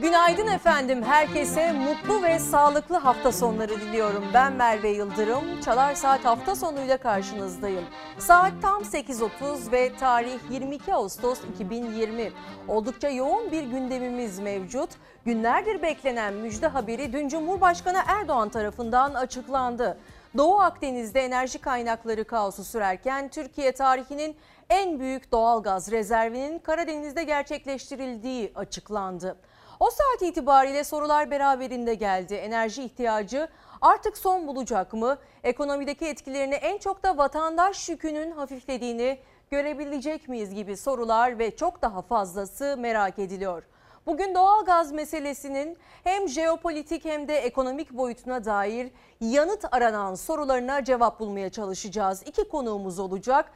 Günaydın efendim. Herkese mutlu ve sağlıklı hafta sonları diliyorum. Ben Merve Yıldırım. Çalar Saat hafta sonuyla karşınızdayım. Saat tam 8.30 ve tarih 22 Ağustos 2020. Oldukça yoğun bir gündemimiz mevcut. Günlerdir beklenen müjde haberi dün Cumhurbaşkanı Erdoğan tarafından açıklandı. Doğu Akdeniz'de enerji kaynakları kaosu sürerken Türkiye tarihinin en büyük doğalgaz rezervinin Karadeniz'de gerçekleştirildiği açıklandı. O saat itibariyle sorular beraberinde geldi. Enerji ihtiyacı artık son bulacak mı? Ekonomideki etkilerini en çok da vatandaş yükünün hafiflediğini görebilecek miyiz gibi sorular ve çok daha fazlası merak ediliyor. Bugün doğalgaz meselesinin hem jeopolitik hem de ekonomik boyutuna dair yanıt aranan sorularına cevap bulmaya çalışacağız. İki konuğumuz olacak.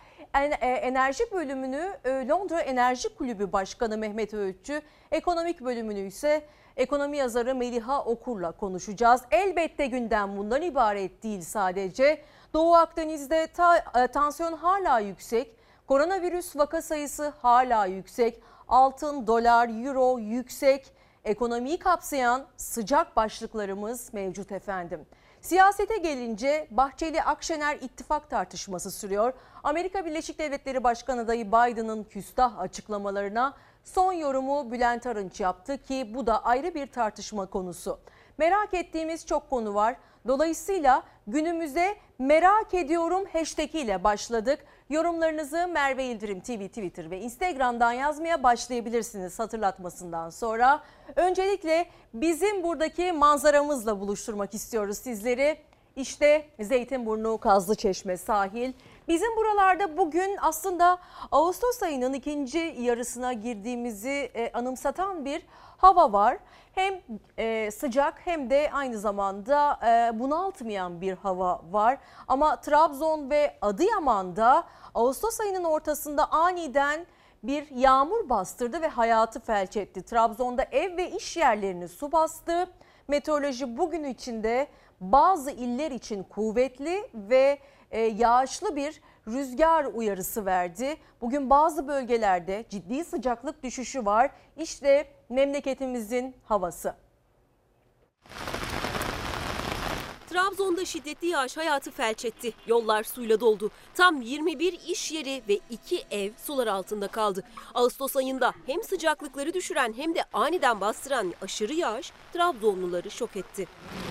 Enerji bölümünü Londra Enerji Kulübü Başkanı Mehmet Öğütçü, ekonomik bölümünü ise ekonomi yazarı Meliha Okur'la konuşacağız. Elbette gündem bundan ibaret değil sadece. Doğu Akdeniz'de tansiyon hala yüksek, koronavirüs vaka sayısı hala yüksek, altın, dolar, euro yüksek, ekonomiyi kapsayan sıcak başlıklarımız mevcut efendim. Siyasete gelince Bahçeli-Akşener ittifak tartışması sürüyor. Amerika Birleşik Devletleri Başkanı adayı Biden'ın küstah açıklamalarına son yorumu Bülent Arınç yaptı ki bu da ayrı bir tartışma konusu. Merak ettiğimiz çok konu var. Dolayısıyla günümüze merak ediyorum hashtag ile başladık. Yorumlarınızı Merve Yıldırım TV, Twitter ve Instagram'dan yazmaya başlayabilirsiniz hatırlatmasından sonra. Öncelikle bizim buradaki manzaramızla buluşturmak istiyoruz sizleri. İşte Zeytinburnu, Kazlıçeşme sahil. Bizim buralarda bugün aslında Ağustos ayının ikinci yarısına girdiğimizi anımsatan bir hava var. Hem sıcak hem de aynı zamanda bunaltmayan bir hava var. Ama Trabzon ve Adıyaman'da Ağustos ayının ortasında aniden bir yağmur bastırdı ve hayatı felç etti. Trabzon'da ev ve iş yerlerini su bastı. Meteoroloji bugün içinde bazı iller için kuvvetli ve yağışlı bir rüzgar uyarısı verdi. Bugün bazı bölgelerde ciddi sıcaklık düşüşü var. İşte memleketimizin havası. Trabzon'da şiddetli yağış hayatı felç etti. Yollar suyla doldu. Tam 21 iş yeri ve 2 ev sular altında kaldı. Ağustos ayında hem sıcaklıkları düşüren hem de aniden bastıran aşırı yağış Trabzonluları şok etti.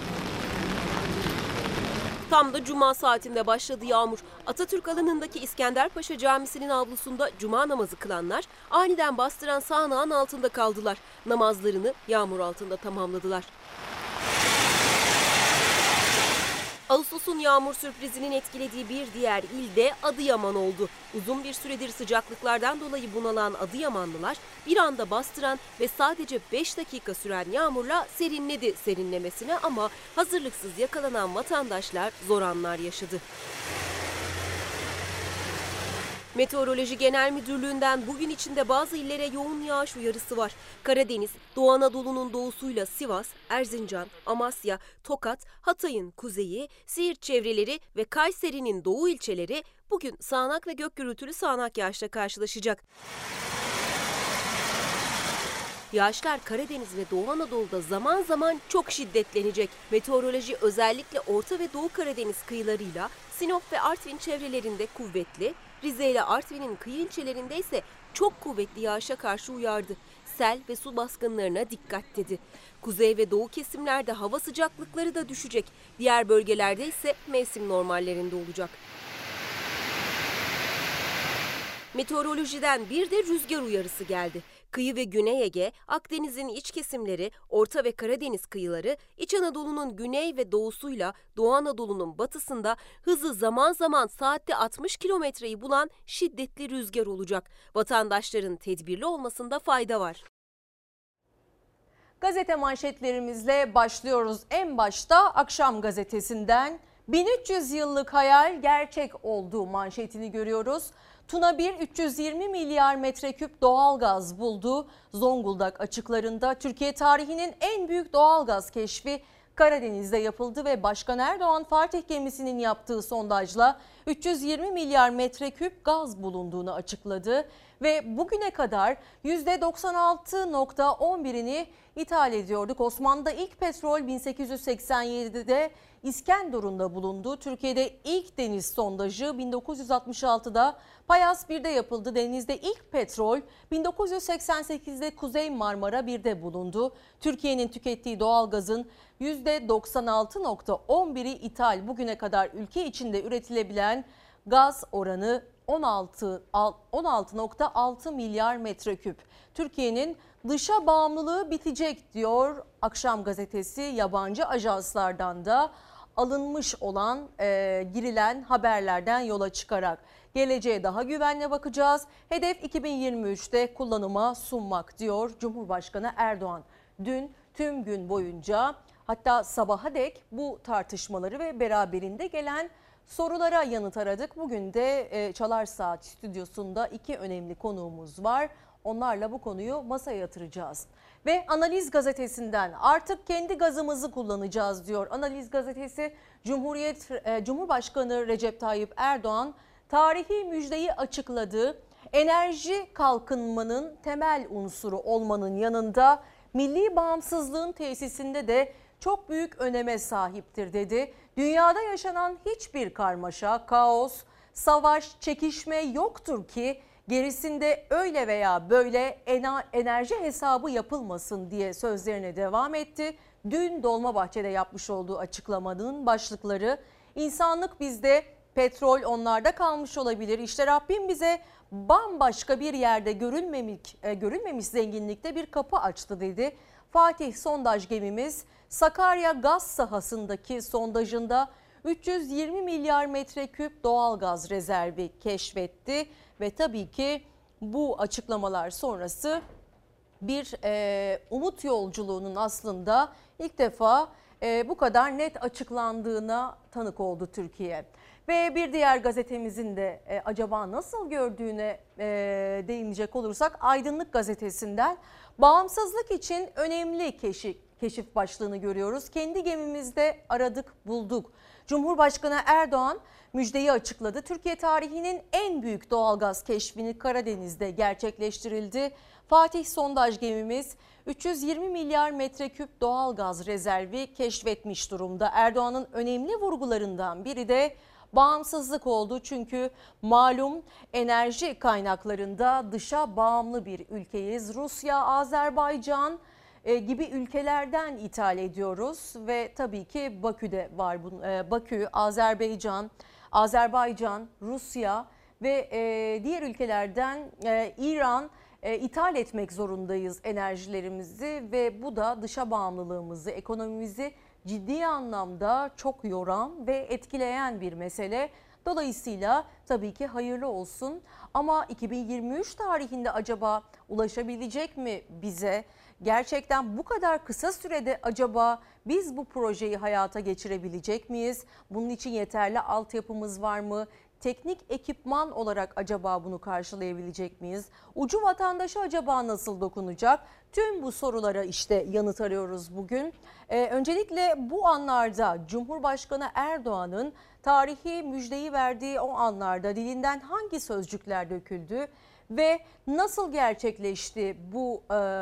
Tam da cuma saatinde başladı yağmur. Atatürk alanındaki İskenderpaşa Camisi'nin avlusunda cuma namazı kılanlar aniden bastıran sağanağın altında kaldılar. Namazlarını yağmur altında tamamladılar. Ağustos'un yağmur sürprizinin etkilediği bir diğer ilde Adıyaman oldu. Uzun bir süredir sıcaklıklardan dolayı bunalan Adıyamanlılar bir anda bastıran ve sadece 5 dakika süren yağmurla serinledi serinlemesine ama hazırlıksız yakalanan vatandaşlar zor anlar yaşadı. Meteoroloji Genel Müdürlüğü'nden bugün içinde bazı illere yoğun yağış uyarısı var. Karadeniz, Doğu Anadolu'nun doğusuyla Sivas, Erzincan, Amasya, Tokat, Hatay'ın kuzeyi, Siirt çevreleri ve Kayseri'nin doğu ilçeleri bugün sağanak ve gök gürültülü sağanak yağışla karşılaşacak. Yağışlar Karadeniz ve Doğu Anadolu'da zaman zaman çok şiddetlenecek. Meteoroloji özellikle Orta ve Doğu Karadeniz kıyılarıyla Sinop ve Artvin çevrelerinde kuvvetli, Rize ile Artvin'in kıyı ilçelerinde ise çok kuvvetli yağışa karşı uyardı. Sel ve su baskınlarına dikkat dedi. Kuzey ve doğu kesimlerde hava sıcaklıkları da düşecek. Diğer bölgelerde ise mevsim normallerinde olacak. Meteorolojiden bir de rüzgar uyarısı geldi. Kıyı ve Güney Ege, Akdeniz'in iç kesimleri, Orta ve Karadeniz kıyıları, İç Anadolu'nun güney ve doğusuyla Doğu Anadolu'nun batısında hızı zaman zaman saatte 60 kilometreyi bulan şiddetli rüzgar olacak. Vatandaşların tedbirli olmasında fayda var. Gazete manşetlerimizle başlıyoruz. En başta Akşam Gazetesi'nden 1300 yıllık hayal gerçek olduğu manşetini görüyoruz. Tuna 1 320 milyar metreküp doğalgaz buldu. Zonguldak açıklarında Türkiye tarihinin en büyük doğalgaz keşfi Karadeniz'de yapıldı ve Başkan Erdoğan Fatih gemisinin yaptığı sondajla 320 milyar metreküp gaz bulunduğunu açıkladı ve bugüne kadar %96,11'ini ithal ediyorduk. Osmanlı'da ilk petrol 1887'de İskenderun'da bulundu. Türkiye'de ilk deniz sondajı 1966'da Payas 1'de yapıldı. Denizde ilk petrol 1988'de Kuzey Marmara 1'de bulundu. Türkiye'nin tükettiği doğalgazın %96,11'i ithal. Bugüne kadar ülke içinde üretilebilen gaz oranı 16,6 milyar metreküp. Türkiye'nin dışa bağımlılığı bitecek diyor Akşam Gazetesi. Yabancı ajanslardan da alınmış olan girilen haberlerden yola çıkarak geleceğe daha güvenle bakacağız. Hedef 2023'te kullanıma sunmak diyor Cumhurbaşkanı Erdoğan. Dün tüm gün boyunca, hatta sabaha dek bu tartışmaları ve beraberinde gelen sorulara yanıt aradık. Bugün de Çalar Saat stüdyosunda iki önemli konuğumuz var. Onlarla bu konuyu masaya yatıracağız. Ve Analiz Gazetesi'nden artık kendi gazımızı kullanacağız diyor. Analiz Gazetesi, Cumhurbaşkanı Recep Tayyip Erdoğan tarihi müjdeyi açıkladı. Enerji kalkınmanın temel unsuru olmanın yanında milli bağımsızlığın tesisinde de çok büyük öneme sahiptir dedi. Dünyada yaşanan hiçbir karmaşa, kaos, savaş, çekişme yoktur ki gerisinde öyle veya böyle enerji hesabı yapılmasın diye sözlerine devam etti. Dün Dolmabahçe'de yapmış olduğu açıklamanın başlıkları: insanlık bizde, petrol onlarda kalmış olabilir. İşte Rabbim bize bambaşka bir yerde görülmemiş zenginlikte bir kapı açtı dedi. Fatih sondaj gemimiz Sakarya gaz sahasındaki sondajında 320 milyar metreküp doğal gaz rezervi keşfetti ve tabii ki bu açıklamalar sonrası bir umut yolculuğunun aslında ilk defa bu kadar net açıklandığına tanık oldu Türkiye. Ve bir diğer gazetemizin de acaba nasıl gördüğüne değinecek olursak Aydınlık Gazetesi'nden bağımsızlık için önemli keşif başlığını görüyoruz. Kendi gemimizde aradık bulduk. Cumhurbaşkanı Erdoğan müjdeyi açıkladı. Türkiye tarihinin en büyük doğalgaz keşfini Karadeniz'de gerçekleştirildi. Fatih sondaj gemimiz 320 milyar metreküp doğalgaz rezervi keşfetmiş durumda. Erdoğan'ın önemli vurgularından biri de bağımsızlık oldu. Çünkü malum enerji kaynaklarında dışa bağımlı bir ülkeyiz. Rusya, Azerbaycan gibi ülkelerden ithal ediyoruz ve tabii ki Bakü'de var. Bakü, Azerbaycan, Rusya ve diğer ülkelerden İran ithal etmek zorundayız enerjilerimizi ve bu da dışa bağımlılığımızı, ekonomimizi ciddi anlamda çok yoran ve etkileyen bir mesele. Dolayısıyla tabii ki hayırlı olsun ama 2023 tarihinde acaba ulaşabilecek mi bize? Gerçekten bu kadar kısa sürede acaba biz bu projeyi hayata geçirebilecek miyiz? Bunun için yeterli altyapımız var mı? Teknik ekipman olarak acaba bunu karşılayabilecek miyiz? Ucu vatandaşa acaba nasıl dokunacak? Tüm bu sorulara işte yanıt arıyoruz bugün. Öncelikle bu anlarda Cumhurbaşkanı Erdoğan'ın tarihi müjdeyi verdiği o anlarda dilinden hangi sözcükler döküldü ve nasıl gerçekleşti bu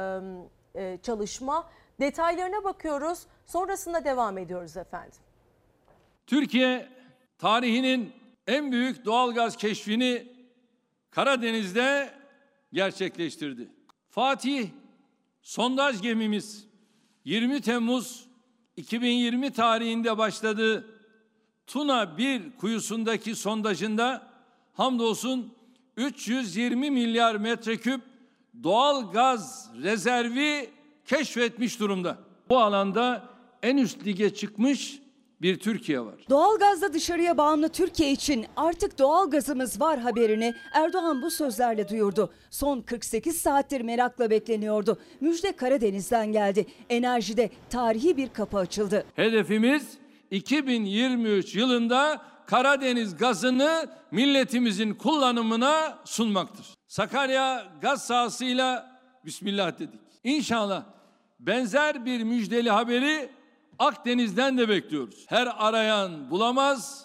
çalışma? Detaylarına bakıyoruz. Sonrasında devam ediyoruz efendim. Türkiye tarihinin en büyük doğalgaz keşfini Karadeniz'de gerçekleştirdi. Fatih sondaj gemimiz 20 Temmuz 2020 tarihinde başladığı Tuna 1 kuyusundaki sondajında hamdolsun 320 milyar metreküp doğal gaz rezervi keşfetmiş durumda. Bu alanda en üst lige çıkmış bir Türkiye var. Doğalgazda dışarıya bağımlı Türkiye için artık doğalgazımız var haberini Erdoğan bu sözlerle duyurdu. Son 48 saattir merakla bekleniyordu. Müjde Karadeniz'den geldi. Enerjide tarihi bir kapı açıldı. Hedefimiz 2023 yılında Karadeniz gazını milletimizin kullanımına sunmaktır. Sakarya gaz sahasıyla bismillah dedik. İnşallah benzer bir müjdeli haberi Akdeniz'den de bekliyoruz. Her arayan bulamaz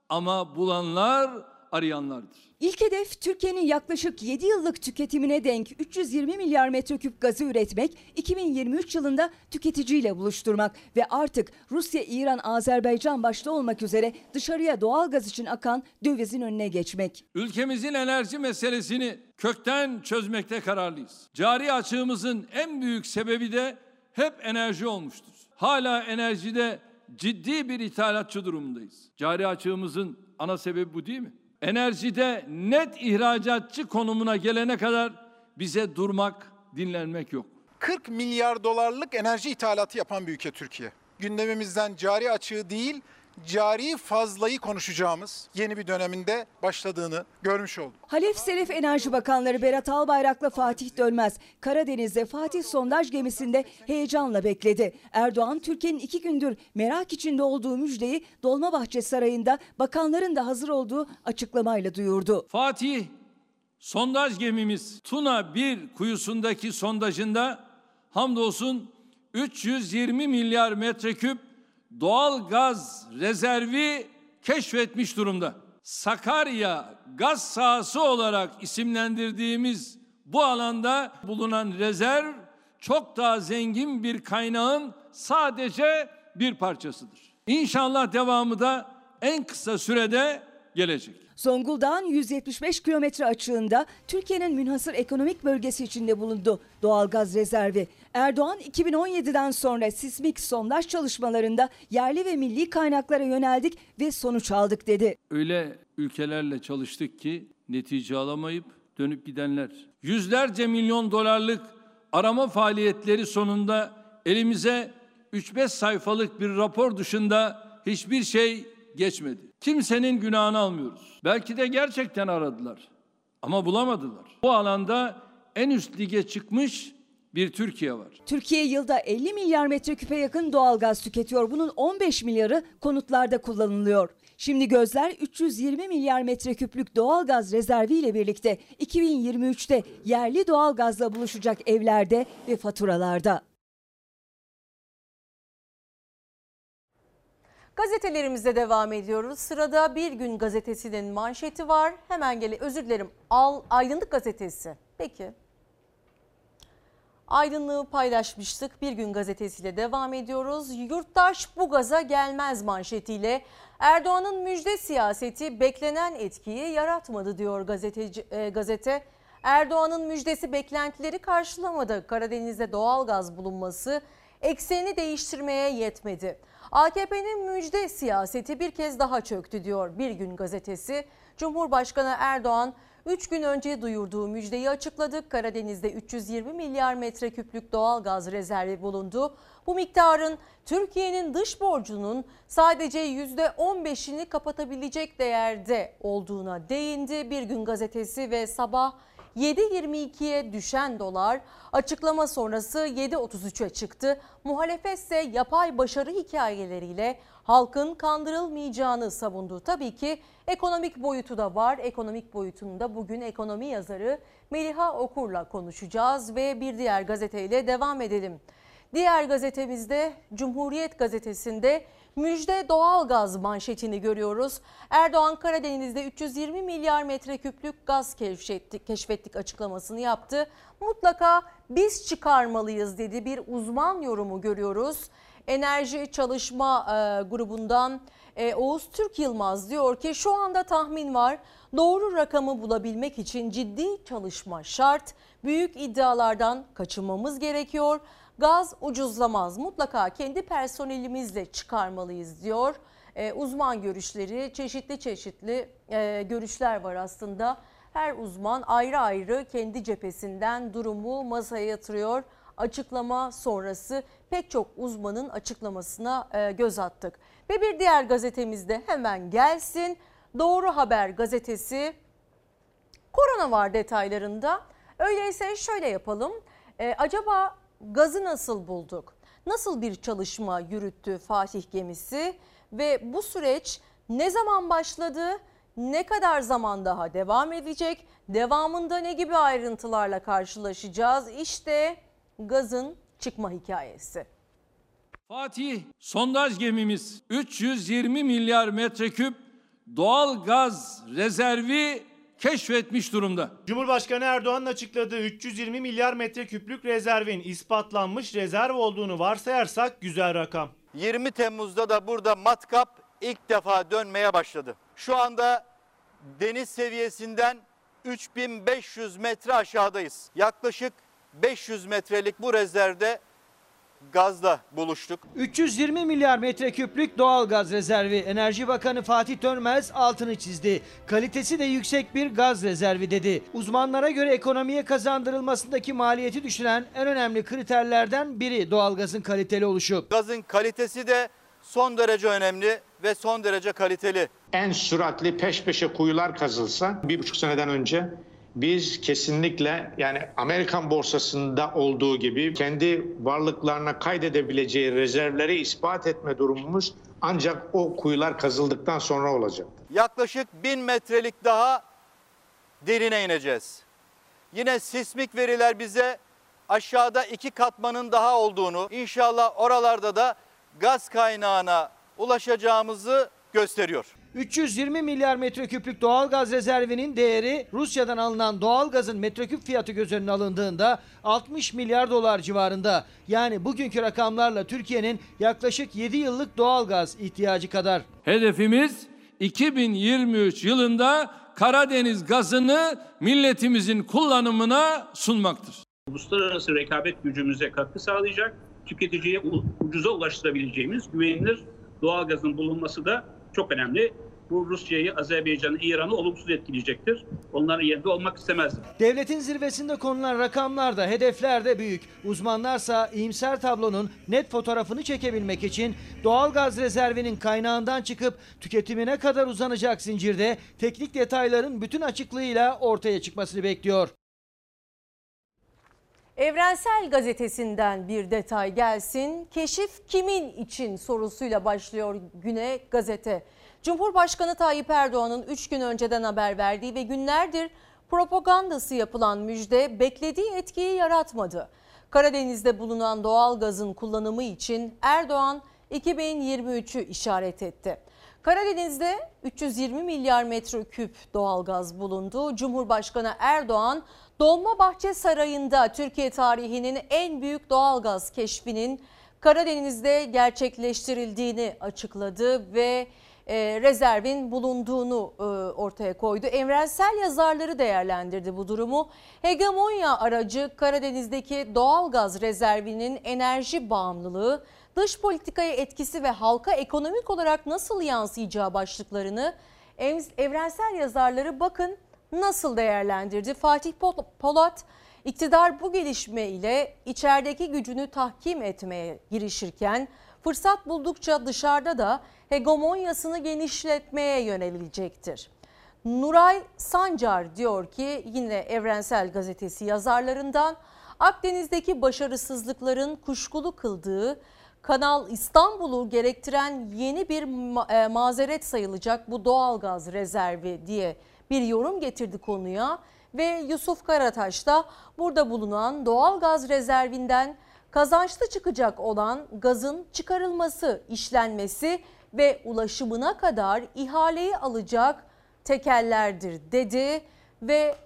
Ama bulanlar arayanlardır. İlk hedef Türkiye'nin yaklaşık 7 yıllık tüketimine denk 320 milyar metreküp gazı üretmek, 2023 yılında tüketiciyle buluşturmak ve artık Rusya, İran, Azerbaycan başta olmak üzere dışarıya doğal gaz için akan dövizin önüne geçmek. Ülkemizin enerji meselesini kökten çözmekte kararlıyız. Cari açığımızın en büyük sebebi de hep enerji olmuştur. Hala enerjide ciddi bir ithalatçı durumundayız. Cari açığımızın ana sebebi bu değil mi? Enerjide net ihracatçı konumuna gelene kadar bize durmak, dinlenmek yok. 40 milyar dolarlık enerji ithalatı yapan bir ülke Türkiye. Gündemimizden cari açığı değil, cari fazlayı konuşacağımız yeni bir döneminde başladığını görmüş olduk. Halef Selef Enerji Bakanları Berat Albayrak'la Fatih Dönmez, Karadeniz'de Fatih sondaj gemisinde heyecanla bekledi. Erdoğan, Türkiye'nin 2 gündür merak içinde olduğu müjdeyi Dolmabahçe Sarayı'nda bakanların da hazır olduğu açıklamayla duyurdu. Fatih sondaj gemimiz Tuna 1 kuyusundaki sondajında hamdolsun 320 milyar metreküp doğal gaz rezervi keşfetmiş durumda. Sakarya gaz sahası olarak isimlendirdiğimiz bu alanda bulunan rezerv çok daha zengin bir kaynağın sadece bir parçasıdır. İnşallah devamı da en kısa sürede gelecek. Zonguldak'ın 175 kilometre açığında Türkiye'nin münhasır ekonomik bölgesi içinde bulundu doğalgaz rezervi. Erdoğan 2017'den sonra sismik sondaj çalışmalarında yerli ve milli kaynaklara yöneldik ve sonuç aldık dedi. Öyle ülkelerle çalıştık ki netice alamayıp dönüp gidenler. Yüzlerce milyon dolarlık arama faaliyetleri sonunda elimize 3-5 sayfalık bir rapor dışında hiçbir şey geçmedi. Kimsenin günahını almıyoruz. Belki de gerçekten aradılar ama bulamadılar. Bu alanda en üst lige çıkmış bir Türkiye var. Türkiye yılda 50 milyar metreküpe yakın doğalgaz tüketiyor. Bunun 15 milyarı konutlarda kullanılıyor. Şimdi gözler 320 milyar metreküplük doğalgaz rezerviyle birlikte 2023'te yerli doğalgazla buluşacak evlerde ve faturalarda. Gazetelerimize devam ediyoruz. Sırada Bir Gün gazetesinin manşeti var. Hemen Aydınlık gazetesi. Peki. Aydınlığı paylaşmıştık. Bir Gün gazetesiyle devam ediyoruz. Yurttaş bu gaza gelmez manşetiyle Erdoğan'ın müjde siyaseti beklenen etkiyi yaratmadı diyor gazete. Erdoğan'ın müjdesi beklentileri karşılamadı. Karadeniz'de doğalgaz bulunması ekseni değiştirmeye yetmedi. AKP'nin müjde siyaseti bir kez daha çöktü diyor Bir Gün gazetesi. Cumhurbaşkanı Erdoğan 3 gün önce duyurduğu müjdeyi açıkladı. Karadeniz'de 320 milyar metreküplük doğalgaz rezervi bulundu. Bu miktarın Türkiye'nin dış borcunun sadece %15'ini kapatabilecek değerde olduğuna değindi Bir Gün gazetesi ve sabah 7.22'ye düşen dolar açıklama sonrası 7.33'e çıktı. Muhalefet ise yapay başarı hikayeleriyle halkın kandırılmayacağını savundu. Tabii ki ekonomik boyutu da var. Ekonomik boyutunda bugün ekonomi yazarı Meliha Okur'la konuşacağız ve bir diğer gazeteyle devam edelim. Diğer gazetemizde Cumhuriyet gazetesinde müjde doğalgaz manşetini görüyoruz. Erdoğan Karadeniz'de 320 milyar metreküplük gaz keşfettik açıklamasını yaptı. Mutlaka biz çıkarmalıyız dedi, bir uzman yorumu görüyoruz. Enerji Çalışma grubundan Oğuz Türk Yılmaz diyor ki şu anda tahmin var. Doğru rakamı bulabilmek için ciddi çalışma şart. Büyük iddialardan kaçınmamız gerekiyor. Gaz ucuzlamaz. Mutlaka kendi personelimizle çıkarmalıyız diyor. Uzman görüşleri, çeşitli görüşler var aslında. Her uzman ayrı ayrı kendi cephesinden durumu masaya yatırıyor. Açıklama sonrası pek çok uzmanın açıklamasına göz attık. Ve bir diğer gazetemizde hemen gelsin. Doğru Haber gazetesi. Korona var detaylarında. Öyleyse şöyle yapalım. Acaba gazı nasıl bulduk? Nasıl bir çalışma yürüttü Fatih gemisi ve bu süreç ne zaman başladı? Ne kadar zaman daha devam edecek? Devamında ne gibi ayrıntılarla karşılaşacağız? İşte gazın çıkma hikayesi. Fatih sondaj gemimiz 320 milyar metreküp doğal gaz rezervi keşfetmiş durumda. Cumhurbaşkanı Erdoğan'ın açıkladığı 320 milyar metreküplük rezervin ispatlanmış rezerv olduğunu varsayarsak güzel rakam. 20 Temmuz'da da burada matkap ilk defa dönmeye başladı. Şu anda deniz seviyesinden 3500 metre aşağıdayız. Yaklaşık 500 metrelik bu rezervde gazla buluştuk. 320 milyar metreküplük doğal gaz rezervi. Enerji Bakanı Fatih Dönmez altını çizdi. Kalitesi de yüksek bir gaz rezervi dedi. Uzmanlara göre ekonomiye kazandırılmasındaki maliyeti düşüren en önemli kriterlerden biri doğalgazın kaliteli oluşu. Gazın kalitesi de son derece önemli ve son derece kaliteli. En süratli peş peşe kuyular kazılsa 1,5 seneden önce biz kesinlikle yani Amerikan borsasında olduğu gibi kendi varlıklarına kaydedebileceği rezervleri ispat etme durumumuz ancak o kuyular kazıldıktan sonra olacak. Yaklaşık 1000 metrelik daha derine ineceğiz. Yine sismik veriler bize aşağıda 2 katmanın daha olduğunu, inşallah oralarda da gaz kaynağına ulaşacağımızı gösteriyor. 320 milyar metreküplük doğalgaz rezervinin değeri Rusya'dan alınan doğalgazın metreküp fiyatı göz önüne alındığında 60 milyar dolar civarında. Yani bugünkü rakamlarla Türkiye'nin yaklaşık 7 yıllık doğalgaz ihtiyacı kadar. Hedefimiz 2023 yılında Karadeniz gazını milletimizin kullanımına sunmaktır. Uluslararası rekabet gücümüze katkı sağlayacak, tüketiciye ucuza ulaştırabileceğimiz güvenilir doğalgazın bulunması da çok önemli. Bu Rusya'yı, Azerbaycan'ı, İran'ı olumsuz etkileyecektir. Onların yerinde olmak istemezdim. Devletin zirvesinde konulan rakamlar da hedefler de büyük. Uzmanlarsa iyimser tablonun net fotoğrafını çekebilmek için doğalgaz rezervinin kaynağından çıkıp tüketimine kadar uzanacak zincirde teknik detayların bütün açıklığıyla ortaya çıkmasını bekliyor. Evrensel Gazetesi'nden bir detay gelsin. Keşif kimin için sorusuyla başlıyor güne gazete. Cumhurbaşkanı Tayyip Erdoğan'ın 3 gün önceden haber verdiği ve günlerdir propagandası yapılan müjde beklediği etkiyi yaratmadı. Karadeniz'de bulunan doğal gazın kullanımı için Erdoğan 2023'ü işaret etti. Karadeniz'de 320 milyar metreküp doğalgaz bulundu. Cumhurbaşkanı Erdoğan Dolmabahçe Sarayı'nda Türkiye tarihinin en büyük doğalgaz keşfinin Karadeniz'de gerçekleştirildiğini açıkladı ve rezervin bulunduğunu ortaya koydu. Evrensel yazarları değerlendirdi bu durumu. Hegemonya aracı Karadeniz'deki doğalgaz rezervinin enerji bağımlılığı, dış politikaya etkisi ve halka ekonomik olarak nasıl yansıyacağı başlıklarını evrensel yazarları bakın nasıl değerlendirdi. Fatih Polat, iktidar bu gelişme ile içerideki gücünü tahkim etmeye girişirken fırsat buldukça dışarıda da hegemonyasını genişletmeye yönelecektir. Nuray Sancar diyor ki yine Evrensel Gazetesi yazarlarından, Akdeniz'deki başarısızlıkların kuşkulu kıldığı Kanal İstanbul'u gerektiren yeni bir mazeret sayılacak bu doğalgaz rezervi diye bir yorum getirdi konuya ve Yusuf Karataş da burada bulunan doğalgaz rezervinden kazançlı çıkacak olan gazın çıkarılması, işlenmesi ve ulaşımına kadar ihaleyi alacak tekellerdir dedi ve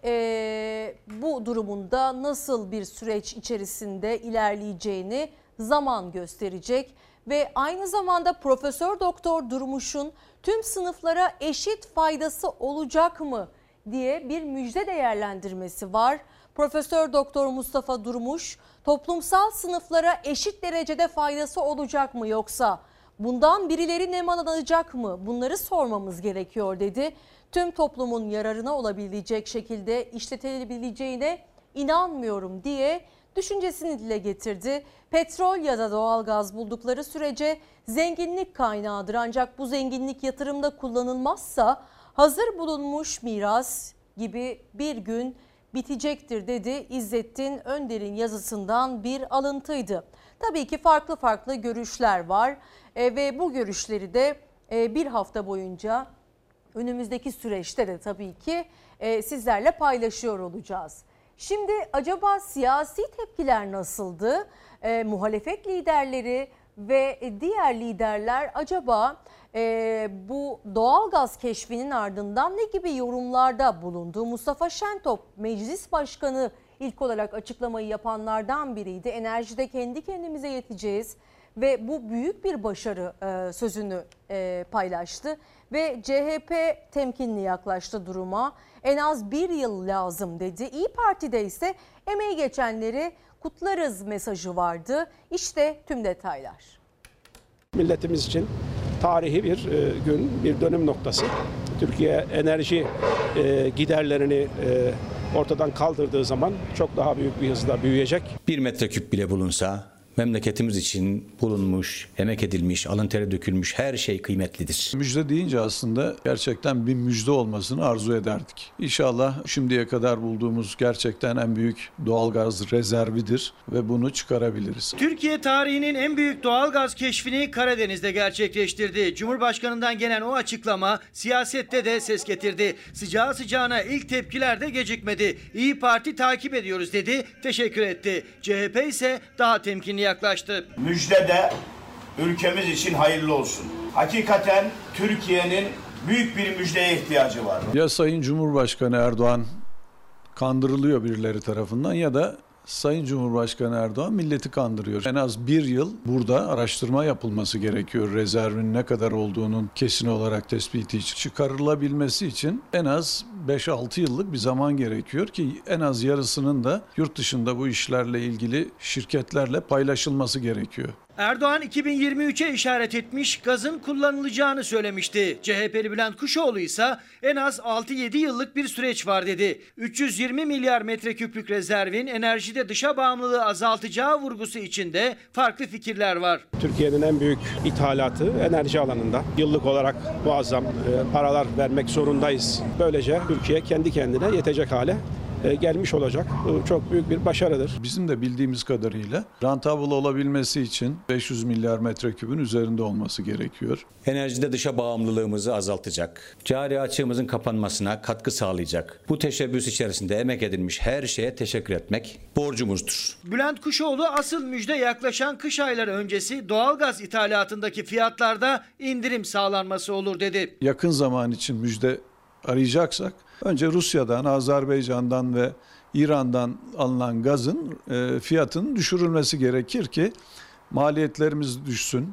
bu durumunda nasıl bir süreç içerisinde ilerleyeceğini zaman gösterecek ve aynı zamanda Profesör Doktor Durmuş'un tüm sınıflara eşit faydası olacak mı diye bir müjde değerlendirmesi var. Profesör Doktor Mustafa Durmuş, toplumsal sınıflara eşit derecede faydası olacak mı yoksa bundan birileri nemalanacak mı? Bunları sormamız gerekiyor dedi. Tüm toplumun yararına olabilecek şekilde işletilebileceğine inanmıyorum diye düşüncesini dile getirdi. Petrol ya da doğalgaz buldukları sürece zenginlik kaynağıdır. Ancak bu zenginlik yatırımda kullanılmazsa hazır bulunmuş miras gibi bir gün bitecektir dedi. İzzettin Önder'in yazısından bir alıntıydı. Tabii ki farklı görüşler var ve bu görüşleri de bir hafta boyunca önümüzdeki süreçte de tabii ki sizlerle paylaşıyor olacağız. Şimdi acaba siyasi tepkiler nasıldı? Muhalefet liderleri ve diğer liderler acaba Bu doğalgaz keşfinin ardından ne gibi yorumlarda bulundu? Mustafa Şentop, Meclis Başkanı ilk olarak açıklamayı yapanlardan biriydi. Enerjide kendi kendimize yeteceğiz ve bu büyük bir başarı sözünü paylaştı. Ve CHP temkinli yaklaştı duruma. En az bir yıl lazım dedi. İYİ Parti'de ise emeği geçenleri kutlarız mesajı vardı. İşte tüm detaylar. Milletimiz için tarihi bir gün, bir dönüm noktası. Türkiye enerji giderlerini ortadan kaldırdığı zaman çok daha büyük bir hızla büyüyecek. 1 metreküp bile bulunsa memleketimiz için bulunmuş, emek edilmiş, alın teri dökülmüş her şey kıymetlidir. Müjde deyince aslında gerçekten bir müjde olmasını arzu ederdik. İnşallah şimdiye kadar bulduğumuz gerçekten en büyük doğalgaz rezervidir ve bunu çıkarabiliriz. Türkiye tarihinin en büyük doğalgaz keşfini Karadeniz'de gerçekleştirdi. Cumhurbaşkanından gelen o açıklama siyasette de ses getirdi. Sıcağı sıcağına ilk tepkiler de gecikmedi. İYİ Parti takip ediyoruz dedi, teşekkür etti. CHP ise daha temkinli yaklaştı. Müjde de ülkemiz için hayırlı olsun. Hakikaten Türkiye'nin büyük bir müjdeye ihtiyacı var. Ya Sayın Cumhurbaşkanı Erdoğan kandırılıyor birileri tarafından ya da Sayın Cumhurbaşkanı Erdoğan milleti kandırıyor. En az bir yıl burada araştırma yapılması gerekiyor. Rezervin ne kadar olduğunun kesin olarak tespiti için. Çıkarılabilmesi için en az 5-6 yıllık bir zaman gerekiyor ki en az yarısının da yurt dışında bu işlerle ilgili şirketlerle paylaşılması gerekiyor. Erdoğan 2023'e işaret etmiş, gazın kullanılacağını söylemişti. CHP'li Bülent Kuşoğlu ise en az 6-7 yıllık bir süreç var dedi. 320 milyar metreküplük rezervin enerjide dışa bağımlılığı azaltacağı vurgusu içinde farklı fikirler var. Türkiye'nin en büyük ithalatı enerji alanında. Yıllık olarak muazzam paralar vermek zorundayız. Böylece Türkiye kendi kendine yetecek hale gelmiş olacak. Bu çok büyük bir başarıdır. Bizim de bildiğimiz kadarıyla rentable olabilmesi için 500 milyar metrekübün üzerinde olması gerekiyor. Enerjide dışa bağımlılığımızı azaltacak, cari açığımızın kapanmasına katkı sağlayacak. Bu teşebbüs içerisinde emek edilmiş her şeye teşekkür etmek borcumuzdur. Bülent Kuşoğlu asıl müjde yaklaşan kış ayları öncesi doğalgaz ithalatındaki fiyatlarda indirim sağlanması olur dedi. Yakın zaman için müjde arayacaksak önce Rusya'dan, Azerbaycan'dan ve İran'dan alınan gazın fiyatının düşürülmesi gerekir ki maliyetlerimiz düşsün.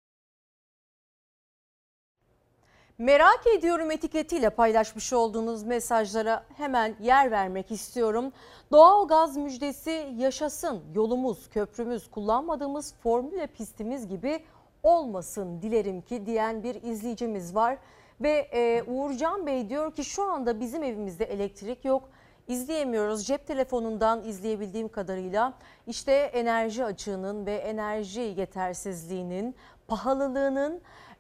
Merak ediyorum etiketiyle paylaşmış olduğunuz mesajlara hemen yer vermek istiyorum. Doğalgaz müjdesi yaşasın. Yolumuz, köprümüz, kullanmadığımız formüle pistimiz gibi olmasın dilerim ki diyen bir izleyicimiz var. Ve Uğurcan Bey diyor ki şu anda bizim evimizde elektrik yok. İzleyemiyoruz. Cep telefonundan izleyebildiğim kadarıyla işte enerji açığının ve enerji yetersizliğinin, pahalılığının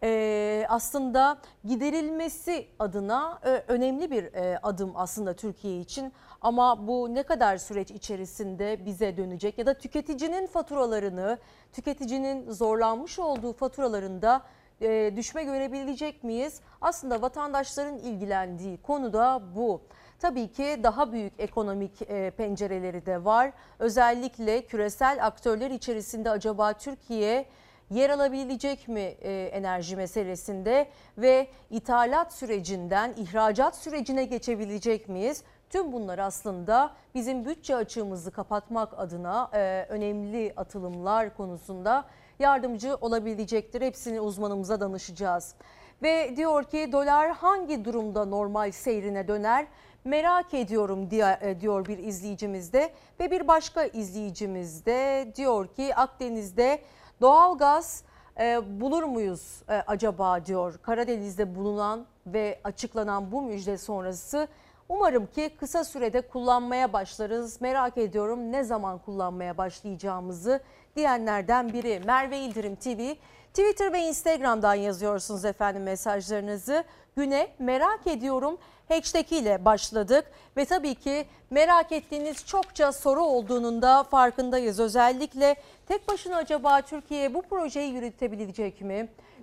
aslında giderilmesi adına önemli bir adım aslında Türkiye için. Ama bu ne kadar süreç içerisinde bize dönecek ya da tüketicinin faturalarını, tüketicinin zorlanmış olduğu faturalarında düşme görebilecek miyiz? Aslında vatandaşların ilgilendiği konu da bu. Tabii ki daha büyük ekonomik pencereleri de var. Özellikle küresel aktörler içerisinde acaba Türkiye yer alabilecek mi enerji meselesinde ve ithalat sürecinden ihracat sürecine geçebilecek miyiz? Tüm bunlar aslında bizim bütçe açığımızı kapatmak adına önemli atılımlar konusunda yardımcı olabilecektir. Hepsini uzmanımıza danışacağız. Ve diyor ki dolar hangi durumda normal seyrine döner? Merak ediyorum diyor bir izleyicimiz de. Ve bir başka izleyicimiz de diyor ki Akdeniz'de doğalgaz bulur muyuz acaba diyor. Karadeniz'de bulunan ve açıklanan bu müjde sonrası umarım ki kısa sürede kullanmaya başlarız. Merak ediyorum ne zaman kullanmaya başlayacağımızı diyenlerden biri. Merve İldirim TV, Twitter ve Instagram'dan yazıyorsunuz efendim mesajlarınızı. Güne merak ediyorum hashtag ile başladık ve tabii ki merak ettiğiniz çokça soru olduğunun da farkındayız. Özellikle tek başına acaba Türkiye bu projeyi yürütebilecek mi?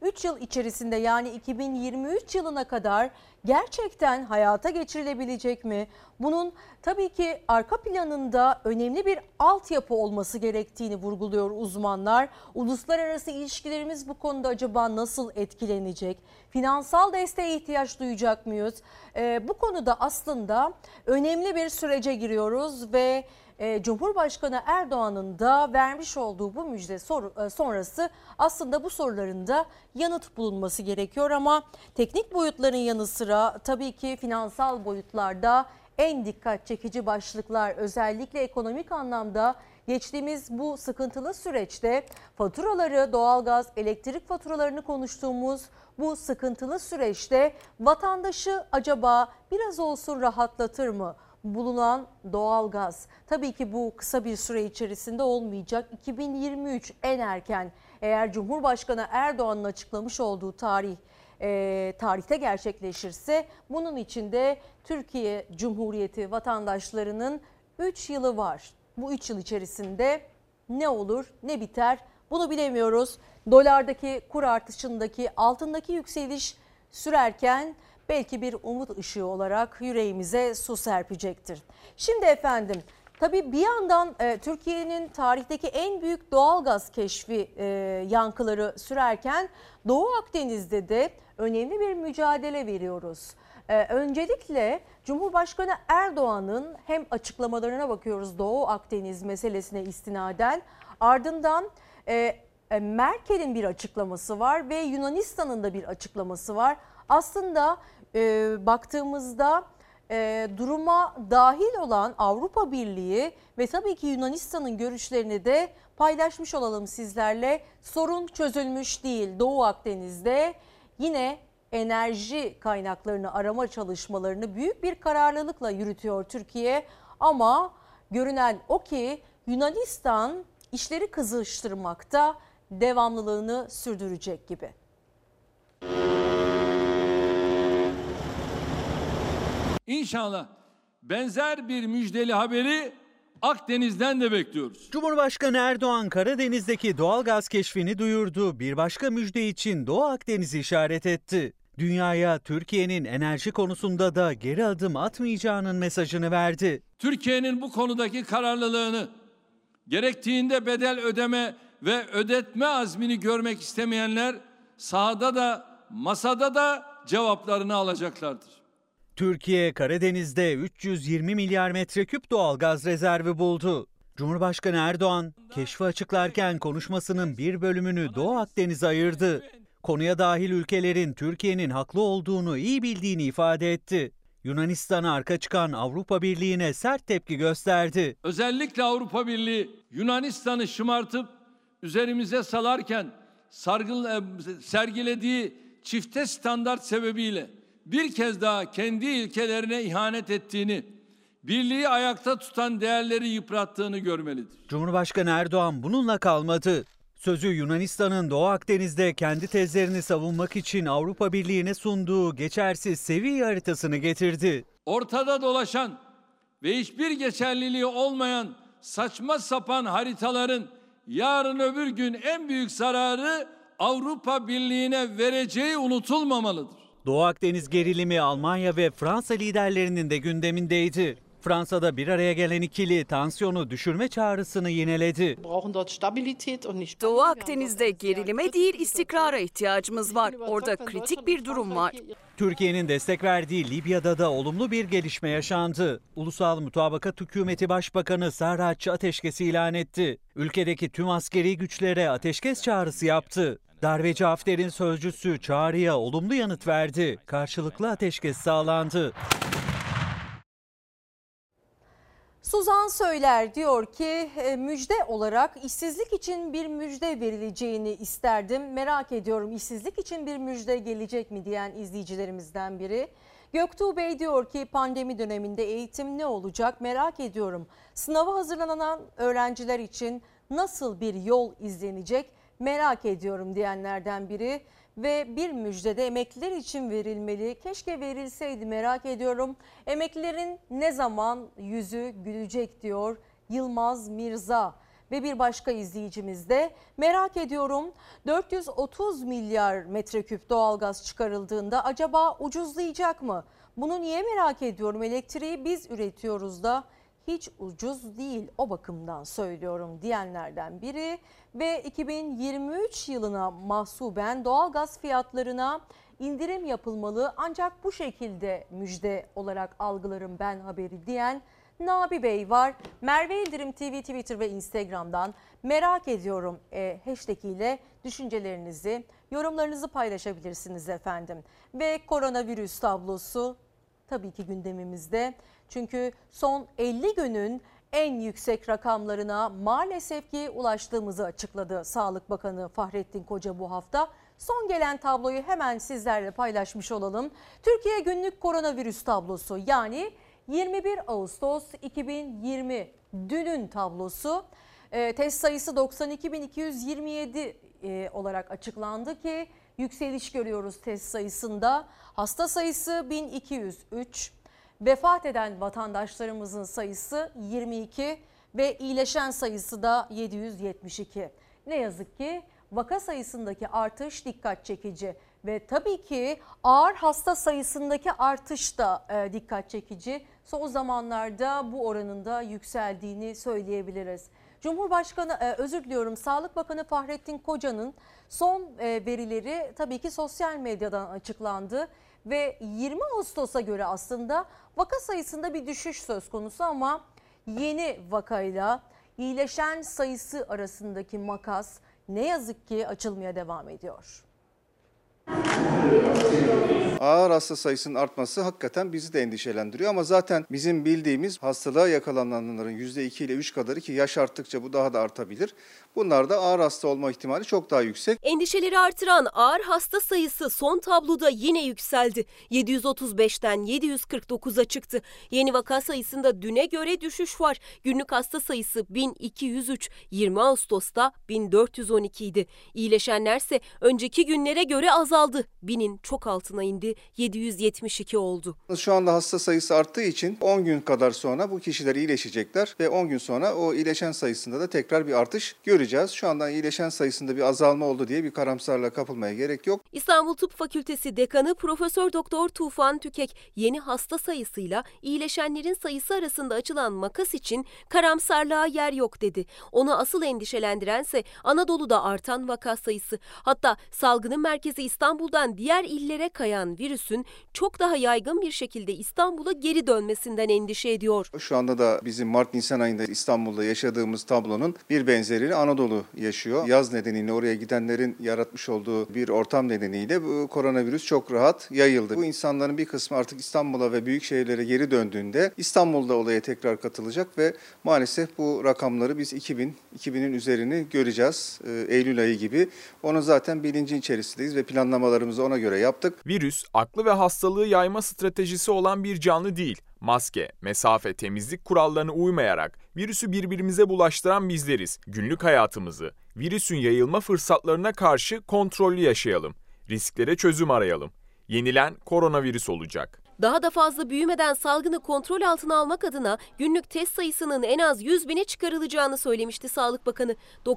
3 yıl içerisinde yani 2023 yılına kadar gerçekten hayata geçirilebilecek mi? Bunun tabii ki arka planında önemli bir altyapı olması gerektiğini vurguluyor uzmanlar. Uluslararası ilişkilerimiz bu konuda acaba nasıl etkilenecek? Finansal desteğe ihtiyaç duyacak mıyız? Bu konuda aslında önemli bir sürece giriyoruz ve Cumhurbaşkanı Erdoğan'ın da vermiş olduğu bu müjde sonrası aslında bu soruların da yanıt bulunması gerekiyor. Ama teknik boyutların yanı sıra tabii ki finansal boyutlarda en dikkat çekici başlıklar, özellikle ekonomik anlamda geçtiğimiz bu sıkıntılı süreçte faturaları, doğalgaz, elektrik faturalarını konuştuğumuz bu sıkıntılı süreçte vatandaşı acaba biraz olsun rahatlatır mı? Bulunan doğalgaz. Tabii ki bu kısa bir süre içerisinde olmayacak. 2023 en erken, eğer Cumhurbaşkanı Erdoğan'ın açıklamış olduğu tarihte gerçekleşirse bunun içinde Türkiye Cumhuriyeti vatandaşlarının 3 yılı var. Bu 3 yıl içerisinde ne olur ne biter bunu bilemiyoruz. Dolardaki kur artışındaki, altındaki yükseliş sürerken belki bir umut ışığı olarak yüreğimize su serpecektir. Şimdi efendim, tabii bir yandan Türkiye'nin tarihteki en büyük doğalgaz keşfi yankıları sürerken Doğu Akdeniz'de de önemli bir mücadele veriyoruz. Öncelikle Cumhurbaşkanı Erdoğan'ın hem açıklamalarına bakıyoruz Doğu Akdeniz meselesine istinaden, ardından Merkel'in bir açıklaması var ve Yunanistan'ın da bir açıklaması var. Aslında baktığımızda duruma dahil olan Avrupa Birliği ve tabii ki Yunanistan'ın görüşlerini de paylaşmış olalım sizlerle. Sorun çözülmüş değil. Doğu Akdeniz'de yine enerji kaynaklarını arama çalışmalarını büyük bir kararlılıkla yürütüyor Türkiye. Ama görünen o ki Yunanistan işleri kızıştırmakta, devamlılığını sürdürecek gibi. İnşallah benzer bir müjdeli haberi Akdeniz'den de bekliyoruz. Cumhurbaşkanı Erdoğan Karadeniz'deki doğalgaz keşfini duyurdu. Bir başka müjde için Doğu Akdeniz'i işaret etti. Dünyaya Türkiye'nin enerji konusunda da geri adım atmayacağının mesajını verdi. Türkiye'nin bu konudaki kararlılığını, gerektiğinde bedel ödeme ve ödetme azmini görmek istemeyenler sahada da masada da cevaplarını alacaklardır. Türkiye Karadeniz'de 320 milyar metreküp doğalgaz rezervi buldu. Cumhurbaşkanı Erdoğan keşfi açıklarken konuşmasının bir bölümünü Doğu Akdeniz'e ayırdı. Konuya dahil ülkelerin Türkiye'nin haklı olduğunu iyi bildiğini ifade etti. Yunanistan'a arka çıkan Avrupa Birliği'ne sert tepki gösterdi. Özellikle Avrupa Birliği Yunanistan'ı şımartıp üzerimize salarken sergilediği çifte standart sebebiyle bir kez daha kendi ilkelerine ihanet ettiğini, birliği ayakta tutan değerleri yıprattığını görmelidir. Cumhurbaşkanı Erdoğan bununla kalmadı. Sözü Yunanistan'ın Doğu Akdeniz'de kendi tezlerini savunmak için Avrupa Birliği'ne sunduğu geçersiz seviye haritasını getirdi. Ortada dolaşan ve hiçbir geçerliliği olmayan saçma sapan haritaların yarın öbür gün en büyük zararı Avrupa Birliği'ne vereceği unutulmamalıdır. Doğu Akdeniz gerilimi Almanya ve Fransa liderlerinin de gündemindeydi. Fransa'da bir araya gelen ikili tansiyonu düşürme çağrısını yineledi. Doğu Akdeniz'de gerilime değil istikrara ihtiyacımız var. Orada kritik bir durum var. Türkiye'nin destek verdiği Libya'da da olumlu bir gelişme yaşandı. Ulusal Mutabakat Hükümeti Başbakanı Serrac'ı ateşkesi ilan etti. Ülkedeki tüm askeri güçlere ateşkes çağrısı yaptı. Darbeci Hafter'in sözcüsü çağrıya olumlu yanıt verdi. Karşılıklı ateşkes sağlandı. Suzan Söyler diyor ki müjde olarak işsizlik için bir müjde verileceğini isterdim. Merak ediyorum işsizlik için bir müjde gelecek mi diyen izleyicilerimizden biri. Göktuğ Bey diyor ki pandemi döneminde eğitim ne olacak merak ediyorum. Sınava hazırlanan öğrenciler için nasıl bir yol izlenecek merak ediyorum diyenlerden biri. Ve bir müjde de emekliler için verilmeli. Keşke verilseydi merak ediyorum. Emeklilerin ne zaman yüzü gülecek diyor Yılmaz Mirza. Ve bir başka izleyicimiz de merak ediyorum 430 milyar metreküp doğalgaz çıkarıldığında acaba ucuzlayacak mı? Bunu niye merak ediyorum? Elektriği biz üretiyoruz da hiç ucuz değil, o bakımdan söylüyorum diyenlerden biri. Ve 2023 yılına mahsuben doğalgaz fiyatlarına indirim yapılmalı, ancak bu şekilde müjde olarak algılarım ben haberi diyen Nabi Bey var. Merve Yıldırım TV Twitter ve Instagram'dan merak ediyorum hashtag ile düşüncelerinizi, yorumlarınızı paylaşabilirsiniz efendim. Ve koronavirüs tablosu tabii ki gündemimizde. Çünkü son 50 günün en yüksek rakamlarına maalesef ki ulaştığımızı açıkladı Sağlık Bakanı Fahrettin Koca bu hafta. Son gelen tabloyu hemen sizlerle paylaşmış olalım. Türkiye günlük koronavirüs tablosu, yani 21 Ağustos 2020 dünün tablosu. Test sayısı 92.227 olarak açıklandı ki yükseliş görüyoruz test sayısında. Hasta sayısı 1203. Vefat eden vatandaşlarımızın sayısı 22 ve iyileşen sayısı da 772. Ne yazık ki vaka sayısındaki artış dikkat çekici ve tabii ki ağır hasta sayısındaki artış da dikkat çekici. Son zamanlarda bu oranın da yükseldiğini söyleyebiliriz. Sağlık Bakanı Fahrettin Koca'nın son verileri tabii ki sosyal medyadan açıklandı. Ve 20 Ağustos'a göre aslında vaka sayısında bir düşüş söz konusu ama yeni vakayla iyileşen sayısı arasındaki makas ne yazık ki açılmaya devam ediyor. Ağır hasta sayısının artması hakikaten bizi de endişelendiriyor ama zaten bizim bildiğimiz hastalığa yakalananların %2 ile 3 kadarı, ki yaş arttıkça bu daha da artabilir. Bunlar da ağır hasta olma ihtimali çok daha yüksek. Endişeleri artıran ağır hasta sayısı son tabloda yine yükseldi. 735'ten 749'a çıktı. Yeni vaka sayısında düne göre düşüş var. Günlük hasta sayısı 1203, 20 Ağustos'ta 1412 idi. İyileşenlerse önceki günlere göre azaldı. 1000'in çok altına indi. 772 oldu. Şu anda hasta sayısı arttığı için 10 gün kadar sonra bu kişiler iyileşecekler ve 10 gün sonra o iyileşen sayısında da tekrar bir artış göreceğiz. Şu anda iyileşen sayısında bir azalma oldu diye bir karamsarlığa kapılmaya gerek yok. İstanbul Tıp Fakültesi Dekanı Profesör Doktor Tufan Tükek yeni hasta sayısıyla iyileşenlerin sayısı arasında açılan makas için karamsarlığa yer yok dedi. Onu asıl endişelendirense Anadolu'da artan vaka sayısı. Hatta salgının merkezi İstanbul'dan diğer illere kayan virüsün çok daha yaygın bir şekilde İstanbul'a geri dönmesinden endişe ediyor. Şu anda da bizim Mart-Nisan ayında İstanbul'da yaşadığımız tablonun bir benzerini Anadolu yaşıyor. Yaz nedeniyle oraya gidenlerin yaratmış olduğu bir ortam nedeniyle bu koronavirüs çok rahat yayıldı. Bu insanların bir kısmı artık İstanbul'a ve büyük şehirlere geri döndüğünde İstanbul'da olaya tekrar katılacak ve maalesef bu rakamları biz 2000'in üzerini göreceğiz Eylül ayı gibi. Onun zaten bilincin içerisindeyiz ve planlamalarımızı ona göre yaptık. Virüs, aklı ve hastalığı yayma stratejisi olan bir canlı değil. Maske, mesafe, temizlik kurallarına uymayarak virüsü birbirimize bulaştıran bizleriz. Günlük hayatımızı, virüsün yayılma fırsatlarına karşı kontrollü yaşayalım. Risklere çözüm arayalım. Yenilen koronavirüs olacak. Daha da fazla büyümeden salgını kontrol altına almak adına günlük test sayısının en az 100.000'e çıkarılacağını söylemişti Sağlık Bakanı.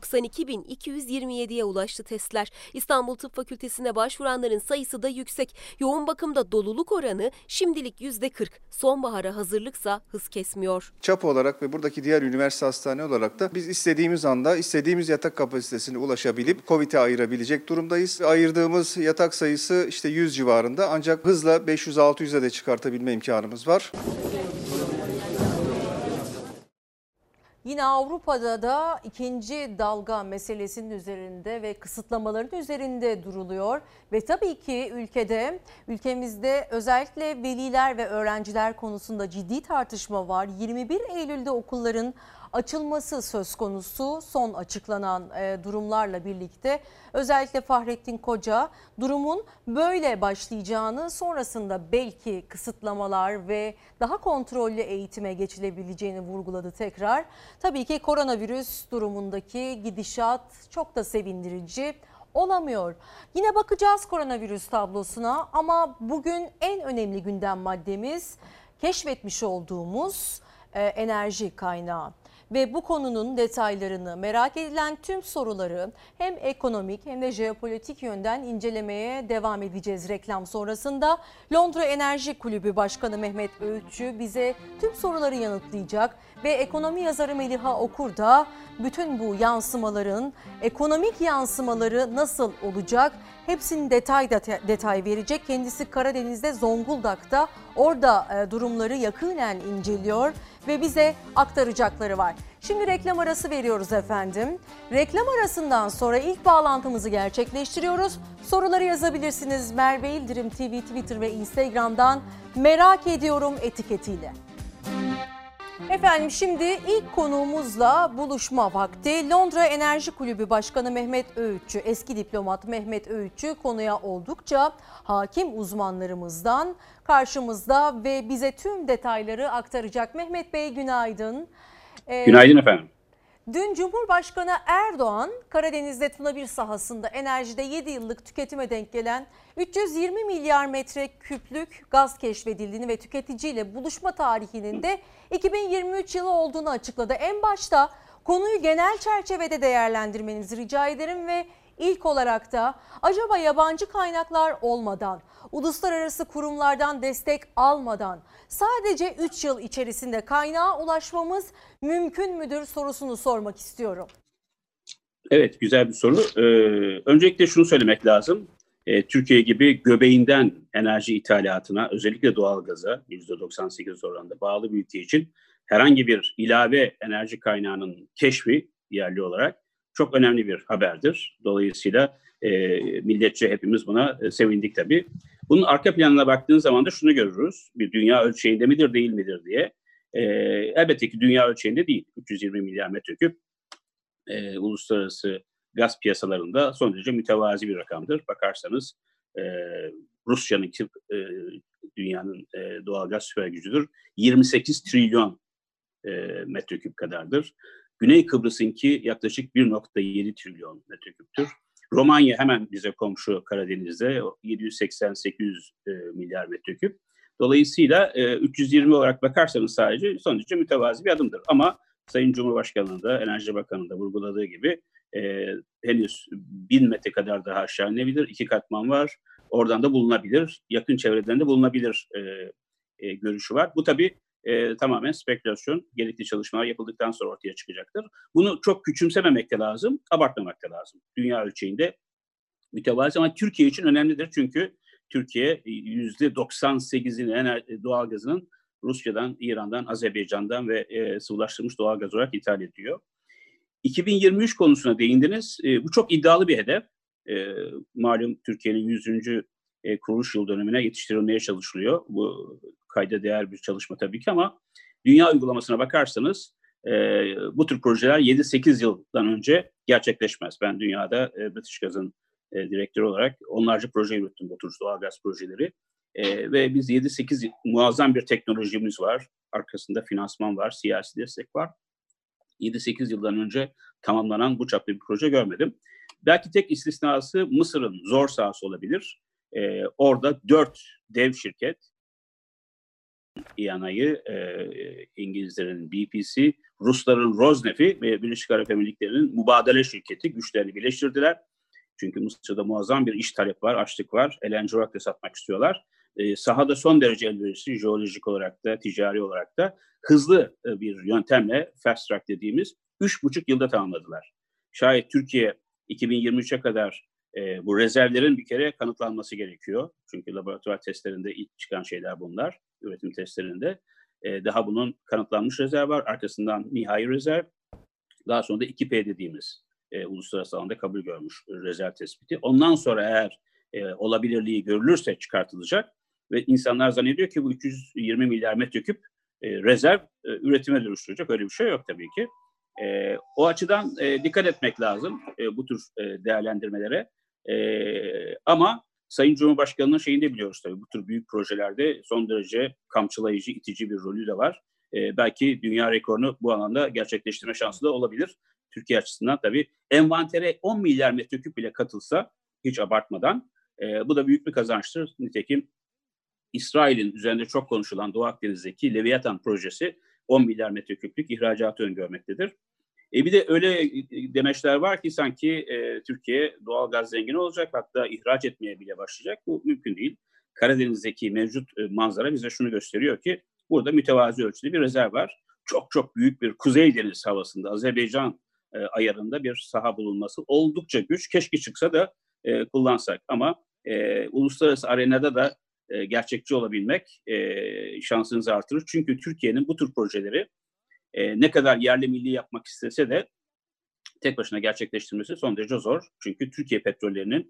92.227'ye ulaştı testler. İstanbul Tıp Fakültesi'ne başvuranların sayısı da yüksek. Yoğun bakımda doluluk oranı şimdilik %40. Sonbahara hazırlıksa hız kesmiyor. Çap olarak ve buradaki diğer üniversite hastane olarak da biz istediğimiz anda istediğimiz yatak kapasitesine ulaşabilip COVID'e ayırabilecek durumdayız. Ayırdığımız yatak sayısı işte 100 civarında, ancak hızla 500-600'e de çıkartabilme imkanımız var. Yine Avrupa'da da ikinci dalga meselesinin üzerinde ve kısıtlamaların üzerinde duruluyor. Ve tabii ki ülkemizde özellikle veliler ve öğrenciler konusunda ciddi tartışma var. 21 Eylül'de okulların açılması söz konusu son açıklanan durumlarla birlikte. Özellikle Fahrettin Koca durumun böyle başlayacağını, sonrasında belki kısıtlamalar ve daha kontrollü eğitime geçilebileceğini vurguladı tekrar. Tabii ki koronavirüs durumundaki gidişat çok da sevindirici olamıyor. Yine bakacağız koronavirüs tablosuna ama bugün en önemli gündem maddemiz keşfetmiş olduğumuz enerji kaynağı. ve bu konunun detaylarını, merak edilen tüm soruları hem ekonomik hem de jeopolitik yönden incelemeye devam edeceğiz reklam sonrasında. Londra Enerji Kulübü Başkanı Mehmet Öğütçü bize tüm soruları yanıtlayacak ve ekonomi yazarı Meliha Okur da bütün bu yansımaların, ekonomik yansımaları nasıl olacak? Hepsinin detay verecek. Kendisi Karadeniz'de, Zonguldak'ta, orada durumları yakinen inceliyor ve bize aktaracakları var. Şimdi reklam arası veriyoruz efendim. Reklam arasından sonra ilk bağlantımızı gerçekleştiriyoruz. Soruları yazabilirsiniz Merve İldirim TV, Twitter ve Instagram'dan merak ediyorum etiketiyle. Efendim şimdi ilk konuğumuzla buluşma vakti. Londra Enerji Kulübü Başkanı Mehmet Öğütçü, eski diplomat Mehmet Öğütçü konuya oldukça hakim uzmanlarımızdan karşımızda ve bize tüm detayları aktaracak. Mehmet Bey günaydın. Günaydın efendim. Dün Cumhurbaşkanı Erdoğan Karadeniz'de Tuna 1 sahasında enerjide 7 yıllık tüketime denk gelen 320 milyar metreküplük gaz keşfedildiğini ve tüketiciyle buluşma tarihinin de 2023 yılı olduğunu açıkladı. En başta konuyu genel çerçevede değerlendirmenizi rica ederim ve ilk olarak da acaba yabancı kaynaklar olmadan, uluslararası kurumlardan destek almadan sadece 3 yıl içerisinde kaynağa ulaşmamız mümkün müdür sorusunu sormak istiyorum. Evet, güzel bir soru. Öncelikle şunu söylemek lazım. Türkiye gibi göbeğinden enerji ithalatına, özellikle doğalgaza %98 oranında bağlı bir ülke için herhangi bir ilave enerji kaynağının keşfi yerli olarak çok önemli bir haberdir. Dolayısıyla milletçe hepimiz buna sevindik tabii. Bunun arka planına baktığın zaman da şunu görürüz. Bir dünya ölçeğinde midir değil midir diye. Elbette ki dünya ölçeğinde değil. 320 milyar metreküp uluslararası gaz piyasalarında son derece mütevazi bir rakamdır. Bakarsanız Rusya'nınki dünyanın doğal gaz süper gücüdür. 28 trilyon metreküp kadardır. Güney Kıbrıs'ınki yaklaşık 1,7 trilyon metreküptür. Romanya hemen bize komşu Karadeniz'de 780-800 milyar metreküp. Dolayısıyla 320 olarak bakarsanız sadece son derece mütevazi bir adımdır. Ama Sayın Cumhurbaşkanı'nın da Enerji Bakanı'nın da vurguladığı gibi henüz 1000 metre kadar daha aşağı inebilir. 2 katman var. Oradan da bulunabilir. Yakın çevreden de bulunabilir görüşü var. Bu tabii tamamen spekülasyon. Gerekli çalışmalar yapıldıktan sonra ortaya çıkacaktır. Bunu çok küçümsememek de lazım, abartmamak da lazım. Dünya ölçeğinde mütevazi ama Türkiye için önemlidir. Çünkü Türkiye %98'ini doğalgazının Rusya'dan, İran'dan, Azerbaycan'dan ve sıvılaştırılmış doğalgaz olarak ithal ediyor. 2023 konusuna değindiniz. Bu çok iddialı bir hedef. Malum Türkiye'nin 100. kuruluş yıl dönümüne yetiştirilmeye çalışılıyor. Bu kayda değer bir çalışma tabii ki ama dünya uygulamasına bakarsanız bu tür projeler 7-8 yıldan önce gerçekleşmez. Ben dünyada British Gas'ın direktörü olarak onlarca proje yürüttüm bu tür doğalgaz projeleri. Ve biz 7-8 muazzam bir teknolojimiz var. Arkasında finansman var, siyasi destek var. 7-8 yıldan önce tamamlanan bu çapta bir proje görmedim. Belki tek istisnası Mısır'ın zor sahası olabilir. Orada 4 dev şirket, İANA'yı, İngilizlerin BPC, Rusların Rosneft'i ve Birleşik Arap Emirlikleri'nin Mübadele şirketi güçlerini birleştirdiler. Çünkü Mısır'da muazzam bir iş talep var, açlık var. LNG olarak da satmak istiyorlar. Sahada son derece elverişli, jeolojik olarak da, ticari olarak da hızlı bir yöntemle fast track dediğimiz 3,5 yılda tamamladılar. Şayet Türkiye 2023'e kadar bu rezervlerin bir kere kanıtlanması gerekiyor. Çünkü laboratuvar testlerinde ilk çıkan şeyler bunlar, üretim testlerinde. Daha bunun kanıtlanmış rezerv var, arkasından nihai rezerv. Daha sonra da 2P dediğimiz uluslararası alanda kabul görmüş rezerv tespiti. Ondan sonra eğer olabilirliği görülürse çıkartılacak ve insanlar zannediyor ki bu 320 milyar metreküp rezerv üretime dönüştürecek. Öyle bir şey yok tabii ki. O açıdan dikkat etmek lazım bu tür değerlendirmelere. Ama Sayın Cumhurbaşkanı'nın şeyini de biliyoruz tabii. Bu tür büyük projelerde son derece kamçılayıcı, itici bir rolü de var. Belki dünya rekorunu bu alanda gerçekleştirme şansı da olabilir. Türkiye açısından tabii envantere 10 milyar metreküp bile katılsa hiç abartmadan bu da büyük bir kazançtır. Nitekim İsrail'in üzerinde çok konuşulan Doğu Akdeniz'deki Leviathan projesi 10 milyar metreküplük ihracatı öngörmektedir. Bir de öyle demeçler var ki sanki Türkiye doğal gaz zengini olacak, hatta ihraç etmeye bile başlayacak. Bu mümkün değil. Karadeniz'deki mevcut manzara bize şunu gösteriyor ki burada mütevazi ölçüde bir rezerv var. Çok çok büyük bir Kuzey Deniz havasında, Azerbaycan ayarında bir saha bulunması oldukça güç. Keşke çıksa da kullansak ama uluslararası arenada da gerçekçi olabilmek şansınızı artırır. Çünkü Türkiye'nin bu tür projeleri ne kadar yerli milli yapmak istese de tek başına gerçekleştirmesi son derece zor. Çünkü Türkiye petrollerinin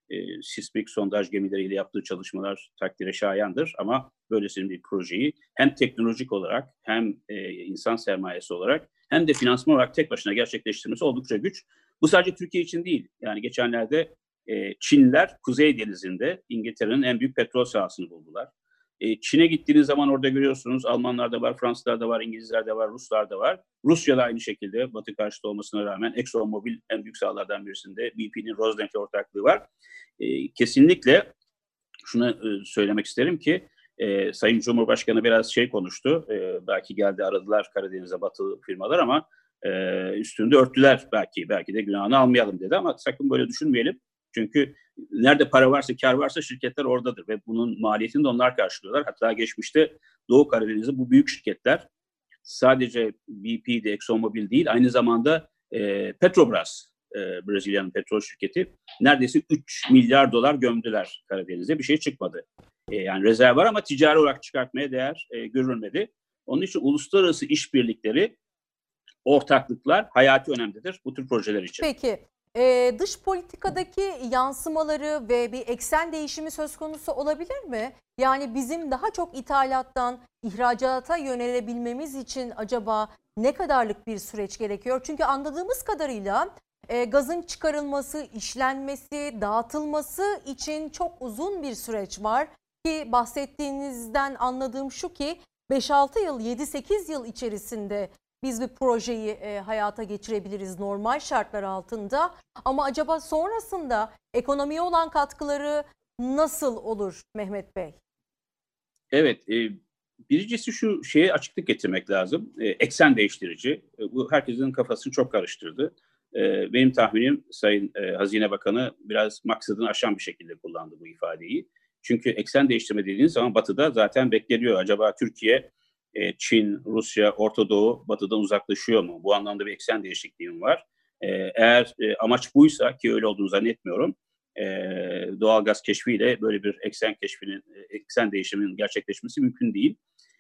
sismik sondaj gemileriyle yaptığı çalışmalar takdire şayandır. Ama böylesine bir projeyi hem teknolojik olarak hem insan sermayesi olarak hem de finansman olarak tek başına gerçekleştirmesi oldukça güç. Bu sadece Türkiye için değil. Yani geçenlerde Çinliler Kuzey Denizi'nde İngiltere'nin en büyük petrol sahasını buldular. Çin'e gittiğiniz zaman orada görüyorsunuz Almanlar da var, Fransızlar da var, İngilizler de var, Ruslar da var. Rusya da aynı şekilde Batı karşıtı olmasına rağmen ExxonMobil en büyük sahalardan birisinde, BP'nin Rosneft ortaklığı var. Kesinlikle şunu söylemek isterim ki Sayın Cumhurbaşkanı biraz konuştu. Belki geldi aradılar Karadeniz'e batılı firmalar ama üstünde örttüler belki de günahını almayalım dedi ama sakın böyle düşünmeyelim. Çünkü nerede para varsa, kar varsa şirketler oradadır ve bunun maliyetini de onlar karşılıyorlar. Hatta geçmişte Doğu Karadeniz'de bu büyük şirketler sadece BP'de, ExxonMobil değil, aynı zamanda Petrobras, Brezilya'nın petrol şirketi neredeyse 3 milyar dolar gömdüler Karadeniz'de. Bir şey çıkmadı. Yani rezerv var ama ticari olarak çıkartmaya değer görülmedi. Onun için uluslararası işbirlikleri, ortaklıklar hayati önemlidir bu tür projeler için. Peki. Dış politikadaki yansımaları ve bir eksen değişimi söz konusu olabilir mi? Yani bizim daha çok ithalattan ihracata yönelebilmemiz için acaba ne kadarlık bir süreç gerekiyor? Çünkü anladığımız kadarıyla gazın çıkarılması, işlenmesi, dağıtılması için çok uzun bir süreç var. Ki bahsettiğinizden anladığım şu ki 5-6 yıl, 7-8 yıl içerisinde biz bir projeyi hayata geçirebiliriz normal şartlar altında. Ama acaba sonrasında ekonomiye olan katkıları nasıl olur Mehmet Bey? Evet, birincisi şu şeye açıklık getirmek lazım. Eksen değiştirici. Bu herkesin kafasını çok karıştırdı. Benim tahminim Sayın Hazine Bakanı biraz maksadını aşan bir şekilde kullandı bu ifadeyi. Çünkü eksen değiştirme dediğiniz zaman Batı'da zaten bekleniyor. Acaba Türkiye, Çin, Rusya, Orta Doğu Batı'dan uzaklaşıyor mu? Bu anlamda bir eksen değişikliği mi var? Eğer amaç buysa, ki öyle olduğunu zannetmiyorum, doğalgaz keşfiyle böyle bir eksen değişiminin gerçekleşmesi mümkün değil.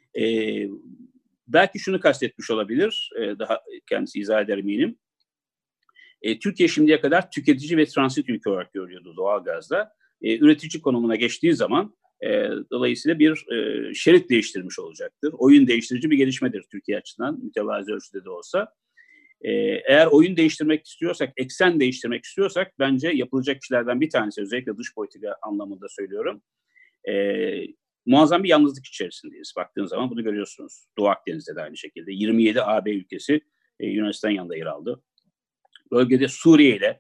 Belki şunu kastetmiş olabilir, daha kendisi izah eder eminim. Türkiye şimdiye kadar tüketici ve transit ülke olarak görüyordu doğalgazda. Üretici konumuna geçtiği zaman dolayısıyla bir şerit değiştirmiş olacaktır. Oyun değiştirici bir gelişmedir Türkiye açısından, mütevazi ölçüde de olsa. Eğer oyun değiştirmek istiyorsak, eksen değiştirmek istiyorsak bence yapılacak işlerden bir tanesi, özellikle dış politika anlamında söylüyorum. Muazzam bir yalnızlık içerisindeyiz. Baktığınız zaman bunu görüyorsunuz. Doğu Akdeniz'de de aynı şekilde. 27 AB ülkesi Yunanistan yanında yer aldı. Bölgede Suriye ile,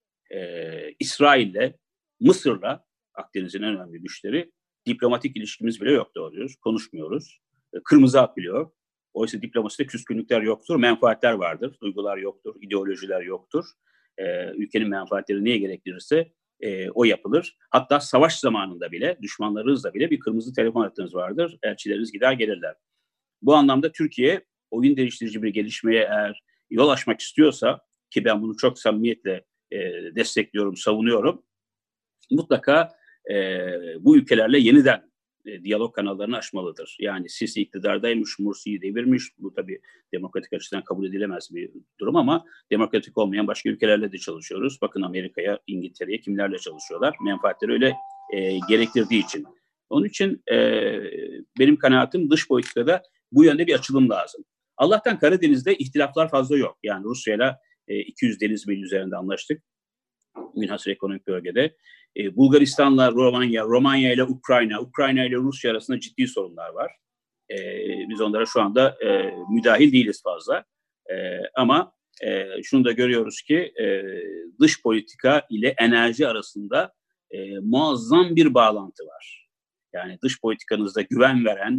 İsrail'le, Mısır'la, Akdeniz'in en önemli güçleri, diplomatik ilişkimiz bile yok doğruyoruz. Konuşmuyoruz. Kırmızı hat biliyor. Oysa diplomaside küskünlükler yoktur, menfaatler vardır. Duygular yoktur, ideolojiler yoktur. Ülkenin menfaatleri neye gerektirirse o yapılır. Hatta savaş zamanında bile, düşmanlarınızla bile bir kırmızı telefon hattınız vardır. Elçileriniz gider gelirler. Bu anlamda Türkiye oyun değiştirici bir gelişmeye eğer yol açmak istiyorsa, ki ben bunu çok samimiyetle destekliyorum, savunuyorum, mutlaka bu ülkelerle yeniden diyalog kanallarını açmalıdır. Yani Sisi iktidardaymış, Mursi'yi devirmiş. Bu tabii demokratik açıdan kabul edilemez bir durum ama demokratik olmayan başka ülkelerle de çalışıyoruz. Bakın Amerika'ya, İngiltere'ye kimlerle çalışıyorlar? Menfaatleri öyle gerektirdiği için. Onun için benim kanaatim dış politikada bu yönde bir açılım lazım. Allah'tan Karadeniz'de ihtilaflar fazla yok. Yani Rusya'yla 200 deniz mili üzerinde anlaştık. Münhasır ekonomik bölgede. Bulgaristan'la Romanya ile Ukrayna ile Rusya arasında ciddi sorunlar var. Biz onlara şu anda müdahil değiliz fazla. Ama şunu da görüyoruz ki dış politika ile enerji arasında muazzam bir bağlantı var. Yani dış politikanızda güven veren,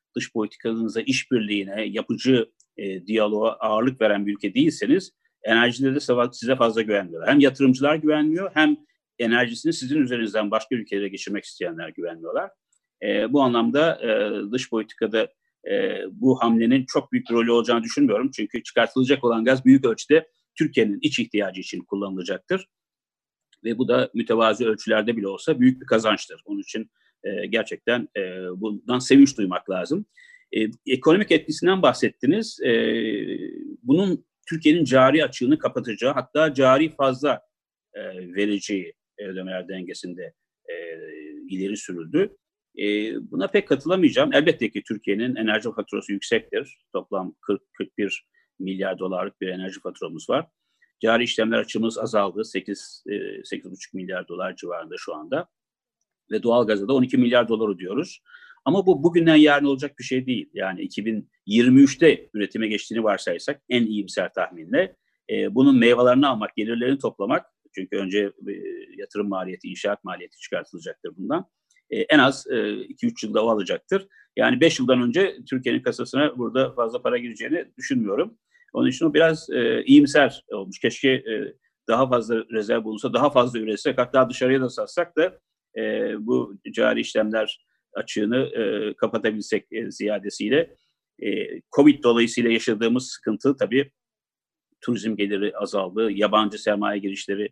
dış politikanıza, işbirliğine, yapıcı diyaloğa ağırlık veren bir ülke değilseniz enerjide de size fazla güvenmiyorlar. Hem yatırımcılar güvenmiyor, hem enerjisini sizin üzerinizden başka ülkelere geçirmek isteyenler güvenmiyorlar. Bu anlamda dış politikada bu hamlenin çok büyük bir rolü olacağını düşünmüyorum. Çünkü çıkartılacak olan gaz büyük ölçüde Türkiye'nin iç ihtiyacı için kullanılacaktır. Ve bu da mütevazi ölçülerde bile olsa büyük bir kazançtır. Onun için gerçekten bundan sevinç duymak lazım. Ekonomik etkisinden bahsettiniz. Bunun Türkiye'nin cari açığını kapatacağı, hatta cari fazla vereceği ödemeler dengesinde ileri sürüldü. Buna pek katılamayacağım. Elbette ki Türkiye'nin enerji faturası yüksektir. Toplam 40-41 milyar dolarlık bir enerji faturamız var. Cari işlemler açığımız azaldı. 8,5 milyar dolar civarında şu anda. Ve doğalgaza da 12 milyar dolar ödüyoruz. Ama bu bugünden yarın olacak bir şey değil. Yani 2023'te üretime geçtiğini varsaysak en iyimser tahminle bunun meyvelerini almak, gelirlerini toplamak, çünkü önce yatırım maliyeti, inşaat maliyeti çıkartılacaktır bundan. En az 2-3 yılda o alacaktır. Yani 5 yıldan önce Türkiye'nin kasasına burada fazla para gireceğini düşünmüyorum. Onun için o biraz iyimser olmuş. Keşke daha fazla rezerv bulunsa, daha fazla üretsek, hatta dışarıya da satsak da bu cari işlemler açığını kapatabilsek ziyadesiyle. Covid dolayısıyla yaşadığımız sıkıntı tabii turizm geliri azaldı. Yabancı sermaye girişleri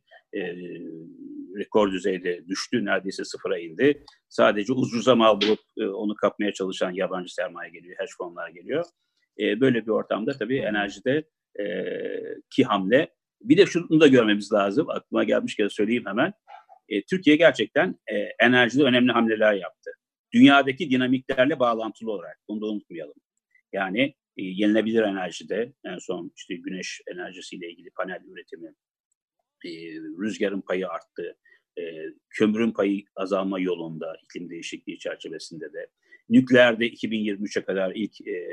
rekor düzeyde düştü. Neredeyse sıfıra indi. Sadece ucuza mal bulup onu kapmaya çalışan yabancı sermaye geliyor, hedge fonlar geliyor. Böyle bir ortamda tabii enerjide ki hamle. Bir de şunu da görmemiz lazım. Aklıma gelmişken söyleyeyim hemen. Türkiye gerçekten enerjide önemli hamleler yaptı. Dünyadaki dinamiklerle bağlantılı olarak. Bunu da unutmayalım. Yani yenilebilir enerjide en son işte güneş enerjisiyle ilgili panel üretimi, rüzgarın payı arttı, kömürün payı azalma yolunda iklim değişikliği çerçevesinde de. Nükleerde 2023'e kadar ilk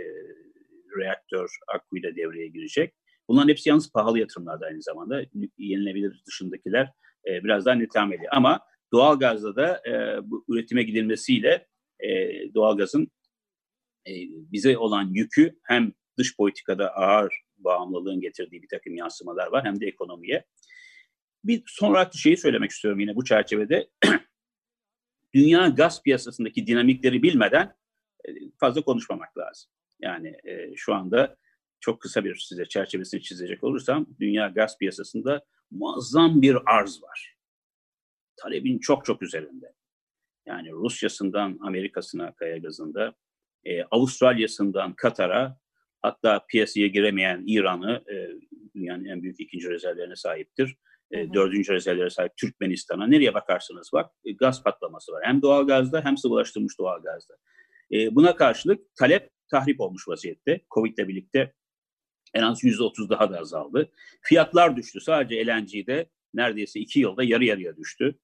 reaktör Akkuyu'da devreye girecek. Bunların hepsi yalnız pahalı yatırımlarda aynı zamanda. Yenilebilir dışındakiler biraz daha netameli. Ama doğalgazda da bu üretime gidilmesiyle doğalgazın bize olan yükü hem dış politikada ağır bağımlılığın getirdiği bir takım yansımalar var, hem de ekonomiye. Bir sonraki şeyi söylemek istiyorum yine bu çerçevede. Dünya gaz piyasasındaki dinamikleri bilmeden fazla konuşmamak lazım. Yani şu anda çok kısa bir size çerçevesini çizecek olursam, dünya gaz piyasasında muazzam bir arz var. Talebin çok çok üzerinde. Yani Rusya'sından Amerika'sına kaya gazında, Avustralya'sından Katar'a, hatta piyasaya giremeyen İran'ı, dünyanın en büyük ikinci rezervlerine sahiptir. Dördüncü rezervlere sahip Türkmenistan'a, nereye bakarsanız bak gaz patlaması var. Hem doğalgazda hem sıvılaştırılmış doğalgazda. Buna karşılık talep tahrip olmuş vaziyette. Covid'le birlikte en az %30 daha da azaldı. Fiyatlar düştü. Sadece LNG'de neredeyse 2 yılda yarı yarıya düştü.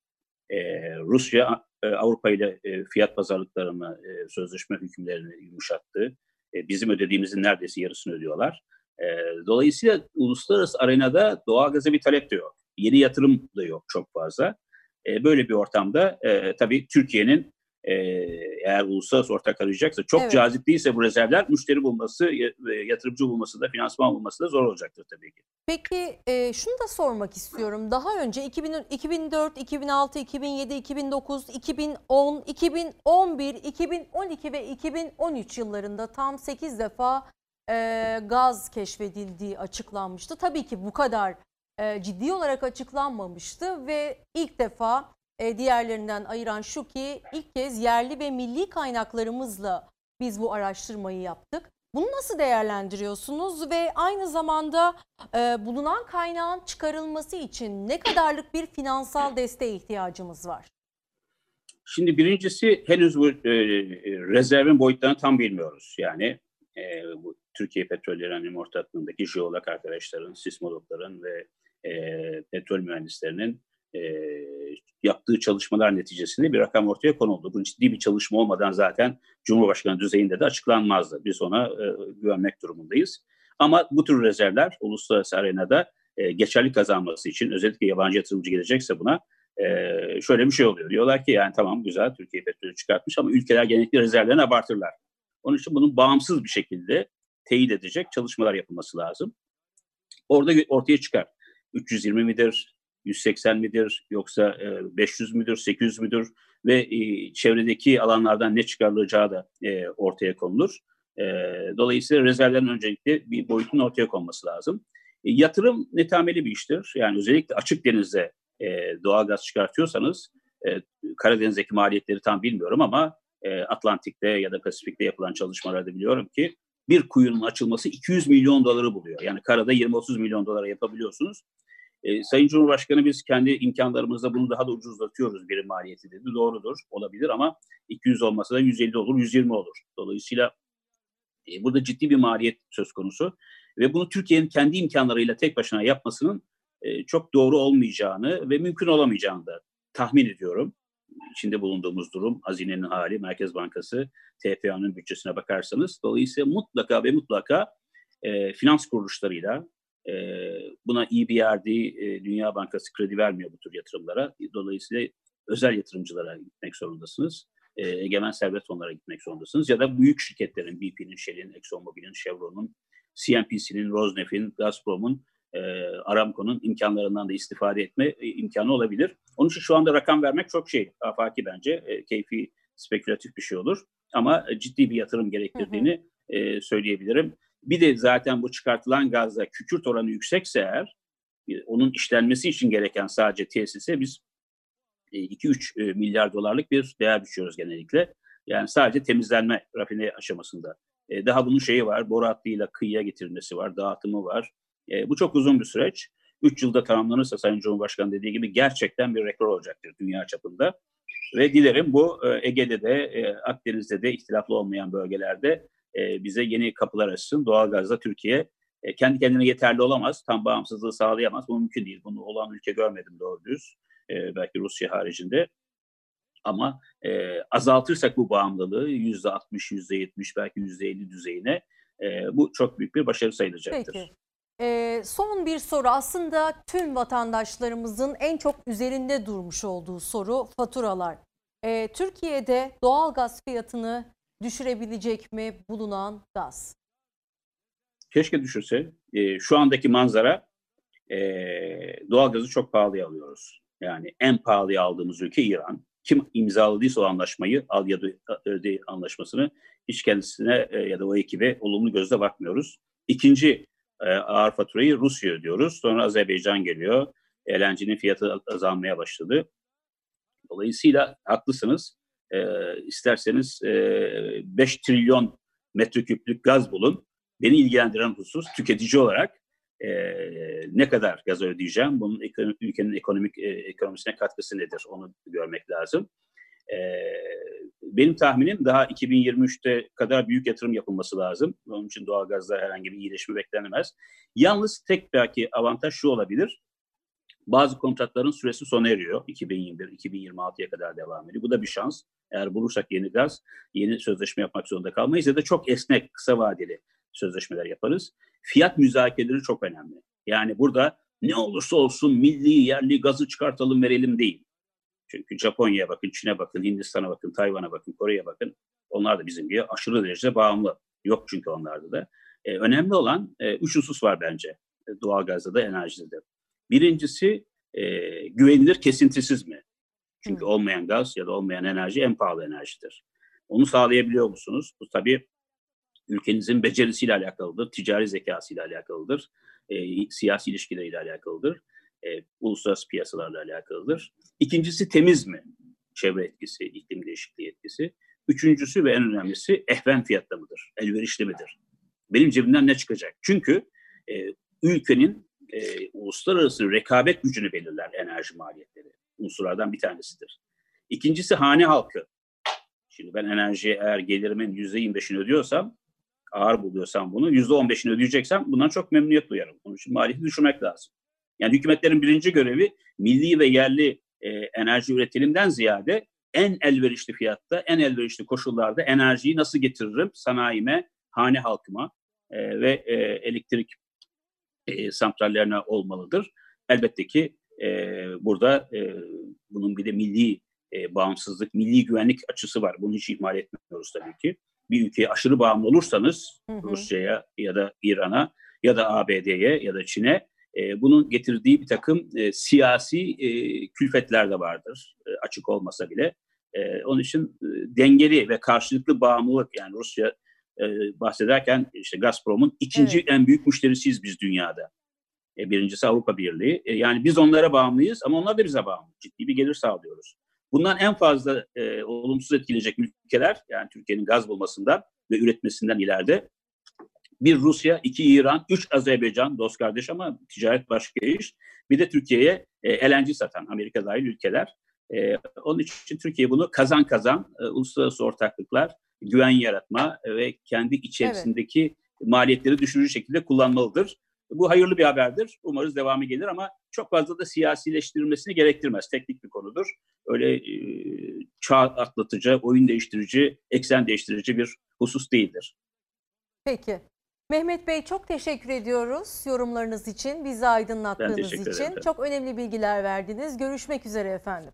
Rusya Avrupa ile fiyat pazarlıklarını, sözleşme hükümlerini yumuşattı. Bizim ödediğimizin neredeyse yarısını ödüyorlar. Dolayısıyla uluslararası arenada doğalgaza bir talep de yok. Yeni yatırım da yok çok fazla. Böyle bir ortamda tabii Türkiye'nin eğer uluslararası ortak arayacaksa, çok cazip değilse bu rezervler, müşteri bulması, yatırımcı bulması da, finansman bulması da zor olacaktır tabii ki. Peki şunu da sormak istiyorum. Daha önce 2004, 2006, 2007, 2009, 2010, 2011, 2012 ve 2013 yıllarında tam 8 defa gaz keşfedildiği açıklanmıştı. Tabii ki bu kadar ciddi olarak açıklanmamıştı ve ilk defa diğerlerinden ayıran şu ki ilk kez yerli ve milli kaynaklarımızla biz bu araştırmayı yaptık. Bunu nasıl değerlendiriyorsunuz ve aynı zamanda bulunan kaynağın çıkarılması için ne kadarlık bir finansal desteğe ihtiyacımız var? Şimdi birincisi, henüz bu rezervin boyutlarını tam bilmiyoruz. Yani bu Türkiye Petrolleri Anonim Orta Hattı'ndaki jeolog arkadaşların, sismologların ve petrol mühendislerinin yaptığı çalışmalar neticesinde bir rakam ortaya konuldu. Bu ciddi bir çalışma olmadan zaten Cumhurbaşkanı düzeyinde de açıklanmazdı. Biz ona güvenmek durumundayız. Ama bu tür rezervler uluslararası arenada geçerli kazanması için, özellikle yabancı yatırımcı gelecekse buna, şöyle bir şey oluyor. Diyorlar ki yani tamam güzel, Türkiye petrolü çıkartmış ama ülkeler genellikle rezervlerini abartırlar. Onun için bunun bağımsız bir şekilde teyit edecek çalışmalar yapılması lazım. Orada ortaya çıkar. 320 midir, 180 midir, yoksa 500 müdür, 800 müdür ve çevredeki alanlardan ne çıkarılacağı da ortaya konulur. Dolayısıyla rezervlerin öncelikle bir boyutunun ortaya konması lazım. Yatırım netameli bir iştir. Yani özellikle açık denizde doğalgaz çıkartıyorsanız, Karadeniz'deki maliyetleri tam bilmiyorum ama Atlantik'te ya da Pasifik'te yapılan çalışmalarda biliyorum ki bir kuyunun açılması 200 milyon doları buluyor. Yani karada 20-30 milyon dolara yapabiliyorsunuz. Sayın Cumhurbaşkanı biz kendi imkanlarımızla bunu daha da ucuzlatıyoruz birim maliyeti dedi. Doğrudur, olabilir ama 200 olmasa da 150 olur, 120 olur. Dolayısıyla burada ciddi bir maliyet söz konusu ve bunu Türkiye'nin kendi imkanlarıyla tek başına yapmasının çok doğru olmayacağını ve mümkün olamayacağını da tahmin ediyorum. İçinde bulunduğumuz durum, hazinenin hali, Merkez Bankası, TFA'nın bütçesine bakarsanız. Dolayısıyla mutlaka ve mutlaka finans kuruluşlarıyla, buna EBRD, Dünya Bankası kredi vermiyor bu tür yatırımlara. Dolayısıyla özel yatırımcılara gitmek zorundasınız. Egemen servet fonlara gitmek zorundasınız. Ya da büyük şirketlerin, BP'nin, Shell'in, ExxonMobil'in, Chevron'un, CNPC'nin, Rosneft'in, Gazprom'un, Aramco'nun imkanlarından da istifade etme imkanı olabilir. Onun için şu anda rakam vermek çok afaki bence. Keyfi, spekülatif bir şey olur. Ama ciddi bir yatırım gerektirdiğini söyleyebilirim. Bir de zaten bu çıkartılan gazda kükürt oranı yüksekse eğer, onun işlenmesi için gereken sadece tesise biz 2-3 milyar dolarlık bir değer biçiyoruz genellikle. Yani sadece temizlenme, rafine aşamasında. Daha bunun şeyi var, boru hattıyla kıyıya getirilmesi var, dağıtımı var. Bu çok uzun bir süreç. 3 yılda tamamlanırsa Sayın Cumhurbaşkanı dediği gibi gerçekten bir rekor olacaktır dünya çapında. Ve dilerim bu Ege'de de, Akdeniz'de de, ihtilaflı olmayan bölgelerde bize yeni kapılar açsın. Doğalgazda Türkiye kendi kendine yeterli olamaz, tam bağımsızlığı sağlayamaz. Bu mümkün değil. Bunu olan ülke görmedim doğru düz. Belki Rusya haricinde. Ama azaltırsak bu bağımlılığı %60, %70, belki %50 düzeyine, bu çok büyük bir başarı sayılacaktır. Peki. Son bir soru, aslında tüm vatandaşlarımızın en çok üzerinde durmuş olduğu soru, faturalar. Türkiye'de doğalgaz fiyatını düşürebilecek mi bulunan gaz? Keşke düşürse. Şu andaki manzara, doğalgazı çok pahalıya alıyoruz. Yani en pahalıya aldığımız ülke İran. Kim imzaladıysa o anlaşmayı, al ya da öde anlaşmasını, hiç kendisine ya da o ekibe olumlu gözle bakmıyoruz. İkinci ağır faturayı Rusya ödüyoruz. Sonra Azerbaycan geliyor. LNG'nin fiyatı azalmaya başladı. Dolayısıyla haklısınız. İsterseniz 5 trilyon metreküplük gaz bulun. Beni ilgilendiren husus tüketici olarak ne kadar gaz ödeyeceğim? Bunun ülkenin ekonomisine katkısı nedir? Onu görmek lazım. Benim tahminim daha 2023'te kadar büyük yatırım yapılması lazım. Onun için doğalgazda herhangi bir iyileşme beklenemez. Yalnız tek belki avantaj şu olabilir. Bazı kontratların süresi sona eriyor. 2021-2026'ya kadar devam ediyor. Bu da bir şans. Eğer bulursak yeni gaz, yeni sözleşme yapmak zorunda kalmayız ya da çok esnek, kısa vadeli sözleşmeler yaparız. Fiyat müzakereleri çok önemli. Yani burada ne olursa olsun milli, yerli gazı çıkartalım, verelim değil. Çünkü Japonya'ya bakın, Çin'e bakın, Hindistan'a bakın, Tayvan'a bakın, Kore'ye bakın. Onlar da bizim gibi aşırı derecede bağımlı. Yok çünkü onlarda da. Önemli olan 3 husus var bence doğalgazda da, enerjide de. Birincisi güvenilir, kesintisiz mi? Çünkü olmayan gaz ya da olmayan enerji en pahalı enerjidir. Onu sağlayabiliyor musunuz? Bu tabii ülkenizin becerisiyle alakalıdır, ticari zekasıyla alakalıdır, siyasi ilişkileriyle alakalıdır, uluslararası piyasalarla alakalıdır. İkincisi temiz mi? Çevre etkisi, iklim değişikliği etkisi. Üçüncüsü ve en önemlisi ehven fiyatlı mıdır? Elverişli midir? Benim cebimden ne çıkacak? Çünkü ülkenin uluslararası rekabet gücünü belirler enerji maliyetleri. Unsurlardan bir tanesidir. İkincisi hane halkı. Şimdi ben enerjiye eğer gelirimin %25'ini ödüyorsam, ağır buluyorsam bunu, %15'ini ödeyeceksem bundan çok memnuniyet duyarım. Onun için maliyeti düşürmek lazım. Yani hükümetlerin birinci görevi milli ve yerli enerji üretimden ziyade en elverişli fiyatta, en elverişli koşullarda enerjiyi nasıl getiririm sanayime, hane halkıma ve elektrik santrallerine olmalıdır. Elbette ki burada bunun bir de milli bağımsızlık, milli güvenlik açısı var. Bunu hiç ihmal etmiyoruz tabii ki. bir ülkeye aşırı bağımlı olursanız Rusya'ya ya da İran'a ya da ABD'ye ya da Çin'e bunun getirdiği bir takım siyasi külfetler de vardır. Açık olmasa bile. Onun için dengeli ve karşılıklı bağımlılık, yani Rusya bahsederken işte Gazprom'un ikinci en büyük müşterisiyiz biz dünyada. Birincisi Avrupa Birliği. Yani biz onlara bağımlıyız ama onlar da bize bağımlı. Ciddi bir gelir sağlıyoruz. Bundan en fazla olumsuz etkileyecek ülkeler, yani Türkiye'nin gaz bulmasından ve üretmesinden ileride, bir Rusya, 2 İran, 3 Azerbaycan, dost kardeş ama ticaret başka iş. Bir de Türkiye'ye LNG satan Amerika dahil ülkeler. Onun için Türkiye bunu kazan kazan uluslararası ortaklıklar, güven yaratma ve kendi içerisindeki maliyetleri düşürücü şekilde kullanmalıdır. Bu hayırlı bir haberdir. Umarız devamı gelir ama çok fazla da siyasileştirilmesini gerektirmez. Teknik bir konudur. Öyle çağ atlatıcı, oyun değiştirici, eksen değiştirici bir husus değildir. Peki. Mehmet Bey, çok teşekkür ediyoruz yorumlarınız için, bizi aydınlattığınız için. Çok önemli bilgiler verdiniz. Görüşmek üzere efendim.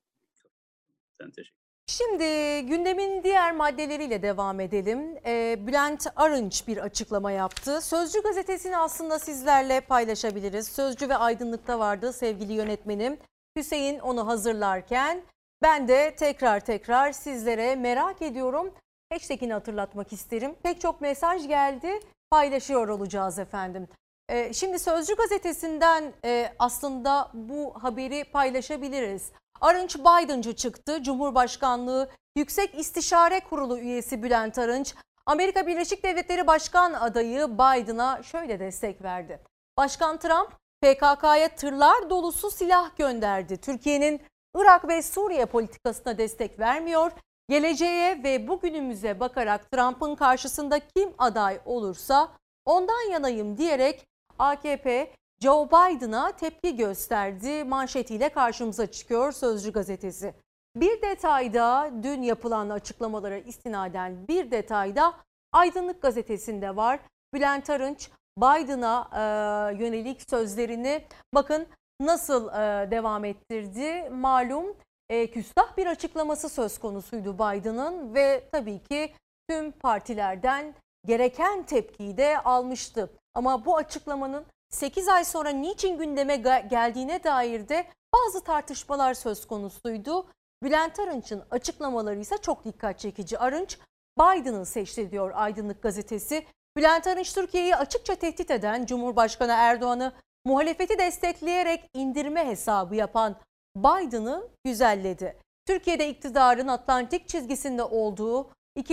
Ben teşekkür. Şimdi gündemin diğer maddeleriyle devam edelim. Bülent Arınç bir açıklama yaptı. Sözcü gazetesini aslında sizlerle paylaşabiliriz. Sözcü ve Aydınlık'ta vardı sevgili yönetmenim Hüseyin onu hazırlarken. Ben de tekrar sizlere merak ediyorum. Hashtag'ini hatırlatmak isterim. Pek çok mesaj geldi. Paylaşıyor olacağız efendim. Şimdi Sözcü gazetesinden aslında bu haberi paylaşabiliriz. Arınç Biden'cı çıktı. Cumhurbaşkanlığı Yüksek İstişare Kurulu üyesi Bülent Arınç, Amerika Birleşik Devletleri Başkan adayı Biden'a şöyle destek verdi. Başkan Trump, PKK'ya tırlar dolusu silah gönderdi. Türkiye'nin Irak ve Suriye politikasına destek vermiyor. Geleceğe ve bugünümüze bakarak Trump'ın karşısında kim aday olursa ondan yanayım diyerek AKP Joe Biden'a tepki gösterdi manşetiyle karşımıza çıkıyor Sözcü gazetesi. Bir detayda dün yapılan açıklamalara istinaden bir detayda Aydınlık gazetesinde var. Bülent Arınç Biden'a yönelik sözlerini bakın nasıl devam ettirdi. Malum küstah bir açıklaması söz konusuydu Biden'ın ve tabii ki tüm partilerden gereken tepkiyi de almıştı. Ama bu açıklamanın 8 ay sonra niçin gündeme geldiğine dair de bazı tartışmalar söz konusuydu. Bülent Arınç'ın açıklamaları ise çok dikkat çekici. Arınç, Biden'ı seçti diyor Aydınlık gazetesi. Bülent Arınç, Türkiye'yi açıkça tehdit eden Cumhurbaşkanı Erdoğan'ı muhalefeti destekleyerek indirme hesabı yapan Biden'ı güzelledi. Türkiye'de iktidarın Atlantik çizgisinde olduğu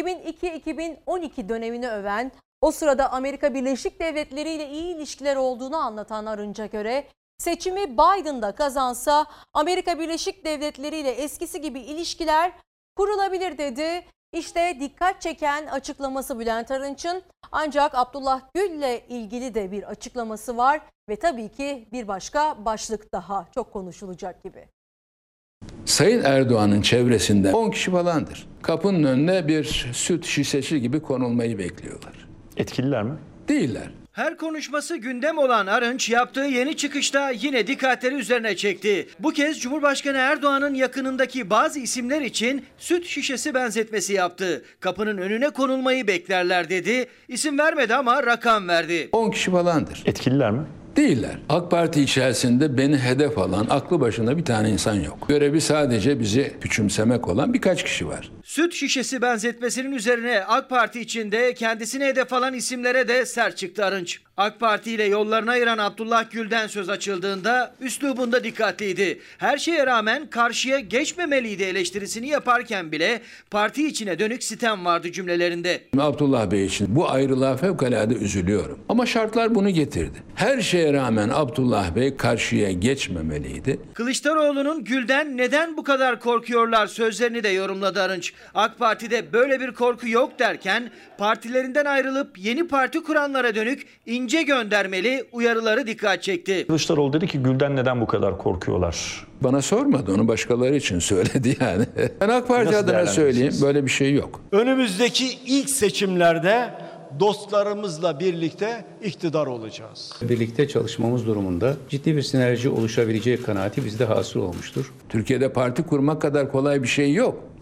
2002-2012 dönemini öven, o sırada Amerika Birleşik Devletleri ile iyi ilişkiler olduğunu anlatan Arınç'a göre seçimi Biden'da kazansa Amerika Birleşik Devletleri ile eskisi gibi ilişkiler kurulabilir dedi. İşte dikkat çeken açıklaması Bülent Arınç'ın, ancak Abdullah Gül'le ilgili de bir açıklaması var ve tabii ki bir başka başlık daha çok konuşulacak gibi. Sayın Erdoğan'ın çevresinde 10 kişi falandır. Kapının önüne bir süt şişesi gibi konulmayı bekliyorlar. Etkililer mi? Değiller. Her konuşması gündem olan Arınç yaptığı yeni çıkışta yine dikkatleri üzerine çekti. Bu kez Cumhurbaşkanı Erdoğan'ın yakınındaki bazı isimler için süt şişesi benzetmesi yaptı. Kapının önüne konulmayı beklerler dedi. İsim vermedi ama rakam verdi. 10 kişi falandır. Etkililer mi? Değiller. AK Parti içerisinde beni hedef alan aklı başında bir tane insan yok. Görevi sadece bizi küçümsemek olan birkaç kişi var. Süt şişesi benzetmesinin üzerine AK Parti içinde kendisine hedef alan isimlere de sert çıktı Arınç. AK Parti ile yollarını ayıran Abdullah Gül'den söz açıldığında üslubunda dikkatliydi. Her şeye rağmen karşıya geçmemeliydi eleştirisini yaparken bile parti içine dönük sitem vardı cümlelerinde. Abdullah Bey için bu ayrılığa fevkalade üzülüyorum. Ama şartlar bunu getirdi. Her şeye rağmen Abdullah Bey karşıya geçmemeliydi. Kılıçdaroğlu'nun Gül'den neden bu kadar korkuyorlar sözlerini de yorumladı Arınç. AK Parti'de böyle bir korku yok derken partilerinden ayrılıp yeni parti kuranlara dönük ince göndermeli uyarıları dikkat çekti. Kılıçdaroğlu dedi ki Gül'den neden bu kadar korkuyorlar? Bana sormadı, onu başkaları için söyledi yani. Ben AK Parti adına söyleyeyim, böyle bir şey yok. Önümüzdeki ilk seçimlerde dostlarımızla birlikte iktidar olacağız. Birlikte çalışmamız durumunda ciddi bir sinerji oluşabileceği kanaati bizde hasıl olmuştur. Türkiye'de parti kurmak kadar kolay bir şey yok.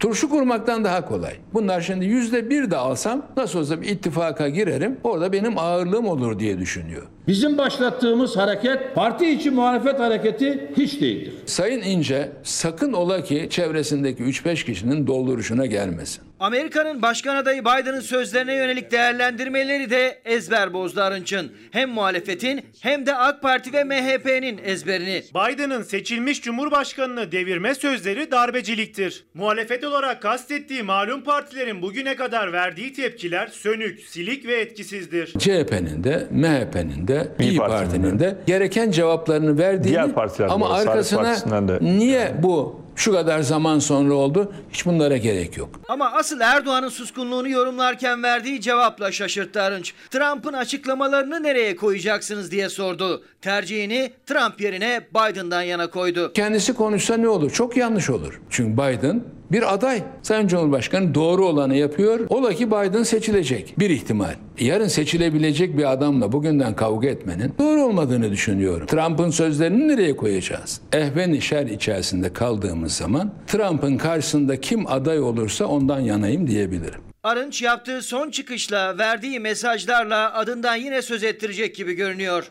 Turşu kurmaktan daha kolay. Bunlar şimdi %1 de alsam nasıl olsa bir ittifaka girerim. Orada benim ağırlığım olur diye düşünüyor. Bizim başlattığımız hareket parti içi muhalefet hareketi hiç değildir. Sayın İnce sakın ola ki çevresindeki 3-5 kişinin dolduruşuna gelmesin. Amerika'nın başkan adayı Biden'ın sözlerine yönelik değerlendirmeleri de ezber bozdu Arınç'ın. Hem muhalefetin hem de AK Parti ve MHP'nin ezberini. Biden'ın seçilmiş cumhurbaşkanını devirme sözleri darbeciliktir. Muhalefet olarak kastettiği malum partilerin bugüne kadar verdiği tepkiler sönük, silik ve etkisizdir. CHP'nin de, MHP'nin de, İYİ Parti'nin de gereken cevaplarını verdiğini ama arkasına niye bu şu kadar zaman sonra oldu? Hiç bunlara gerek yok. Ama asıl Erdoğan'ın suskunluğunu yorumlarken verdiği cevapla şaşırttı Arınç. Trump'ın açıklamalarını nereye koyacaksınız diye sordu. Tercihini Trump yerine Biden'dan yana koydu. Kendisi konuşsa ne olur? Çok yanlış olur. Çünkü Biden bir aday. Sayın Cumhurbaşkanı doğru olanı yapıyor. Ola ki Biden seçilecek. Bir ihtimal. Yarın seçilebilecek bir adamla bugünden kavga etmenin doğru olmadığını düşünüyorum. Trump'ın sözlerini nereye koyacağız? Ehven-i şer içerisinde kaldığımız zaman Trump'ın karşısında kim aday olursa ondan yanayım diyebilirim. Arınç yaptığı son çıkışla, verdiği mesajlarla adından yine söz ettirecek gibi görünüyor.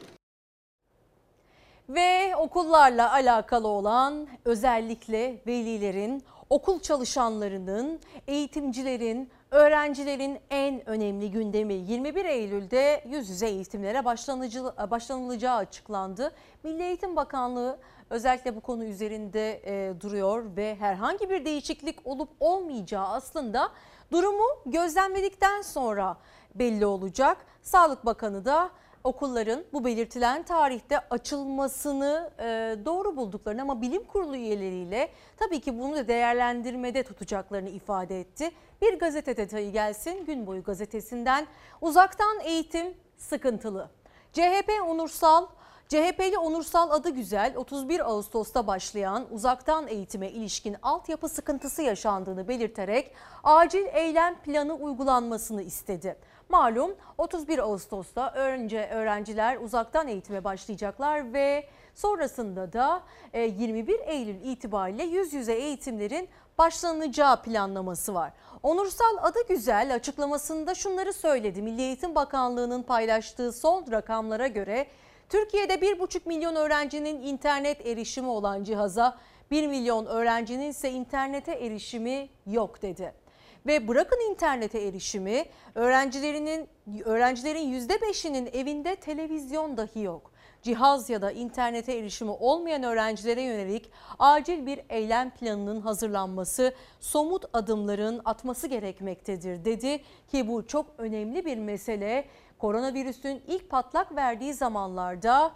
Ve okullarla alakalı olan özellikle velilerin, okul çalışanlarının, eğitimcilerin, öğrencilerin en önemli gündemi 21 Eylül'de yüz yüze eğitimlere başlanılacağı açıklandı. Milli Eğitim Bakanlığı özellikle bu konu üzerinde duruyor ve herhangi bir değişiklik olup olmayacağı aslında durumu gözlemledikten sonra belli olacak. Sağlık Bakanı da okulların bu belirtilen tarihte açılmasını doğru bulduklarını ama bilim kurulu üyeleriyle tabii ki bunu da değerlendirmede tutacaklarını ifade etti. Bir gazete detayı gelsin. Gün Boyu gazetesinden uzaktan eğitim sıkıntılı. CHP'li Onursal Adıgüzel 31 Ağustos'ta başlayan uzaktan eğitime ilişkin altyapı sıkıntısı yaşandığını belirterek acil eylem planı uygulanmasını istedi. Malum 31 Ağustos'ta önce öğrenciler uzaktan eğitime başlayacaklar ve sonrasında da 21 Eylül itibariyle yüz yüze eğitimlerin başlanacağı planlaması var. Onursal Adıgüzel açıklamasında şunları söyledi. Milli Eğitim Bakanlığı'nın paylaştığı son rakamlara göre Türkiye'de 1,5 milyon öğrencinin internet erişimi olan cihaza 1 milyon öğrencinin ise internete erişimi yok dedi. Ve bırakın internete erişimi, öğrencilerin %5'inin evinde televizyon dahi yok. Cihaz ya da internete erişimi olmayan öğrencilere yönelik acil bir eylem planının hazırlanması, somut adımların atması gerekmektedir dedi ki bu çok önemli bir mesele. Koronavirüsün ilk patlak verdiği zamanlarda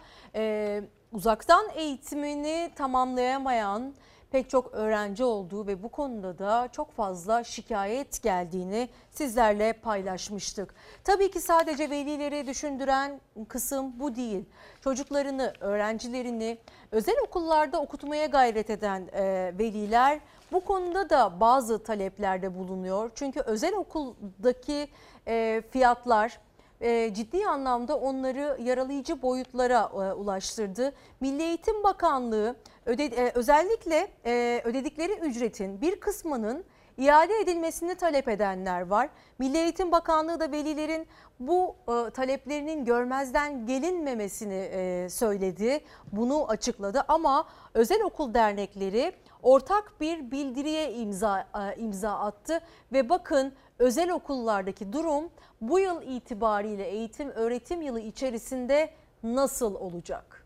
uzaktan eğitimini tamamlayamayan pek çok öğrenci olduğu ve bu konuda da çok fazla şikayet geldiğini sizlerle paylaşmıştık. Tabii ki sadece velileri düşündüren kısım bu değil. Çocuklarını, öğrencilerini özel okullarda okutmaya gayret eden veliler bu konuda da bazı taleplerde bulunuyor. Çünkü özel okuldaki fiyatlar ciddi anlamda onları yaralayıcı boyutlara ulaştırdı. Milli Eğitim Bakanlığı özellikle ödedikleri ücretin bir kısmının iade edilmesini talep edenler var. Milli Eğitim Bakanlığı da velilerin bu taleplerinin görmezden gelinmemesini söyledi. Bunu açıkladı ama özel okul dernekleri ortak bir bildiriye imza attı ve bakın özel okullardaki durum bu yıl itibariyle eğitim öğretim yılı içerisinde nasıl olacak?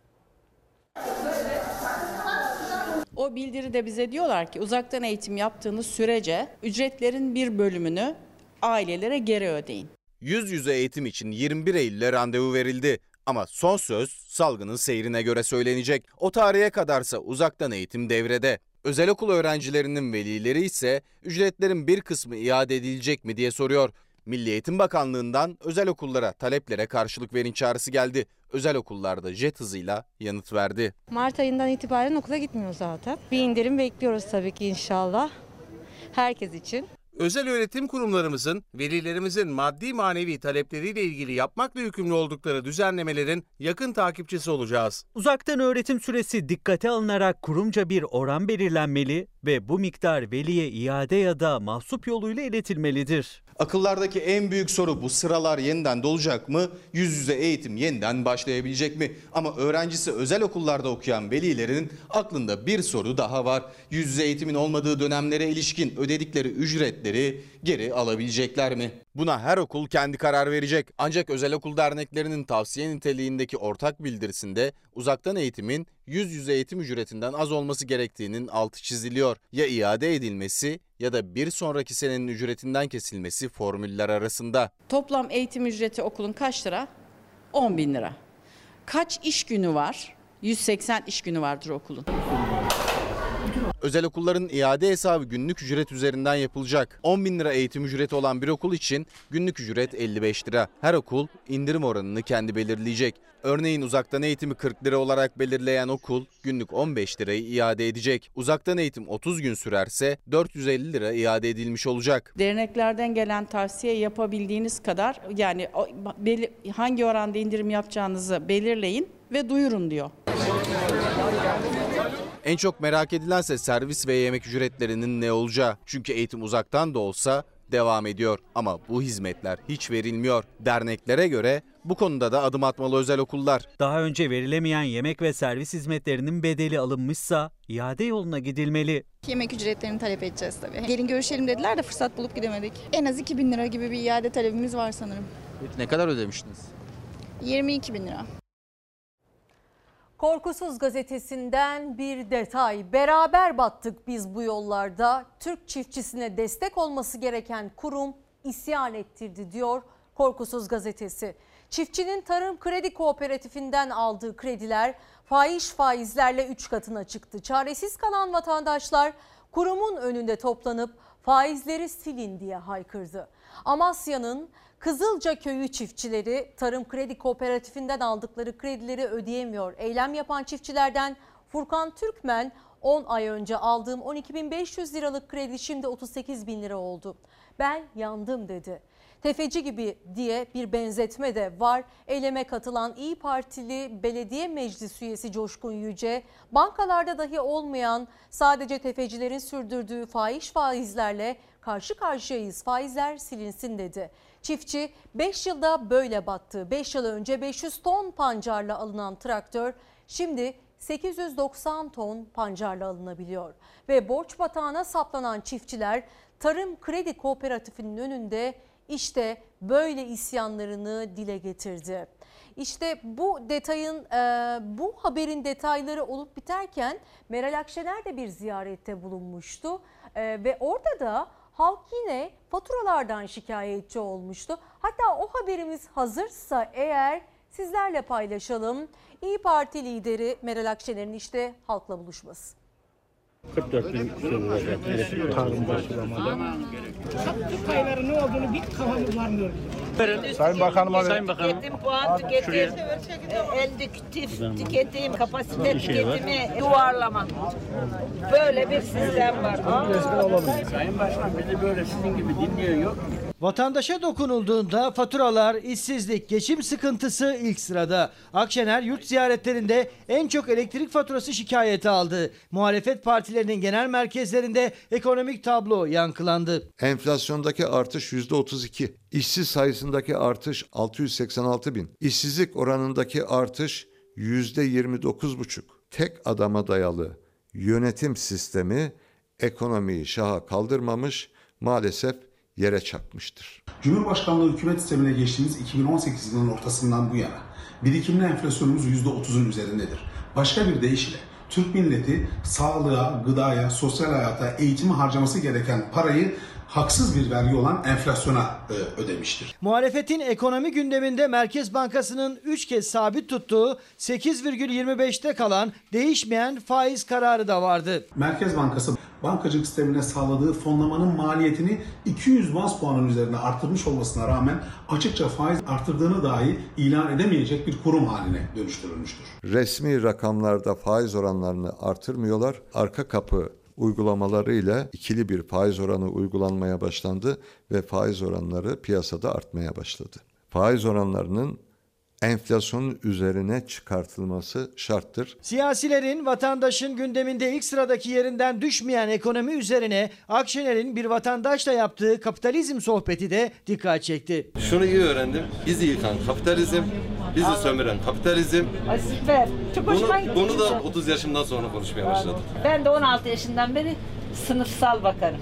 O bildiride bize diyorlar ki uzaktan eğitim yaptığınız sürece ücretlerin bir bölümünü ailelere geri ödeyin. Yüz yüze eğitim için 21 Eylül'e randevu verildi. Ama son söz salgının seyrine göre söylenecek. O tarihe kadarsa uzaktan eğitim devrede. Özel okul öğrencilerinin velileri ise ücretlerin bir kısmı iade edilecek mi diye soruyor. Milli Eğitim Bakanlığı'ndan özel okullara taleplere karşılık verin çağrısı geldi. Özel okullarda jet hızıyla yanıt verdi. Mart ayından itibaren okula gitmiyor zaten. Bir indirim bekliyoruz tabii ki inşallah herkes için. Özel öğretim kurumlarımızın velilerimizin maddi manevi talepleriyle ilgili yapmakla yükümlü oldukları düzenlemelerin yakın takipçisi olacağız. Uzaktan öğretim süresi dikkate alınarak kurumca bir oran belirlenmeli, ve bu miktar veliye iade ya da mahsup yoluyla iletilmelidir. Akıllardaki en büyük soru bu sıralar yeniden dolacak mı? Yüz yüze eğitim yeniden başlayabilecek mi? Ama öğrencisi özel okullarda okuyan velilerin aklında bir soru daha var. Yüz yüze eğitimin olmadığı dönemlere ilişkin ödedikleri ücretleri geri alabilecekler mi? Buna her okul kendi karar verecek. Ancak özel okul derneklerinin tavsiye niteliğindeki ortak bildirisinde uzaktan eğitimin yüz yüze eğitim ücretinden az olması gerektiğinin altı çiziliyor. Ya iade edilmesi ya da bir sonraki senenin ücretinden kesilmesi formüller arasında. Toplam eğitim ücreti okulun kaç lira? 10.000 lira. Kaç iş günü var? 180 iş günü vardır okulun. Özel okulların iade hesabı günlük ücret üzerinden yapılacak. 10.000 lira eğitim ücreti olan bir okul için günlük ücret 55 lira. Her okul indirim oranını kendi belirleyecek. Örneğin uzaktan eğitimi 40 lira olarak belirleyen okul günlük 15 lirayı iade edecek. Uzaktan eğitim 30 gün sürerse 450 lira iade edilmiş olacak. Derneklerden gelen tavsiye yapabildiğiniz kadar yani hangi oranda indirim yapacağınızı belirleyin ve duyurun diyor. En çok merak edilense servis ve yemek ücretlerinin ne olacağı. Çünkü eğitim uzaktan da olsa devam ediyor. Ama bu hizmetler hiç verilmiyor. Derneklere göre bu konuda da adım atmalı özel okullar. Daha önce verilemeyen yemek ve servis hizmetlerinin bedeli alınmışsa iade yoluna gidilmeli. Yemek ücretlerini talep edeceğiz tabii. Gelin görüşelim dediler de fırsat bulup gidemedik. En az 2.000 lira gibi bir iade talebimiz var sanırım. Ne kadar ödemiştiniz? 22.000 lira. Korkusuz gazetesinden bir detay. Beraber battık biz bu yollarda. Türk çiftçisine destek olması gereken kurum isyan ettirdi diyor Korkusuz gazetesi. Çiftçinin Tarım Kredi Kooperatifinden aldığı krediler fahiş faizlerle 3 katına çıktı. Çaresiz kalan vatandaşlar kurumun önünde toplanıp faizleri silin diye haykırdı. Amasya'nın Kızılca Köyü çiftçileri Tarım Kredi Kooperatifinden aldıkları kredileri ödeyemiyor. Eylem yapan çiftçilerden Furkan Türkmen 10 ay önce aldığım 12.500 liralık kredi şimdi 38.000 lira oldu. Ben yandım dedi. Tefeci gibi diye bir benzetme de var. Eyleme katılan İYİ Partili Belediye Meclis üyesi Coşkun Yüce, bankalarda dahi olmayan sadece tefecilerin sürdürdüğü fahiş faizlerle karşı karşıyayız, faizler silinsin dedi. Çiftçi 5 yılda böyle battı. 5 yıl önce 500 ton pancarla alınan traktör şimdi 890 ton pancarla alınabiliyor. Ve borç batağına saplanan çiftçiler Tarım Kredi Kooperatifinin önünde işte böyle isyanlarını dile getirdi. İşte bu bu haberin detayları olup biterken Meral Akşener de bir ziyarette bulunmuştu ve orada da halk yine faturalardan şikayetçi olmuştu. Hatta o haberimiz hazırsa eğer sizlerle paylaşalım. İYİ Parti lideri Meral Akşener'in işte halkla buluşması. 44 bin küsur tarım başlamada. Sattık payları ne olduğunu bir kafamız varmıyor. Sayın Bakanım, Sayın Bakanım. Tüketim, puan tüketim, tüketim, kapasite tüketimi, duvarlama. Böyle bir sistem var. Sayın Başkan bizi böyle sizin gibi dinliyor yok. Vatandaşa dokunulduğunda faturalar, işsizlik, geçim sıkıntısı ilk sırada. Akşener yurt ziyaretlerinde en çok elektrik faturası şikayeti aldı. Muhalefet partilerinin genel merkezlerinde ekonomik tablo yankılandı. Enflasyondaki artış %32, işsiz sayısındaki artış 686 bin, işsizlik oranındaki artış %29,5. Tek adama dayalı yönetim sistemi ekonomiyi şaha kaldırmamış, maalesef yere çakmıştır. Cumhurbaşkanlığı hükümet sistemine geçtiğimiz 2018 yılının ortasından bu yana birikimli enflasyonumuz %30'un üzerindedir. Başka bir deyişle Türk milleti sağlığa, gıdaya, sosyal hayata, eğitime harcaması gereken parayı haksız bir vergi olan enflasyona ödemiştir. Muhalefetin ekonomi gündeminde Merkez Bankası'nın 3 kez sabit tuttuğu 8,25'te kalan değişmeyen faiz kararı da vardı. Merkez Bankası bankacılık sistemine sağladığı fonlamanın maliyetini 200 baz puanın üzerine artırmış olmasına rağmen açıkça faiz artırdığını dahi ilan edemeyecek bir kurum haline dönüştürülmüştür. Resmi rakamlarda faiz oranlarını artırmıyorlar. Arka kapı uygulamalarıyla ikili bir faiz oranı uygulanmaya başlandı ve faiz oranları piyasada artmaya başladı. Faiz oranlarının enflasyonun üzerine çıkartılması şarttır. Siyasilerin vatandaşın gündeminde ilk sıradaki yerinden düşmeyen ekonomi üzerine Akşener'in bir vatandaşla yaptığı kapitalizm sohbeti de dikkat çekti. Şunu iyi öğrendim. Bizi yıkan kapitalizm, bizi sömüren kapitalizm. Ay süper. Çok hoşuma gitti. Bunu da 30 yaşımdan sonra konuşmaya başladım. Ben de 16 yaşından beri sınıfsal bakarım.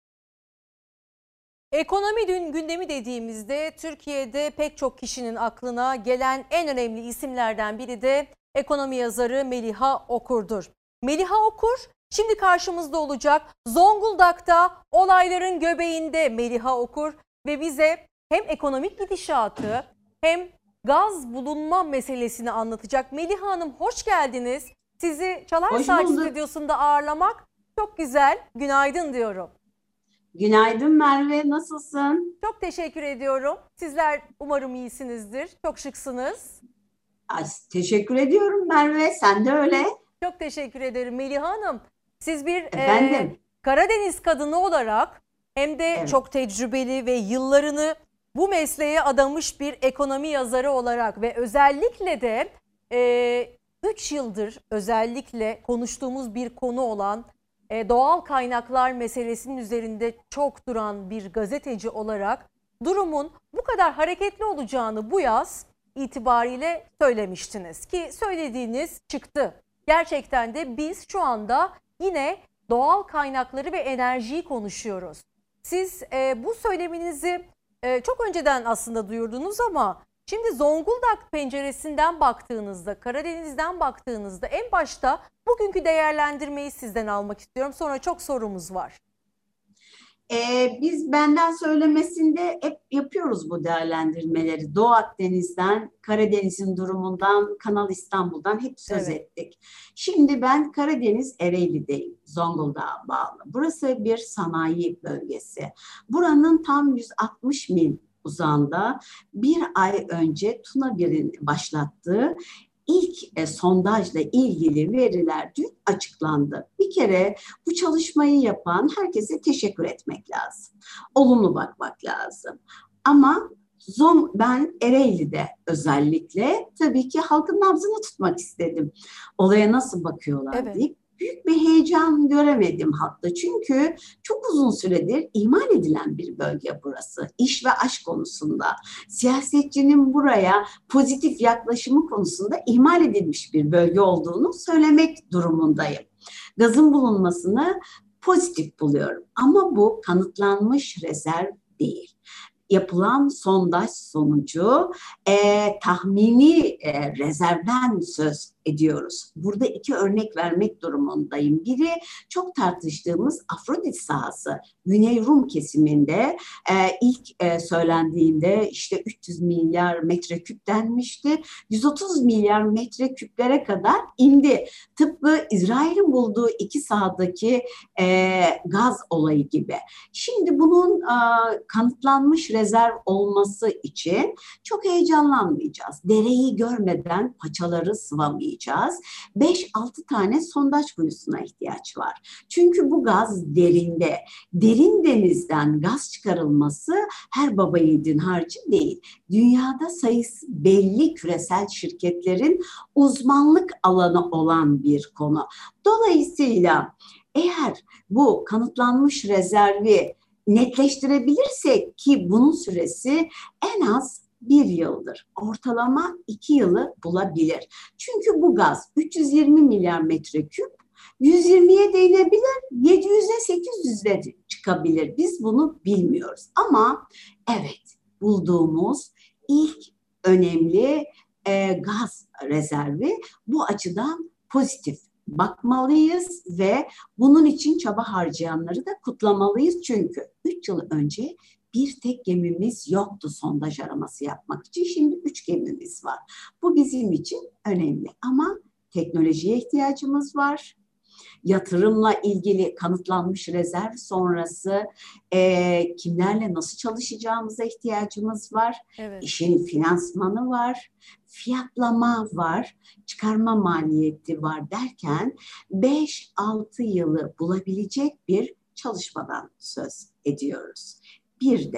Ekonomi gündemi dediğimizde Türkiye'de pek çok kişinin aklına gelen en önemli isimlerden biri de ekonomi yazarı Meliha Okur'dur. Meliha Okur şimdi karşımızda olacak. Zonguldak'ta olayların göbeğinde Meliha Okur ve bize hem ekonomik gidişatı hem gaz bulunma meselesini anlatacak. Meliha Hanım hoş geldiniz. Sizi Çalar Saat stüdyosunda ağırlamak çok güzel. Günaydın diyorum. Günaydın Merve, nasılsın? Çok teşekkür ediyorum. Sizler umarım iyisinizdir. Çok şıksınız. Ay, teşekkür ediyorum Merve, sen de öyle. Çok teşekkür ederim Meliha Hanım. Siz bir Karadeniz kadını olarak hem de çok tecrübeli ve yıllarını bu mesleğe adamış bir ekonomi yazarı olarak ve özellikle de 3 yıldır özellikle konuştuğumuz bir konu olan doğal kaynaklar meselesinin üzerinde çok duran bir gazeteci olarak durumun bu kadar hareketli olacağını bu yaz itibariyle söylemiştiniz ki söylediğiniz çıktı. Gerçekten de biz şu anda yine doğal kaynakları ve enerjiyi konuşuyoruz. Siz bu söyleminizi çok önceden aslında duyurdunuz ama şimdi Zonguldak penceresinden baktığınızda, Karadeniz'den baktığınızda en başta bugünkü değerlendirmeyi sizden almak istiyorum. Sonra çok sorumuz var. Biz benden söylemesinde hep yapıyoruz bu değerlendirmeleri. Doğu Akdeniz'den, Karadeniz'in durumundan, Kanal İstanbul'dan hep söz ettik. Şimdi ben Karadeniz Ereğli'deyim, Zonguldak'a bağlı. Burası bir sanayi bölgesi. Buranın tam 160 mil uzağında bir ay önce Tuna 1'in başlattığı ilk sondajla ilgili veriler dün açıklandı. Bir kere bu çalışmayı yapan herkese teşekkür etmek lazım. Olumlu bakmak lazım. Ama ben Ereğli'de özellikle tabii ki halkın nabzını tutmak istedim. Olaya nasıl bakıyorlar deyip büyük bir heyecan göremedim hatta. Çünkü çok uzun süredir ihmal edilen bir bölge burası. İş ve aşk konusunda, siyasetçinin buraya pozitif yaklaşımı konusunda ihmal edilmiş bir bölge olduğunu söylemek durumundayım. Gazın bulunmasını pozitif buluyorum. Ama bu kanıtlanmış rezerv değil. Yapılan sondaj sonucu tahmini rezervden söz ediyoruz. Burada 2 örnek vermek durumundayım. Biri çok tartıştığımız Afrodit sahası. Güney Rum kesiminde ilk söylendiğinde işte 300 milyar metreküp denmişti. 130 milyar metreküplere kadar indi. Tıpkı İsrail'in bulduğu 2 sahadaki gaz olayı gibi. Şimdi bunun kanıtlanmış rezerv olması için çok heyecanlanmayacağız. Dereyi görmeden paçaları sıvamayacağız. 5-6 tane sondaj kuyusuna ihtiyaç var. Çünkü bu gaz derinde. Derin denizden gaz çıkarılması her baba yiğidin harcı değil. Dünyada sayısı belli küresel şirketlerin uzmanlık alanı olan bir konu. Dolayısıyla eğer bu kanıtlanmış rezervi netleştirebilirsek ki bunun süresi en az 1 yıldır. Ortalama 2 yılı bulabilir. Çünkü bu gaz 320 milyar metreküp 120'ye değinebilir, 700'e 800'e çıkabilir. Biz bunu bilmiyoruz. Ama evet bulduğumuz ilk önemli gaz rezervi bu açıdan pozitif bakmalıyız ve bunun için çaba harcayanları da kutlamalıyız. Çünkü 3 yıl önce bir tek gemimiz yoktu sondaj araması yapmak için. Şimdi 3 gemimiz var. Bu bizim için önemli ama teknolojiye ihtiyacımız var. Yatırımla ilgili kanıtlanmış rezerv sonrası kimlerle nasıl çalışacağımıza ihtiyacımız var. Evet. İşin finansmanı var, fiyatlama var, çıkarma maliyeti var derken 5-6 yılı bulabilecek bir çalışmadan söz ediyoruz. Bir de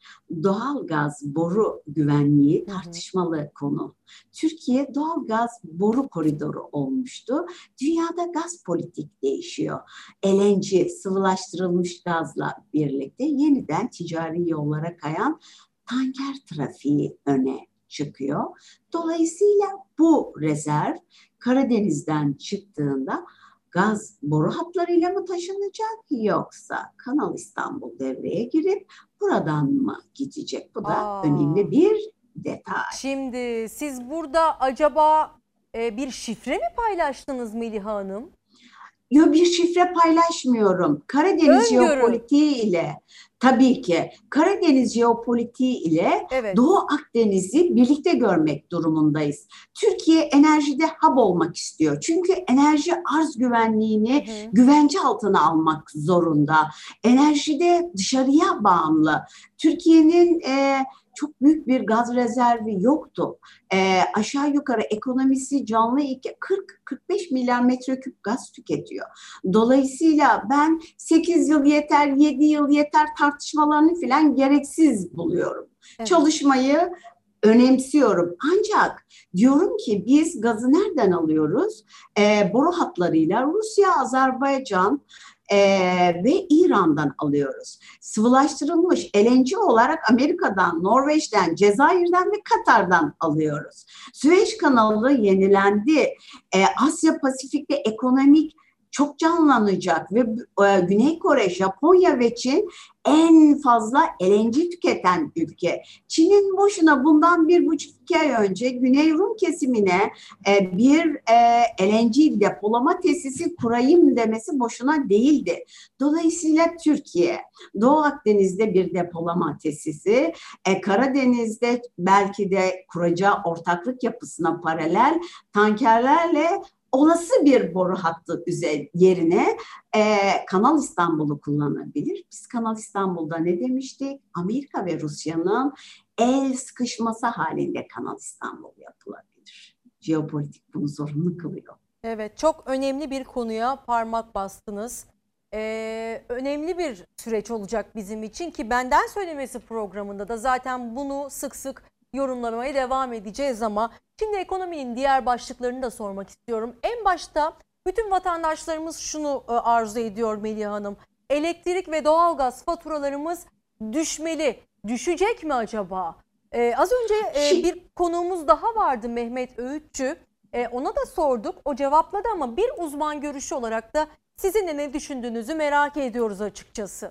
Doğalgaz boru güvenliği tartışmalı konu. Türkiye doğalgaz boru koridoru olmuştu. Dünyada gaz politik değişiyor. LNG, sıvılaştırılmış gazla birlikte yeniden ticari yollara kayan tanker trafiği öne çıkıyor. Dolayısıyla bu rezerv Karadeniz'den çıktığında gaz boru hatlarıyla mı taşınacak yoksa Kanal İstanbul devreye girip buradan mı gidecek? Bu da önemli bir detay. Şimdi siz burada acaba bir şifre mi paylaştınız Meliha Hanım? Yok, bir şifre paylaşmıyorum. Karadeniz jeopolitiği ile tabii ki Karadeniz jeopolitiği ile Doğu Akdeniz'i birlikte görmek durumundayız. Türkiye enerjide hub olmak istiyor. Çünkü enerji arz güvenliğini güvence altına almak zorunda. Enerjide dışarıya bağımlı. Türkiye'nin çok büyük bir gaz rezervi yoktu. Aşağı yukarı ekonomisi canlı 40-45 milyar metreküp gaz tüketiyor. Dolayısıyla ben 8 yıl yeter, 7 yıl yeter tartışmalarını falan gereksiz buluyorum. Çalışmayı önemsiyorum. Ancak diyorum ki biz gazı nereden alıyoruz? Boru hatlarıyla Rusya, Azerbaycan ve İran'dan alıyoruz. Sıvılaştırılmış LNG olarak Amerika'dan, Norveç'ten, Cezayir'den ve Katar'dan alıyoruz. Süveyş kanalı yenilendi. Asya Pasifik'te ekonomik çok canlanacak ve Güney Kore, Japonya ve Çin en fazla LNG tüketen ülke. Çin'in boşuna bundan 1,5-2 ay önce Güney Rum kesimine bir LNG depolama tesisi kurayım demesi boşuna değildi. Dolayısıyla Türkiye, Doğu Akdeniz'de bir depolama tesisi, Karadeniz'de belki de kuracağı ortaklık yapısına paralel tankerlerle olası bir boru hattı yerine Kanal İstanbul'u kullanabilir. Biz Kanal İstanbul'da ne demiştik? Amerika ve Rusya'nın el sıkışması halinde Kanal İstanbul yapılabilir. Jeopolitik bunu zorunlu kılıyor. Evet, çok önemli bir konuya parmak bastınız. Önemli bir süreç olacak bizim için ki benden söylemesi programında da zaten bunu sık sık yorumlamaya devam edeceğiz ama şimdi ekonominin diğer başlıklarını da sormak istiyorum. En başta bütün vatandaşlarımız şunu arzu ediyor Meliha Hanım. Elektrik ve doğalgaz faturalarımız düşmeli. Düşecek mi acaba? Az önce bir konuğumuz daha vardı, Mehmet Öğütçü. Ona da sorduk. O cevapladı ama bir uzman görüşü olarak da sizin de ne düşündüğünüzü merak ediyoruz açıkçası.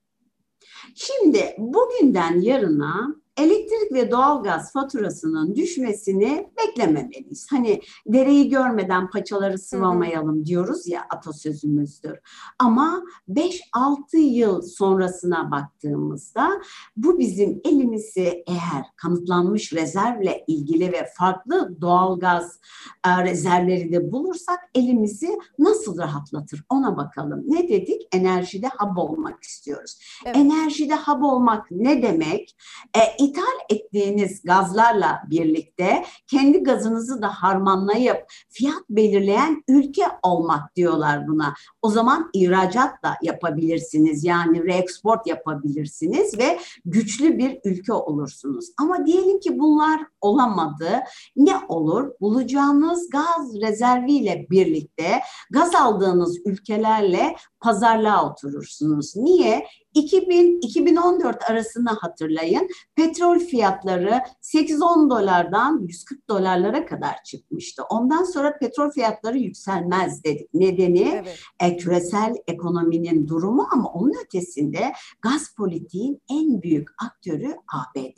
Şimdi bugünden yarına elektrik ve doğalgaz faturasının düşmesini beklememeliyiz. Hani dereyi görmeden paçaları sıvamayalım diyoruz ya, atasözümüzdür. Ama 5-6 yıl sonrasına baktığımızda bu bizim elimizi eğer kanıtlanmış rezervle ilgili ve farklı doğalgaz rezervleri de bulursak elimizi nasıl rahatlatır ona bakalım. Ne dedik? Enerjide hub olmak istiyoruz. Evet. Enerjide hub olmak ne demek? İthal ettiğiniz gazlarla birlikte kendi gazınızı da harmanlayıp fiyat belirleyen ülke olmak diyorlar buna. O zaman ihracat da yapabilirsiniz, yani reeksport yapabilirsiniz ve güçlü bir ülke olursunuz. Ama diyelim ki bunlar olamadı. Ne olur? Bulacağınız gaz rezerviyle birlikte gaz aldığınız ülkelerle pazarlığa oturursunuz. Niye? 2000-2014 arasını hatırlayın. Petrol fiyatları 8-10 dolardan 140 dolarlara kadar çıkmıştı. Ondan sonra petrol fiyatları yükselmez dedik. Nedeni küresel ekonominin durumu ama onun ötesinde gaz politiğin en büyük aktörü ABD.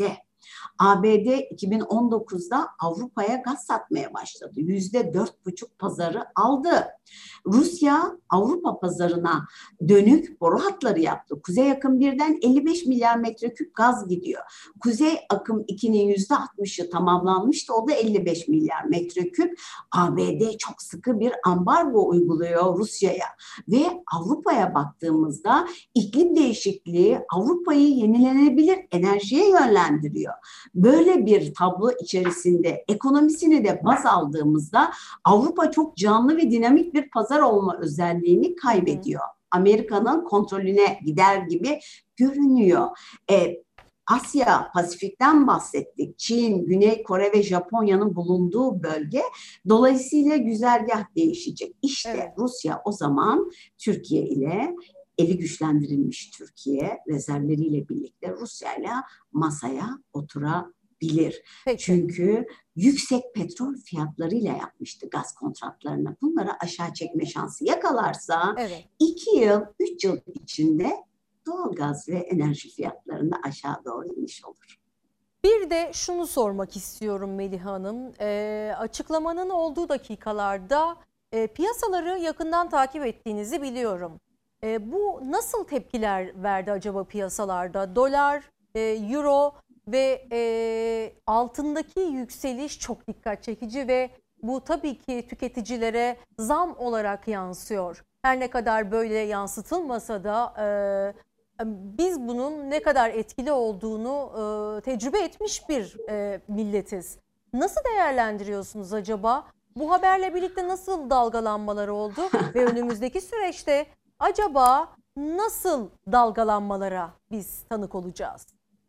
ABD 2019'da Avrupa'ya gaz satmaya başladı. %4,5 pazarı aldı. Rusya Avrupa pazarına dönük boru hatları yaptı. Kuzey Akım 1'den 55 milyar metreküp gaz gidiyor. Kuzey Akım 2'nin %60'ı tamamlanmıştı. O da 55 milyar metreküp. ABD çok sıkı bir ambargo uyguluyor Rusya'ya. Ve Avrupa'ya baktığımızda iklim değişikliği Avrupa'yı yenilenebilir enerjiye yönlendiriyor. Böyle bir tablo içerisinde ekonomisini de baz aldığımızda Avrupa çok canlı ve dinamik bir pazar olma özelliğini kaybediyor. Amerika'nın kontrolüne gider gibi görünüyor. Asya, Pasifik'ten bahsettik. Çin, Güney Kore ve Japonya'nın bulunduğu bölge. Dolayısıyla güzergah değişecek. İşte evet. Rusya o zaman Türkiye ile eli güçlendirilmiş Türkiye rezervleriyle birlikte Rusya'yla masaya oturabilir. Peki. Çünkü yüksek petrol fiyatlarıyla yapmıştı gaz kontratlarını. Bunları aşağı çekme şansı yakalarsa 2 yıl, 3 yıl içinde doğalgaz ve enerji fiyatlarında aşağı doğru iniş olur. Bir de şunu sormak istiyorum Melih Hanım. Açıklamanın olduğu dakikalarda piyasaları yakından takip ettiğinizi biliyorum. Bu nasıl tepkiler verdi acaba piyasalarda? Dolar, euro ve altındaki yükseliş çok dikkat çekici ve bu tabii ki tüketicilere zam olarak yansıyor. Her ne kadar böyle yansıtılmasa da biz bunun ne kadar etkili olduğunu tecrübe etmiş bir milletiz. Nasıl değerlendiriyorsunuz acaba? Bu haberle birlikte nasıl dalgalanmalar oldu ve önümüzdeki süreçte acaba nasıl dalgalanmalara biz tanık olacağız?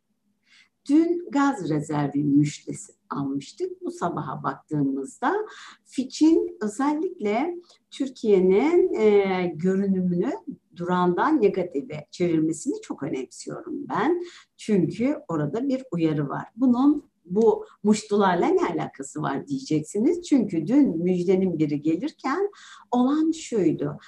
Dün gaz rezervi müjdesi almıştık. Bu sabaha baktığımızda Fitch'in özellikle Türkiye'nin görünümünü durağından negatife çevirmesini çok önemsiyorum ben. Çünkü orada bir uyarı var. Bunun bu muştularla ne alakası var diyeceksiniz. Çünkü dün müjdenin biri gelirken olan şuydu.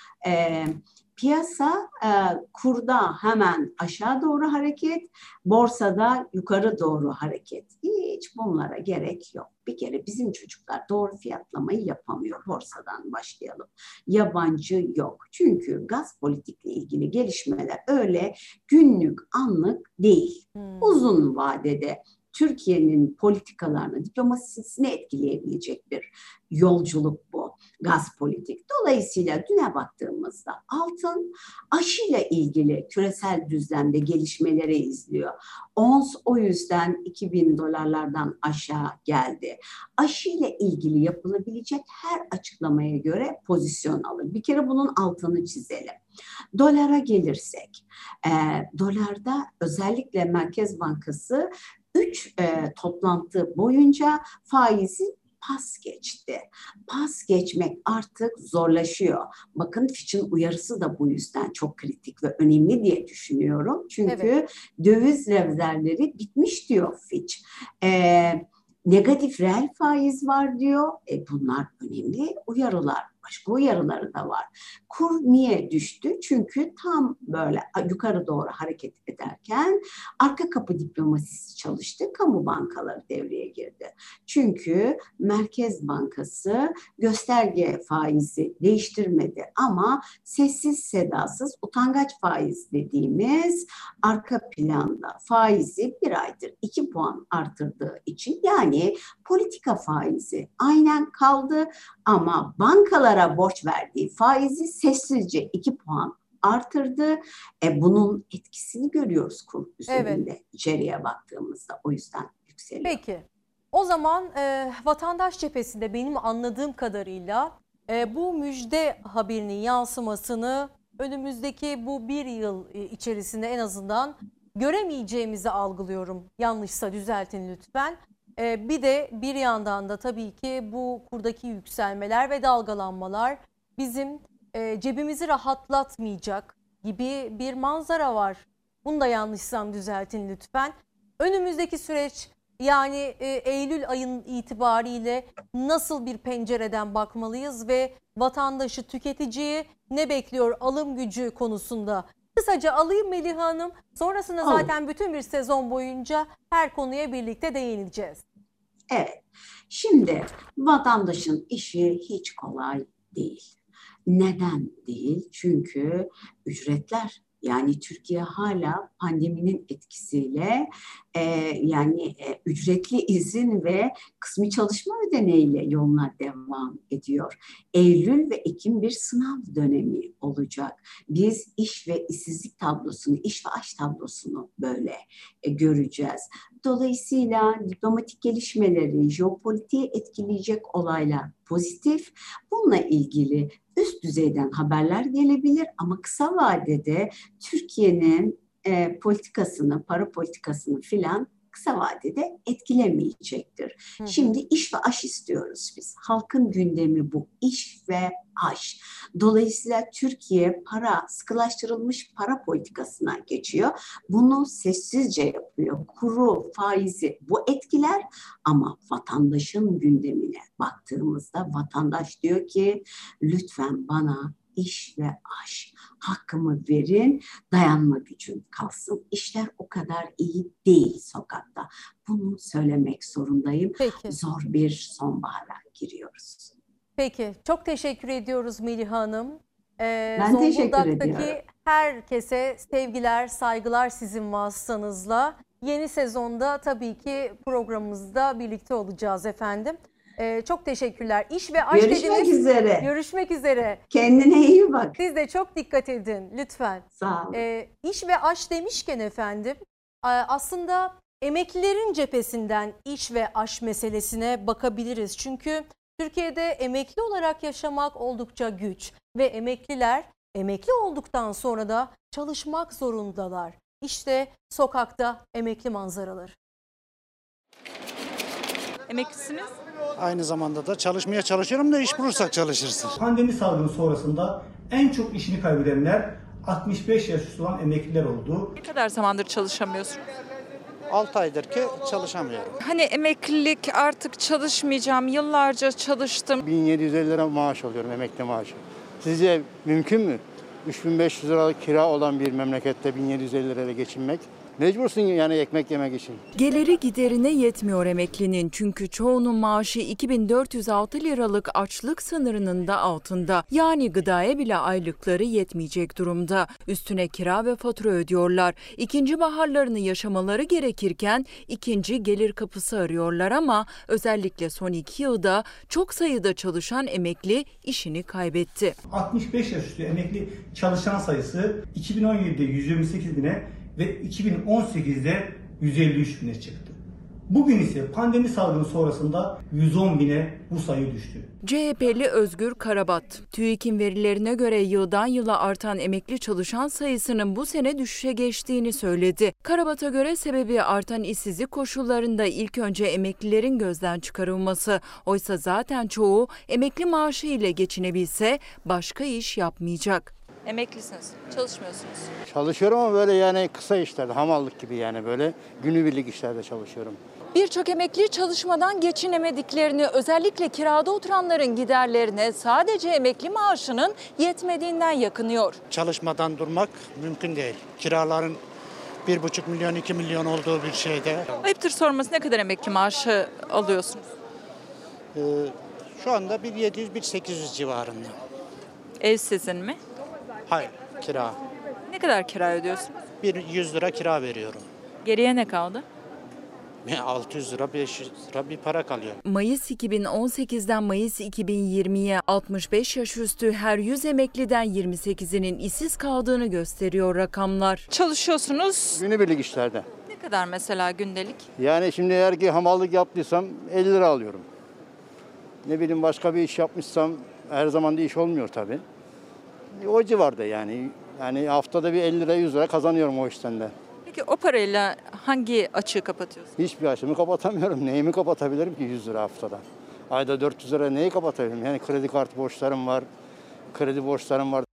Piyasa kurda hemen aşağı doğru hareket, borsada yukarı doğru hareket. Hiç bunlara gerek yok. Bir kere bizim çocuklar doğru fiyatlamayı yapamıyor. Borsadan başlayalım. Yabancı yok. Çünkü gaz politikle ilgili gelişmeler öyle günlük, anlık değil. Uzun vadede Türkiye'nin politikalarını, diplomasisini etkileyebilecek bir yolculuk bu. Gaz politik. Dolayısıyla düne baktığımızda altın aşıyla ilgili küresel düzlemde gelişmeleri izliyor. Ons o yüzden 2000 dolarlardan aşağı geldi. Aşıyla ilgili yapılabilecek her açıklamaya göre pozisyon alır. Bir kere bunun altını çizelim. Dolara gelirsek, dolarda özellikle Merkez Bankası 3 toplantı boyunca faizi pas geçti. Pas geçmek artık zorlaşıyor. Bakın Fitch'in uyarısı da bu yüzden çok kritik ve önemli diye düşünüyorum. Çünkü döviz rezervleri bitmiş diyor Fitch. Negatif reel faiz var diyor. Bunlar önemli uyarılar. Başka uyarıları da var. Kur niye düştü? Çünkü tam böyle yukarı doğru hareket ederken arka kapı diplomasisi çalıştı. Kamu bankaları devreye girdi. Çünkü Merkez Bankası gösterge faizi değiştirmedi ama sessiz sedasız utangaç faiz dediğimiz arka planda faizi bir aydır 2 puan artırdığı için yani politika faizi aynen kaldı ama bankalara borç verdiği faizi sessizce 2 puan artırdı. Bunun etkisini görüyoruz kur üzerinde içeriye baktığımızda. O yüzden yükseliyor. Peki. O zaman vatandaş cephesinde benim anladığım kadarıyla bu müjde haberinin yansımasını önümüzdeki bu 1 yıl içerisinde en azından göremeyeceğimizi algılıyorum. Yanlışsa düzeltin lütfen. Bir de bir yandan da tabii ki bu kurdaki yükselmeler ve dalgalanmalar bizim cebimizi rahatlatmayacak gibi bir manzara var. Bunu da yanlışsam düzeltin lütfen. Önümüzdeki süreç yani Eylül ayının itibariyle nasıl bir pencereden bakmalıyız ve vatandaşı, tüketiciyi ne bekliyor alım gücü konusunda? Kısaca alayım Melih Hanım. Sonrasında zaten bütün bir sezon boyunca her konuya birlikte değineceğiz. Evet. Şimdi vatandaşın işi hiç kolay değil. Neden değil? Çünkü ücretler yani Türkiye hala pandeminin etkisiyle ücretli izin ve kısmi çalışma ödeneğiyle yoluna devam ediyor. Eylül ve Ekim bir sınav dönemi olacak. Biz iş ve işsizlik tablosunu, iş ve aş tablosunu böyle göreceğiz. Dolayısıyla diplomatik gelişmeleri, jeopolitiği etkileyecek olaylar pozitif. Bununla ilgili üst düzeyden haberler gelebilir ama kısa vadede Türkiye'nin politikasını, para politikasını filan kısa vadede etkilemeyecektir. Şimdi iş ve aş istiyoruz biz. Halkın gündemi bu. İş ve aş. Dolayısıyla Türkiye sıkılaştırılmış para politikasına geçiyor. Bunu sessizce yapıyor. Kuru, faizi bu etkiler ama vatandaşın gündemine baktığımızda vatandaş diyor ki lütfen bana iş ve aş hakkımı verin, dayanma gücüm kalsın. İşler o kadar iyi değil sokakta. Bunu söylemek zorundayım. Peki. Zor bir sonbahara giriyoruz. Peki, çok teşekkür ediyoruz Melih Hanım. Ben teşekkür ediyorum. Herkese sevgiler, saygılar sizin vasıtanızla. Yeni sezonda tabii ki programımızda birlikte olacağız efendim. Çok teşekkürler. İş ve aş Görüşmek dediniz. üzere. Görüşmek üzere. Kendine iyi bak. Siz de çok dikkat edin lütfen. Sağ olun. İş ve aş demişken efendim aslında emeklilerin cephesinden iş ve aş meselesine bakabiliriz. Çünkü Türkiye'de emekli olarak yaşamak oldukça güç ve emekliler emekli olduktan sonra da çalışmak zorundalar. İşte sokakta emekli manzaraları. Emeklisiniz? Aynı zamanda da çalışmaya çalışıyorum da iş bulursak çalışırsın. Pandemi salgını sonrasında en çok işini kaybedenler 65 yaş üstü olan emekliler oldu. Ne kadar zamandır çalışamıyorsunuz? 6 aydır ki çalışamıyorum. Hani emeklilik artık çalışmayacağım, yıllarca çalıştım. 1750 lira maaş alıyorum, emekli maaşı. Sizce mümkün mü? 3500 lira kira olan bir memlekette 1750 lirayla geçinmek. Mecbursun yani ekmek yemek için. Geliri giderine yetmiyor emeklinin çünkü çoğunun maaşı 2406 liralık açlık sınırının da altında. Yani gıdaya bile aylıkları yetmeyecek durumda. Üstüne kira ve fatura ödüyorlar. İkinci baharlarını yaşamaları gerekirken ikinci gelir kapısı arıyorlar ama özellikle son 2 yılda çok sayıda çalışan emekli işini kaybetti. 65 yaş üstü emekli çalışan sayısı 2017'de 128 bine ve 2018'de 153 bine çıktı. Bugün ise pandemi salgını sonrasında 110 bine bu sayı düştü. CHP'li Özgür Karabat, TÜİK'in verilerine göre yıldan yıla artan emekli çalışan sayısının bu sene düşüşe geçtiğini söyledi. Karabat'a göre sebebi artan işsizlik koşullarında ilk önce emeklilerin gözden çıkarılması. Oysa zaten çoğu emekli maaşı ile geçinebilse başka iş yapmayacak. Emeklisiniz, çalışmıyorsunuz. Çalışıyorum ama böyle yani kısa işlerde, hamallık gibi yani böyle günübirlik işlerde çalışıyorum. Birçok emekli çalışmadan geçinemediklerini, özellikle kirada oturanların giderlerine sadece emekli maaşının yetmediğinden yakınıyor. Çalışmadan durmak mümkün değil. Kiraların 1,5 milyon, 2 milyon olduğu bir şeyde. Ayıptır sorması, ne kadar emekli maaşı alıyorsunuz? Şu anda 1.700-1.800 civarında. Ev sizin mi? Hayır, kira. Ne kadar kira ödüyorsunuz? 100 lira kira veriyorum. Geriye ne kaldı? 600 lira, 500 lira bir para kalıyor. Mayıs 2018'den Mayıs 2020'ye 65 yaş üstü her 100 emekliden 28'inin işsiz kaldığını gösteriyor rakamlar. Çalışıyorsunuz. Günübirlik işlerde. Ne kadar mesela gündelik? Yani şimdi eğer ki hamallık yaptıysam 50 lira alıyorum. Ne bileyim başka bir iş yapmışsam her zaman da iş olmuyor tabii. O civarda yani. Yani haftada bir 50 lira 100 lira kazanıyorum o işten de. Peki o parayla hangi açığı kapatıyorsunuz? Hiçbir açımı kapatamıyorum. Neyimi kapatabilirim ki 100 lira haftada? Ayda 400 lira neyi kapatabilirim? Yani kredi kartı borçlarım var, kredi borçlarım var.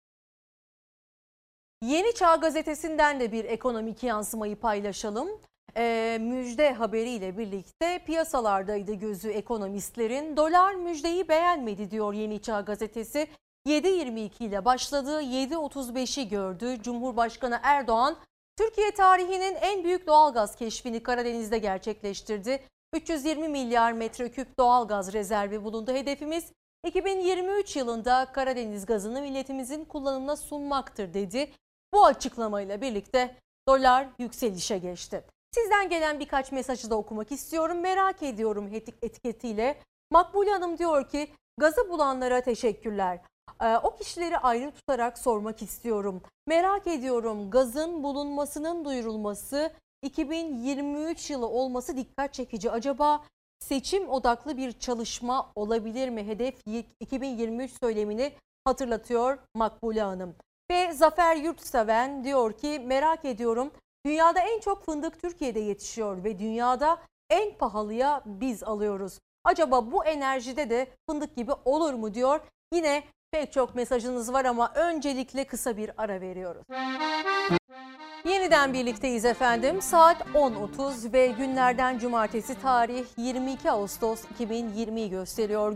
Yeni Çağ Gazetesi'nden de bir ekonomik yansımayı paylaşalım. Müjde haberiyle birlikte piyasalardaydı gözü ekonomistlerin. Dolar müjdeyi beğenmedi diyor Yeni Çağ Gazetesi. 7.22 ile başladı, 7.35'i gördü. Cumhurbaşkanı Erdoğan, Türkiye tarihinin en büyük doğalgaz keşfini Karadeniz'de gerçekleştirdi. 320 milyar metreküp doğalgaz rezervi bulundu. Hedefimiz 2023 yılında Karadeniz gazını milletimizin kullanımına sunmaktır dedi. Bu açıklamayla birlikte dolar yükselişe geçti. Sizden gelen birkaç mesajı da okumak istiyorum. Merak ediyorum etiketiyle. Makbule Hanım diyor ki gazı bulanlara teşekkürler. O kişileri ayrı tutarak sormak istiyorum. Merak ediyorum, gazın bulunmasının duyurulması 2023 yılı olması dikkat çekici. Acaba seçim odaklı bir çalışma olabilir mi? Hedef 2023 söylemini hatırlatıyor Makbule Hanım. Ve Zafer Yurtseven diyor ki merak ediyorum, dünyada en çok fındık Türkiye'de yetişiyor ve dünyada en pahalıya biz alıyoruz. Acaba bu enerjide de fındık gibi olur mu diyor. Yine pek çok mesajınız var ama öncelikle kısa bir ara veriyoruz. Yeniden birlikteyiz efendim. Saat 10.30 ve günlerden cumartesi, tarih 22 Ağustos 2020'yi gösteriyor.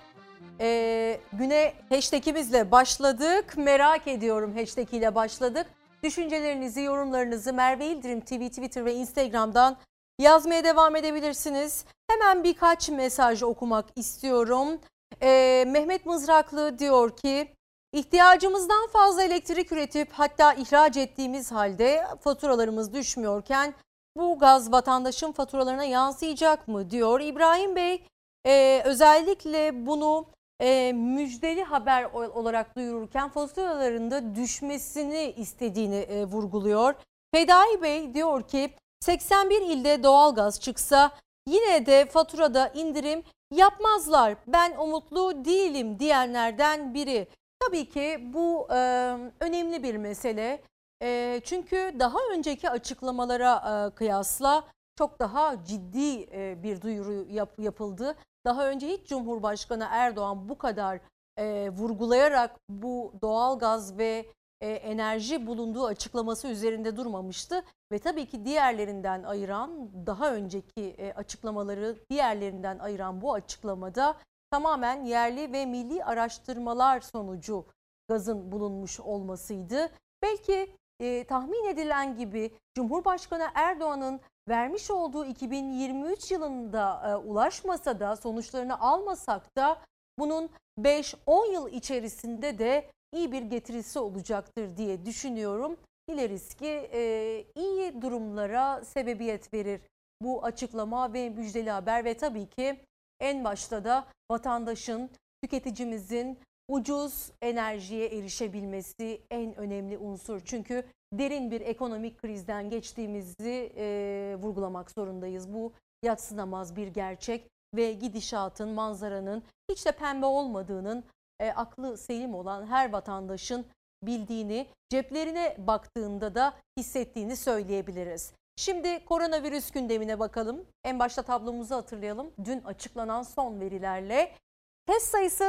Güne hashtagimizle başladık. Merak ediyorum hashtag ile başladık. Düşüncelerinizi, yorumlarınızı Merve İldirim TV, Twitter ve Instagram'dan yazmaya devam edebilirsiniz. Hemen birkaç mesaj okumak istiyorum. Mehmet Mızraklı diyor ki ihtiyacımızdan fazla elektrik üretip hatta ihraç ettiğimiz halde faturalarımız düşmüyorken bu gaz vatandaşın faturalarına yansıyacak mı diyor. İbrahim Bey özellikle bunu müjdeli haber olarak duyururken faturalarında düşmesini istediğini vurguluyor. Fedai Bey diyor ki 81 ilde doğalgaz çıksa yine de faturada indirim yapmazlar. Ben umutlu değilim diyenlerden biri. Tabii ki bu önemli bir mesele. Çünkü daha önceki açıklamalara kıyasla çok daha ciddi bir duyuru yapıldı. Daha önce hiç Cumhurbaşkanı Erdoğan bu kadar vurgulayarak bu doğalgaz ve enerji bulunduğu açıklaması üzerinde durmamıştı. Ve tabii ki diğerlerinden ayıran, daha önceki açıklamaları diğerlerinden ayıran bu açıklamada tamamen yerli ve milli araştırmalar sonucu gazın bulunmuş olmasıydı. Belki tahmin edilen gibi Cumhurbaşkanı Erdoğan'ın vermiş olduğu 2023 yılında ulaşmasa da, sonuçlarını almasak da bunun 5-10 yıl içerisinde de iyi bir getirisi olacaktır diye düşünüyorum. Dileriz ki iyi durumlara sebebiyet verir bu açıklama ve müjdeli haber ve tabii ki en başta da vatandaşın, tüketicimizin ucuz enerjiye erişebilmesi en önemli unsur. Çünkü derin bir ekonomik krizden geçtiğimizi vurgulamak zorundayız. Bu yadsınamaz bir gerçek ve gidişatın, manzaranın hiç de pembe olmadığının aklı selim olan her vatandaşın bildiğini, ceplerine baktığında da hissettiğini söyleyebiliriz. Şimdi koronavirüs gündemine bakalım. En başta tablomuzu hatırlayalım. Dün açıklanan son verilerle test sayısı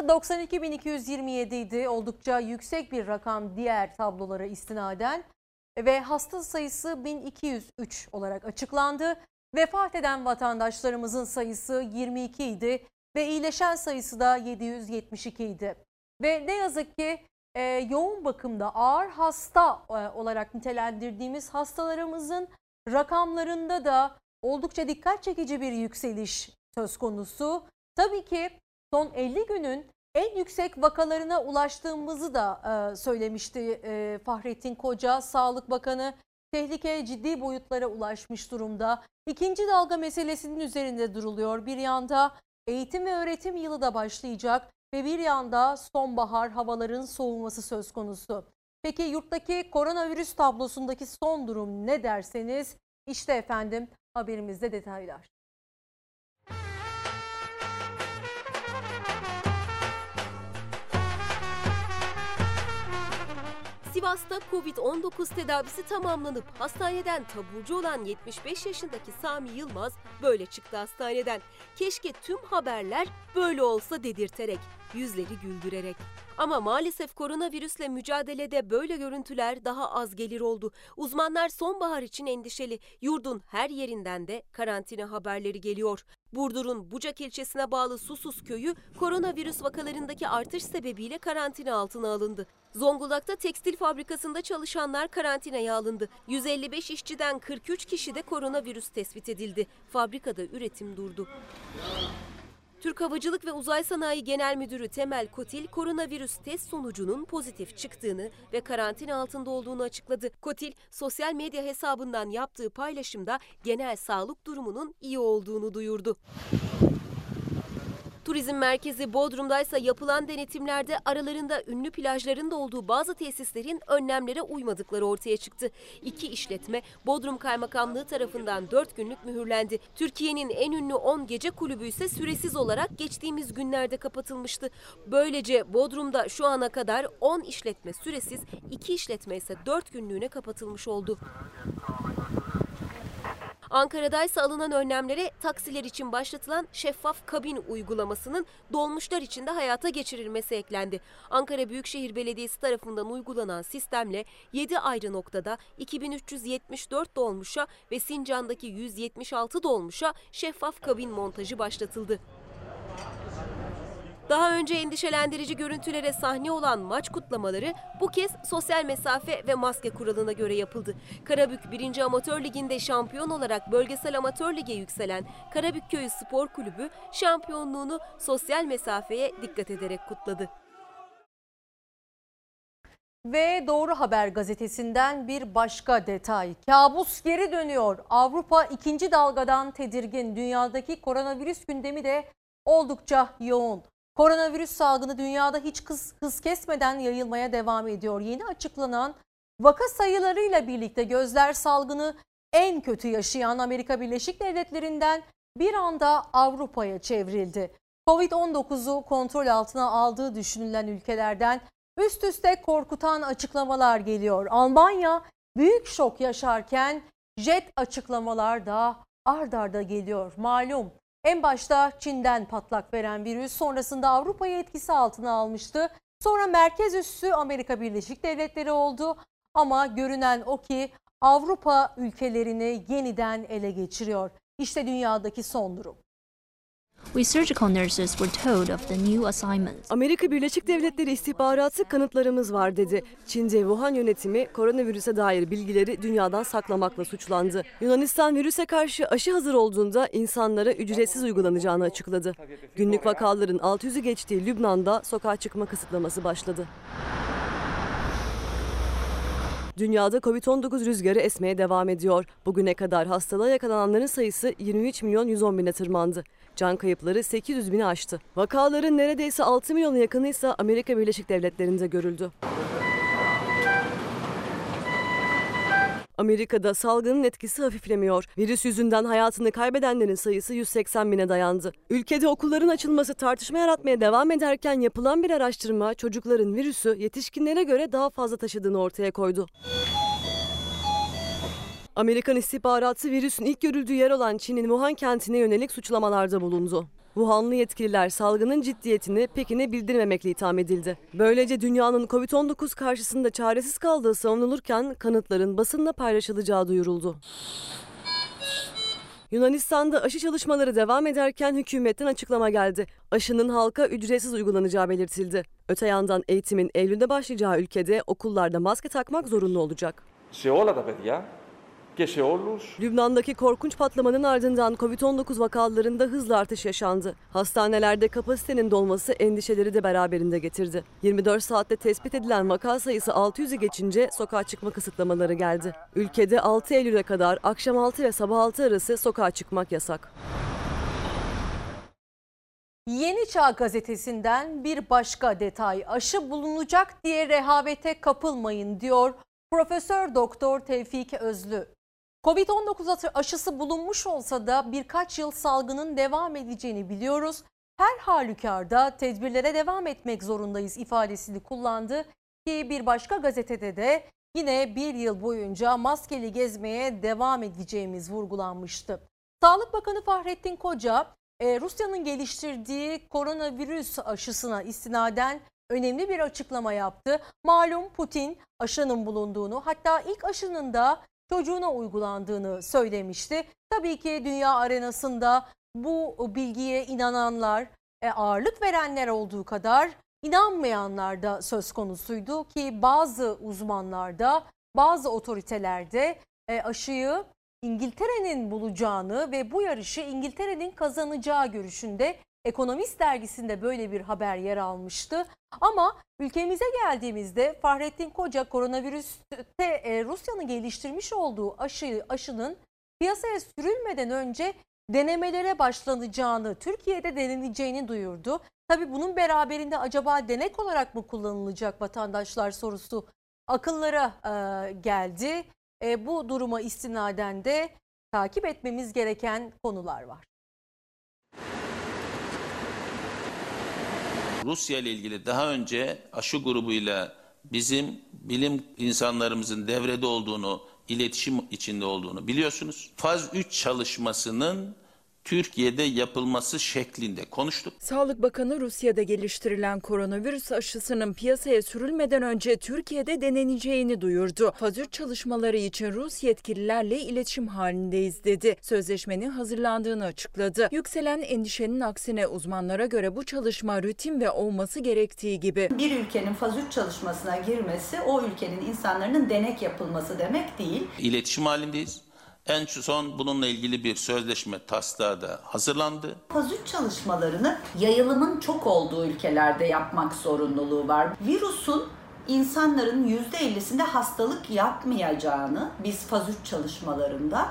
92.227 idi. Oldukça yüksek bir rakam diğer tablolara istinaden ve hasta sayısı 1203 olarak açıklandı. Vefat eden vatandaşlarımızın sayısı 22 idi ve iyileşen sayısı da 772 idi. Ve ne yazık ki yoğun bakımda ağır hasta olarak nitelendirdiğimiz hastalarımızın rakamlarında da oldukça dikkat çekici bir yükseliş söz konusu. Tabii ki son 50 günün en yüksek vakalarına ulaştığımızı da söylemişti Fahrettin Koca, Sağlık Bakanı. Tehlike ciddi boyutlara ulaşmış durumda. İkinci dalga meselesinin üzerinde duruluyor. Bir yanda eğitim ve öğretim yılı da başlayacak ve bir yanda sonbahar, havaların soğuması söz konusu. Peki yurttaki koronavirüs tablosundaki son durum ne derseniz? İşte efendim haberimizde detaylar. Sivas'ta Covid-19 tedavisi tamamlanıp hastaneden taburcu olan 75 yaşındaki Sami Yılmaz böyle çıktı hastaneden. Keşke tüm haberler böyle olsa dedirterek, yüzleri güldürerek. Ama maalesef koronavirüsle mücadelede böyle görüntüler daha az gelir oldu. Uzmanlar sonbahar için endişeli. Yurdun her yerinden de karantina haberleri geliyor. Burdur'un Bucak ilçesine bağlı Susuz köyü koronavirüs vakalarındaki artış sebebiyle karantina altına alındı. Zonguldak'ta tekstil fabrikasında çalışanlar karantinaya alındı. 155 işçiden 43 kişide koronavirüs tespit edildi. Fabrikada üretim durdu. Türk Havacılık ve Uzay Sanayi Genel Müdürü Temel Kotil, koronavirüs test sonucunun pozitif çıktığını ve karantina altında olduğunu açıkladı. Kotil, sosyal medya hesabından yaptığı paylaşımda genel sağlık durumunun iyi olduğunu duyurdu. Turizm merkezi Bodrum'daysa yapılan denetimlerde aralarında ünlü plajların da olduğu bazı tesislerin önlemlere uymadıkları ortaya çıktı. 2 işletme Bodrum Kaymakamlığı tarafından 4 günlük mühürlendi. Türkiye'nin en ünlü 10 gece kulübü ise süresiz olarak geçtiğimiz günlerde kapatılmıştı. Böylece Bodrum'da şu ana kadar 10 işletme süresiz, 2 işletme ise 4 günlüğüne kapatılmış oldu. Ankara'daysa alınan önlemlere taksiler için başlatılan şeffaf kabin uygulamasının dolmuşlar için de hayata geçirilmesi eklendi. Ankara Büyükşehir Belediyesi tarafından uygulanan sistemle 7 ayrı noktada 2374 dolmuşa ve Sincan'daki 176 dolmuşa şeffaf kabin montajı başlatıldı. Daha önce endişelendirici görüntülere sahne olan maç kutlamaları bu kez sosyal mesafe ve maske kuralına göre yapıldı. Karabük 1. Amatör Ligi'nde şampiyon olarak Bölgesel Amatör Lig'e yükselen Karabükköy'ü Spor Kulübü şampiyonluğunu sosyal mesafeye dikkat ederek kutladı. Ve Doğru Haber gazetesinden bir başka detay. Kabus geri dönüyor. Avrupa ikinci dalgadan tedirgin. Dünyadaki koronavirüs gündemi de oldukça yoğun. Koronavirüs salgını dünyada hiç hız kesmeden yayılmaya devam ediyor. Yeni açıklanan vaka sayılarıyla birlikte gözler salgını en kötü yaşayan Amerika Birleşik Devletleri'nden bir anda Avrupa'ya çevrildi. Covid-19'u kontrol altına aldığı düşünülen ülkelerden üst üste korkutan açıklamalar geliyor. Almanya büyük şok yaşarken jet açıklamalar da ard arda geliyor. Malum. En başta Çin'den patlak veren virüs sonrasında Avrupa'yı etkisi altına almıştı. Sonra merkez üssü Amerika Birleşik Devletleri oldu. Ama görünen o ki Avrupa ülkelerini yeniden ele geçiriyor. İşte dünyadaki son durum. We surgical nurses were told of the new assignments. Amerika Birleşik Devletleri istihbaratı kanıtlarımız var dedi. Çin'de Wuhan yönetimi koronavirüse dair bilgileri dünyadan saklamakla suçlandı. Yunanistan virüse karşı aşı hazır olduğunda insanlara ücretsiz uygulanacağını açıkladı. Günlük vakaların 600'ü geçtiği Lübnan'da sokağa çıkma kısıtlaması başladı. Dünyada Covid-19 rüzgarı esmeye devam ediyor. Bugüne kadar hastalığa yakalananların sayısı 23 milyon 110 bine tırmandı. Can kayıpları 800 bini aştı. Vakaların neredeyse 6 milyona yakını ise Amerika Birleşik Devletleri'nde görüldü. Amerika'da salgının etkisi hafiflemiyor. Virüs yüzünden hayatını kaybedenlerin sayısı 180 bine dayandı. Ülkede okulların açılması tartışma yaratmaya devam ederken yapılan bir araştırma çocukların virüsü yetişkinlere göre daha fazla taşıdığını ortaya koydu. Amerikan istihbaratı virüsün ilk görüldüğü yer olan Çin'in Wuhan kentine yönelik suçlamalarda bulundu. Wuhanlı yetkililer salgının ciddiyetini Pekin'e bildirmemekle itham edildi. Böylece dünyanın Covid-19 karşısında çaresiz kaldığı savunulurken kanıtların basınla paylaşılacağı duyuruldu. Yunanistan'da aşı çalışmaları devam ederken hükümetten açıklama geldi. Aşının halka ücretsiz uygulanacağı belirtildi. Öte yandan eğitimin Eylül'de başlayacağı ülkede okullarda maske takmak zorunlu olacak. Lübnan'daki korkunç patlamanın ardından Covid-19 vakalarında hızlı artış yaşandı. Hastanelerde kapasitenin dolması endişeleri de beraberinde getirdi. 24 saatte tespit edilen vaka sayısı 600'ü geçince sokağa çıkma kısıtlamaları geldi. Ülkede 6 Eylül'e kadar akşam 6 ve sabah 6 arası sokağa çıkmak yasak. Yeni Çağ gazetesinden bir başka detay. Aşı bulunacak diye rehavete kapılmayın diyor Profesör Doktor Tevfik Özlü. Covid-19 aşısı bulunmuş olsa da birkaç yıl salgının devam edeceğini biliyoruz. Her halükarda tedbirlere devam etmek zorundayız ifadesini kullandı ki bir başka gazetede de yine bir yıl boyunca maskeli gezmeye devam edeceğimiz vurgulanmıştı. Sağlık Bakanı Fahrettin Koca, Rusya'nın geliştirdiği koronavirüs aşısına istinaden önemli bir açıklama yaptı. Malum Putin aşının bulunduğunu, hatta ilk aşının da çocuğuna uygulandığını söylemişti. Tabii ki dünya arenasında bu bilgiye inananlar, ağırlık verenler olduğu kadar inanmayanlar da söz konusuydu ki bazı uzmanlarda, bazı otoritelerde aşıyı İngiltere'nin bulacağını ve bu yarışı İngiltere'nin kazanacağı görüşünde. Ekonomist dergisinde böyle bir haber yer almıştı. Ama ülkemize geldiğimizde Fahrettin Koca koronavirüste Rusya'nın geliştirmiş olduğu aşının piyasaya sürülmeden önce denemelere başlanacağını, Türkiye'de deneneceğini duyurdu. Tabii bunun beraberinde acaba denek olarak mı kullanılacak vatandaşlar sorusu akıllara geldi. Bu duruma istinaden de takip etmemiz gereken konular var. Rusya ile ilgili daha önce aşı grubuyla bizim bilim insanlarımızın devrede olduğunu, iletişim içinde olduğunu biliyorsunuz. Faz 3 çalışmasının Türkiye'de yapılması şeklinde konuştuk. Sağlık Bakanı Rusya'da geliştirilen koronavirüs aşısının piyasaya sürülmeden önce Türkiye'de deneneceğini duyurdu. Faz 3 çalışmaları için Rus yetkililerle iletişim halindeyiz dedi. Sözleşmenin hazırlandığını açıkladı. Yükselen endişenin aksine uzmanlara göre bu çalışma rutin ve olması gerektiği gibi. Bir ülkenin faz 3 çalışmasına girmesi o ülkenin insanların denek yapılması demek değil. İletişim halindeyiz. En son bununla ilgili bir sözleşme taslağı da hazırlandı. Faz 3 çalışmalarını yayılımın çok olduğu ülkelerde yapmak zorunluluğu var. Virüsün insanların %50'sinde hastalık yapmayacağını biz faz 3 çalışmalarında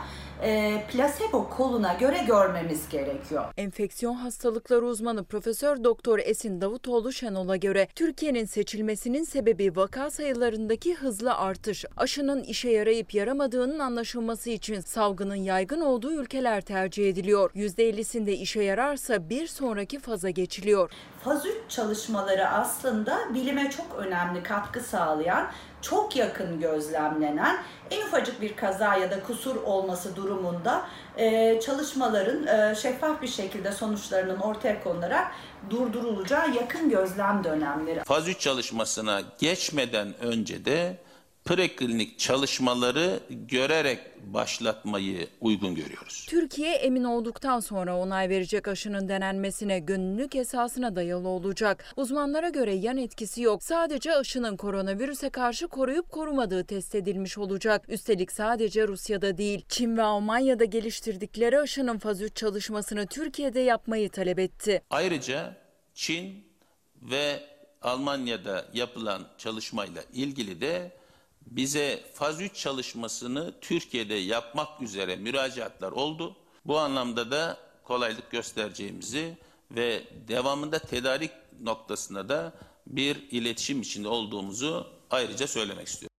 plasebo koluna göre görmemiz gerekiyor. Enfeksiyon hastalıkları uzmanı Profesör Doktor Esin Davutoğlu Şenol'a göre Türkiye'nin seçilmesinin sebebi vaka sayılarındaki hızlı artış. Aşının işe yarayıp yaramadığının anlaşılması için salgının yaygın olduğu ülkeler tercih ediliyor. %50'sinde işe yararsa bir sonraki faza geçiliyor. Faz 3 çalışmaları aslında bilime çok önemli katkı sağlayan, çok yakın gözlemlenen, en ufacık bir kaza ya da kusur olması durumunda çalışmaların şeffaf bir şekilde sonuçlarının ortaya konularak durdurulacağı yakın gözlem dönemleri. Faz 3 çalışmasına geçmeden önce de preklinik çalışmaları görerek başlatmayı uygun görüyoruz. Türkiye emin olduktan sonra onay verecek aşının denenmesine gönüllülük esasına dayalı olacak. Uzmanlara göre yan etkisi yok. Sadece aşının koronavirüse karşı koruyup korumadığı test edilmiş olacak. Üstelik sadece Rusya'da değil, Çin ve Almanya'da geliştirdikleri aşının faz 3 çalışmasını Türkiye'de yapmayı talep etti. Ayrıca Çin ve Almanya'da yapılan çalışmayla ilgili de bize faz 3 çalışmasını Türkiye'de yapmak üzere müracaatlar oldu. Bu anlamda da kolaylık göstereceğimizi ve devamında tedarik noktasında da bir iletişim içinde olduğumuzu ayrıca söylemek istiyorum.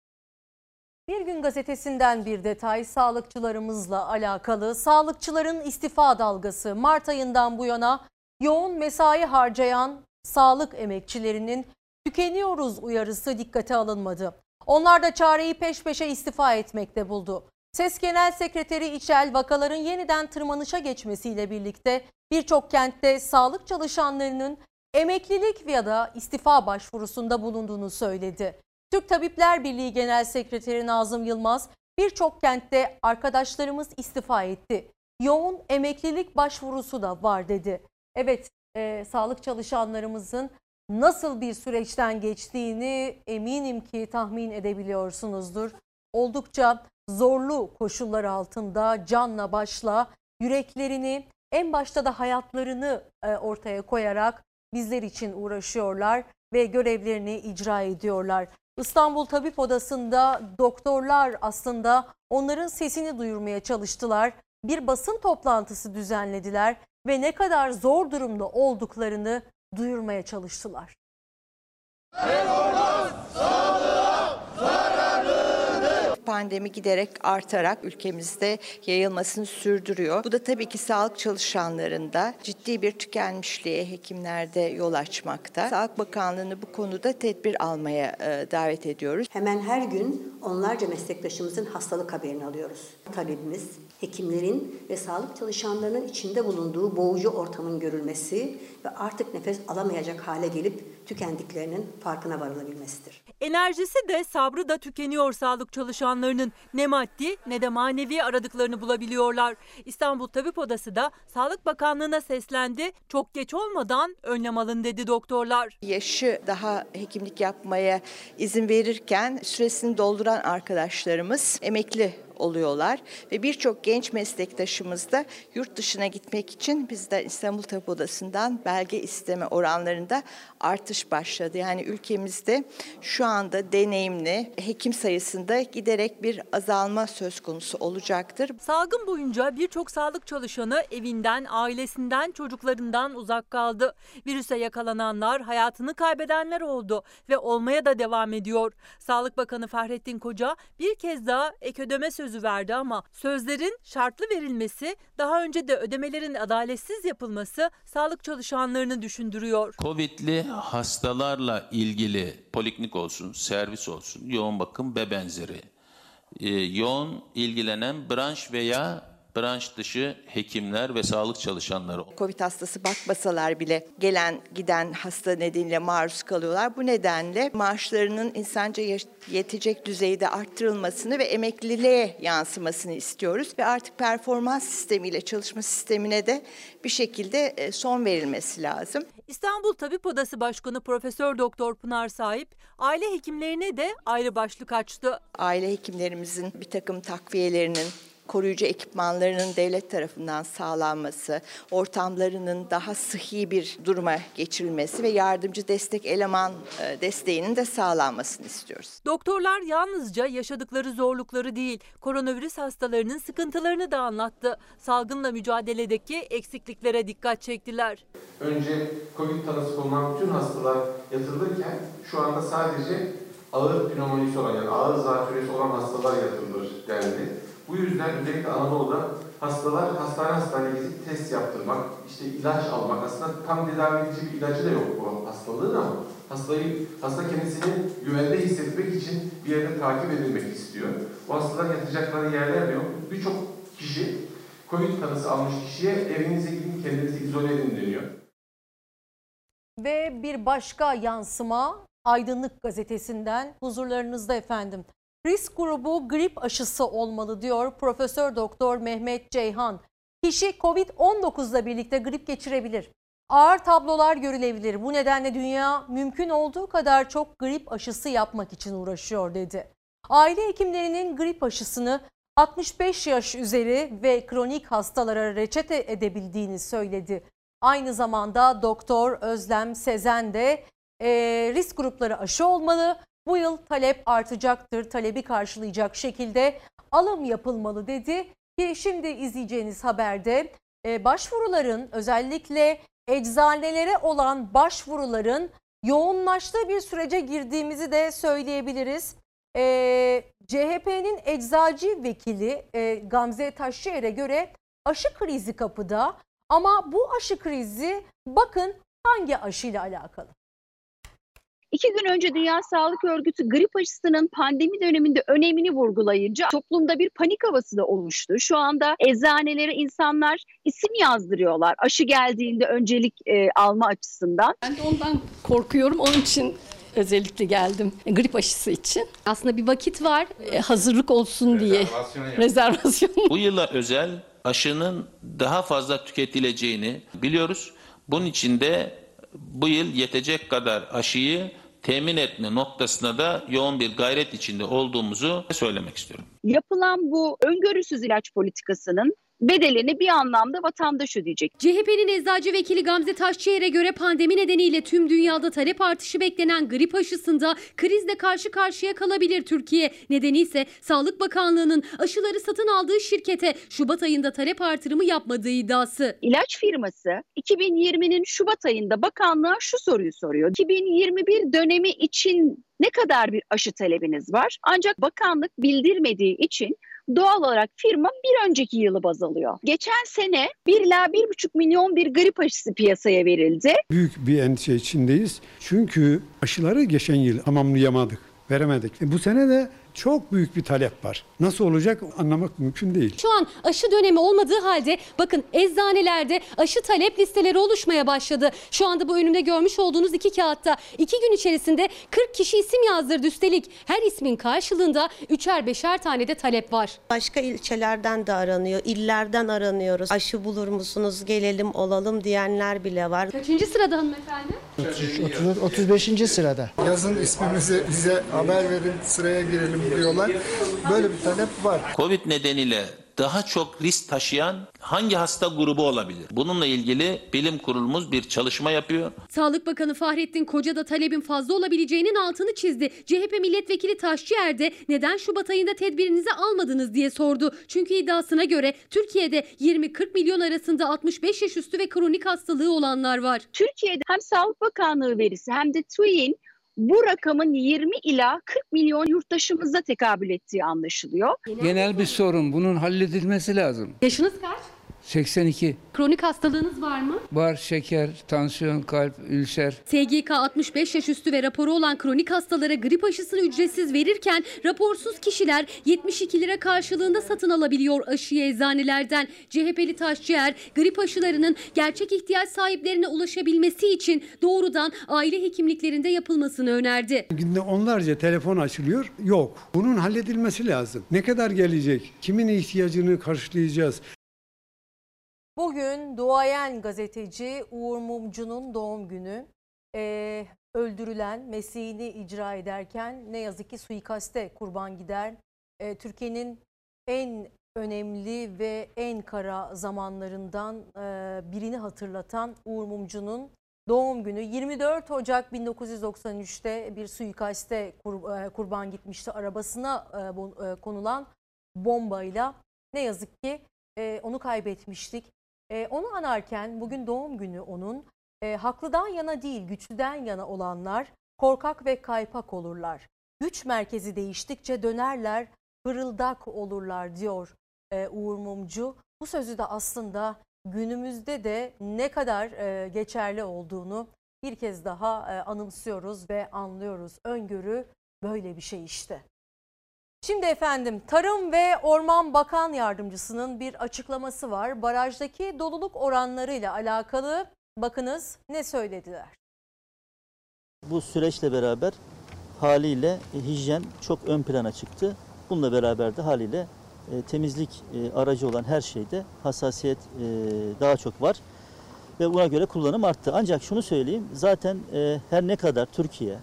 Bir Gün Gazetesi'nden bir detay sağlıkçılarımızla alakalı. Sağlıkçıların istifa dalgası. Mart ayından bu yana yoğun mesai harcayan sağlık emekçilerinin tükeniyoruz uyarısı dikkate alınmadı. Onlar da çareyi peş peşe istifa etmekte buldu. SES Genel Sekreteri İçel vakaların yeniden tırmanışa geçmesiyle birlikte birçok kentte sağlık çalışanlarının emeklilik ya da istifa başvurusunda bulunduğunu söyledi. Türk Tabipler Birliği Genel Sekreteri Nazım Yılmaz birçok kentte arkadaşlarımız istifa etti. Yoğun emeklilik başvurusu da var dedi. Evet, sağlık çalışanlarımızın nasıl bir süreçten geçtiğini eminim ki tahmin edebiliyorsunuzdur. Oldukça zorlu koşullar altında canla başla yüreklerini en başta da hayatlarını ortaya koyarak bizler için uğraşıyorlar ve görevlerini icra ediyorlar. İstanbul Tabip Odası'nda doktorlar aslında onların sesini duyurmaya çalıştılar. Bir basın toplantısı düzenlediler ve ne kadar zor durumda olduklarını duyurmaya çalıştılar. Pandemi giderek artarak ülkemizde yayılmasını sürdürüyor. Bu da tabii ki sağlık çalışanlarında ciddi bir tükenmişliğe hekimlerde yol açmakta. Sağlık Bakanlığı'nı bu konuda tedbir almaya davet ediyoruz. Hemen her gün onlarca meslektaşımızın hastalık haberini alıyoruz. Talebimiz, hekimlerin ve sağlık çalışanlarının içinde bulunduğu boğucu ortamın görülmesi ve artık nefes alamayacak hale gelip tükendiklerinin farkına varılabilmesidir. Enerjisi de sabrı da tükeniyor sağlık çalışanlarının. Ne maddi ne de manevi aradıklarını bulabiliyorlar. İstanbul Tabip Odası da Sağlık Bakanlığı'na seslendi. Çok geç olmadan önlem alın dedi doktorlar. Yaşı daha hekimlik yapmaya izin verirken süresini dolduran arkadaşlarımız emekli oluyorlar ve birçok genç meslektaşımız da yurt dışına gitmek için bizden İstanbul Tabip Odası'ndan belge isteme oranlarında artış başladı. Yani ülkemizde şu anda deneyimli hekim sayısında giderek bir azalma söz konusu olacaktır. Salgın boyunca birçok sağlık çalışanı evinden, ailesinden, çocuklarından uzak kaldı. Virüse yakalananlar, hayatını kaybedenler oldu ve olmaya da devam ediyor. Sağlık Bakanı Fahrettin Koca bir kez daha ek ödeme sözü verdi ama sözlerin şartlı verilmesi, daha önce de ödemelerin adaletsiz yapılması sağlık çalışanlarını düşündürüyor. Covid'li hastalarla ilgili poliklinik olsun, servis olsun, yoğun bakım ve benzeri yoğun ilgilenen branş veya branş dışı hekimler ve sağlık çalışanları. Covid hastası bakmasalar bile gelen giden hasta nedeniyle maruz kalıyorlar. Bu nedenle maaşlarının insanca yetecek düzeyde arttırılmasını ve emekliliğe yansımasını istiyoruz. Ve artık performans sistemiyle çalışma sistemine de bir şekilde son verilmesi lazım. İstanbul Tabip Odası Başkanı Profesör Doktor Pınar Sahip, aile hekimlerine de ayrı başlık açtı. Aile hekimlerimizin bir takım takviyelerinin, koruyucu ekipmanlarının devlet tarafından sağlanması, ortamlarının daha sıhhi bir duruma geçirilmesi ve yardımcı destek eleman desteğinin de sağlanmasını istiyoruz. Doktorlar yalnızca yaşadıkları zorlukları değil, koronavirüs hastalarının sıkıntılarını da anlattı. Salgınla mücadeledeki eksikliklere dikkat çektiler. Önce Covid tanısı konulan bütün hastalar yatırılırken şu anda sadece ağır pnömonisi olan, yani ağır zatürresi olan hastalar yatırılır dendi. Bu yüzden özellikle Anadolu'da hastalar hastane gezip test yaptırmak, işte ilaç almak, aslında tam tedavi edici bir ilacı da yok bu hastalığın ama hasta kendisini güvende hissetmek için bir yerde takip edilmek istiyor. Bu hastalar yatacakları yerler de yok. Birçok kişi Covid tanısı almış kişiye evinize gidin, kendinizi izole edin deniyor. Ve bir başka yansıma Aydınlık Gazetesi'nden huzurlarınızda efendim. Risk grubu grip aşısı olmalı diyor Profesör Doktor Mehmet Ceyhan. Kişi Covid-19'la birlikte grip geçirebilir. Ağır tablolar görülebilir. Bu nedenle dünya mümkün olduğu kadar çok grip aşısı yapmak için uğraşıyor dedi. Aile hekimlerinin grip aşısını 65 yaş üzeri ve kronik hastalara reçete edebildiğini söyledi. Aynı zamanda Doktor Özlem Sezen de risk grupları aşı olmalı. Bu yıl talep artacaktır. Talebi karşılayacak şekilde alım yapılmalı dedi ki şimdi izleyeceğiniz haberde başvuruların, özellikle eczanelere olan başvuruların yoğunlaştığı bir sürece girdiğimizi de söyleyebiliriz. CHP'nin eczacı vekili Gamze Taşçıyer'e göre aşı krizi kapıda ama bu aşı krizi bakın hangi aşıyla alakalı? 2 gün önce Dünya Sağlık Örgütü grip aşısının pandemi döneminde önemini vurgulayınca toplumda bir panik havası da oluştu. Şu anda eczanelere insanlar isim yazdırıyorlar aşı geldiğinde öncelik alma açısından. Ben de ondan korkuyorum, onun için özellikle geldim grip aşısı için. Aslında bir vakit var, hazırlık olsun diye. Rezervasyon. Bu yıla özel aşının daha fazla tüketileceğini biliyoruz. Bunun için de bu yıl yetecek kadar aşıyı temin etme noktasına da yoğun bir gayret içinde olduğumuzu söylemek istiyorum. Yapılan bu öngörüsüz ilaç politikasının bedelini bir anlamda vatandaş ödeyecek. CHP'nin eczacı vekili Gamze Taşçıyer'e göre pandemi nedeniyle tüm dünyada talep artışı beklenen grip aşısında krizle karşı karşıya kalabilir Türkiye. Nedeni ise Sağlık Bakanlığı'nın aşıları satın aldığı şirkete Şubat ayında talep artırımı yapmadığı iddiası. İlaç firması 2020'nin Şubat ayında bakanlığa şu soruyu soruyor. 2021 dönemi için ne kadar bir aşı talebiniz var? Ancak bakanlık bildirmediği için doğal olarak firma bir önceki yılı baz alıyor. Geçen sene 1 ila 1,5 milyon bir grip aşısı piyasaya verildi. Büyük bir endişe içindeyiz. Çünkü aşıları geçen yıl tamamlayamadık, veremedik. Bu sene de çok büyük bir talep var. Nasıl olacak anlamak mümkün değil. Şu an aşı dönemi olmadığı halde bakın eczanelerde aşı talep listeleri oluşmaya başladı. Şu anda bu önümde görmüş olduğunuz 2 kağıtta 2 gün içerisinde 40 kişi isim yazdırdı. Üstelik her ismin karşılığında 3'er 5'er tane de talep var. Başka ilçelerden de aranıyor, illerden aranıyoruz. Aşı bulur musunuz, gelelim olalım diyenler bile var. Kaçıncı sırada hanımefendi? 35. sırada. Yazın ismimizi bize haber verin, sıraya girelim diyorlar. Böyle bir talep var. Covid nedeniyle daha çok risk taşıyan hangi hasta grubu olabilir? Bununla ilgili bilim kurulumuz bir çalışma yapıyor. Sağlık Bakanı Fahrettin Koca da talebin fazla olabileceğinin altını çizdi. CHP milletvekili Taşçıer de neden Şubat ayında tedbirinizi almadınız diye sordu. Çünkü iddiasına göre Türkiye'de 20-40 milyon arasında 65 yaş üstü ve kronik hastalığı olanlar var. Türkiye'de hem Sağlık Bakanlığı verisi hem de TÜİ'nin bu rakamın 20 ila 40 milyon yurttaşımıza tekabül ettiği anlaşılıyor. Genel bir sorun. Bunun halledilmesi lazım. Yaşınız kaç? 82. Kronik hastalığınız var mı? Var, şeker, tansiyon, kalp, ülser. SGK 65 yaş üstü ve raporu olan kronik hastalara grip aşısını ücretsiz verirken raporsuz kişiler 72 lira karşılığında satın alabiliyor aşıyı eczanelerden. CHP'li Taşçıer, grip aşılarının gerçek ihtiyaç sahiplerine ulaşabilmesi için doğrudan aile hekimliklerinde yapılmasını önerdi. Günde onlarca telefon açılıyor. Yok. Bunun halledilmesi lazım. Ne kadar gelecek? Kimin ihtiyacını karşılayacağız? Bugün duayen gazeteci Uğur Mumcu'nun doğum günü. Öldürülen, mesleğini icra ederken ne yazık ki suikaste kurban gider. Türkiye'nin en önemli ve en kara zamanlarından birini hatırlatan Uğur Mumcu'nun doğum günü. 24 Ocak 1993'te bir suikaste kurban gitmişti. Arabasına konulan bombayla ne yazık ki onu kaybetmiştik. Onu anarken bugün doğum günü onun. Haklıdan yana değil, güçlüden yana olanlar korkak ve kaypak olurlar. Güç merkezi değiştikçe dönerler, fırıldak olurlar diyor Uğur Mumcu. Bu sözü de aslında günümüzde de ne kadar geçerli olduğunu bir kez daha anımsıyoruz ve anlıyoruz. Öngörü böyle bir şey işte. Şimdi efendim, Tarım ve Orman Bakan Yardımcısının bir açıklaması var. Barajdaki doluluk oranlarıyla alakalı bakınız ne söylediler. Bu süreçle beraber haliyle hijyen çok ön plana çıktı. Bununla beraber de haliyle temizlik aracı olan her şeyde hassasiyet daha çok var. Ve buna göre kullanım arttı. Ancak şunu söyleyeyim, zaten her ne kadar Türkiye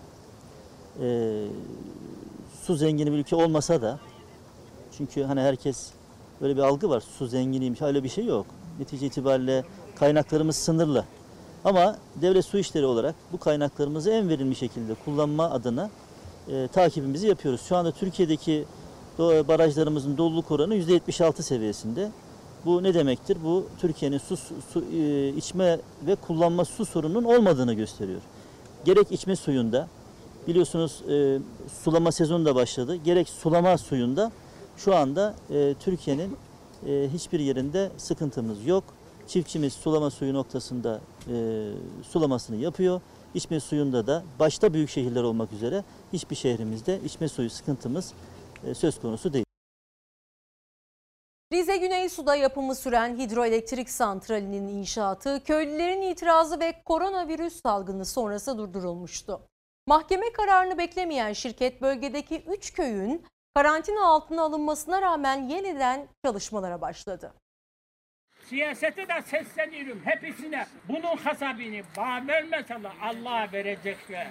su zengini bir ülke olmasa da, çünkü hani herkes böyle bir algı var, su zenginiymiş, öyle bir şey yok. Netice itibariyle kaynaklarımız sınırlı. Ama devlet su işleri olarak bu kaynaklarımızı en verimli şekilde kullanma adına takibimizi yapıyoruz. Şu anda Türkiye'deki barajlarımızın doluluk oranı %76 seviyesinde. Bu ne demektir? Bu Türkiye'nin içme ve kullanma su sorununun olmadığını gösteriyor. Gerek içme suyunda, biliyorsunuz sulama sezonu da başladı. Gerek sulama suyunda şu anda Türkiye'nin hiçbir yerinde sıkıntımız yok. Çiftçimiz sulama suyu noktasında sulamasını yapıyor. İçme suyunda da başta büyük şehirler olmak üzere hiçbir şehrimizde içme suyu sıkıntımız söz konusu değil. Rize Güneysu'da yapımı süren hidroelektrik santralinin inşaatı köylülerin itirazı ve koronavirüs salgını sonrası durdurulmuştu. Mahkeme kararını beklemeyen şirket bölgedeki 3 köyün karantina altına alınmasına rağmen yeniden çalışmalara başladı. Siyasete de sesleniyorum hepsine. Bunun hesabını bana vermeseler Allah'a verecekler.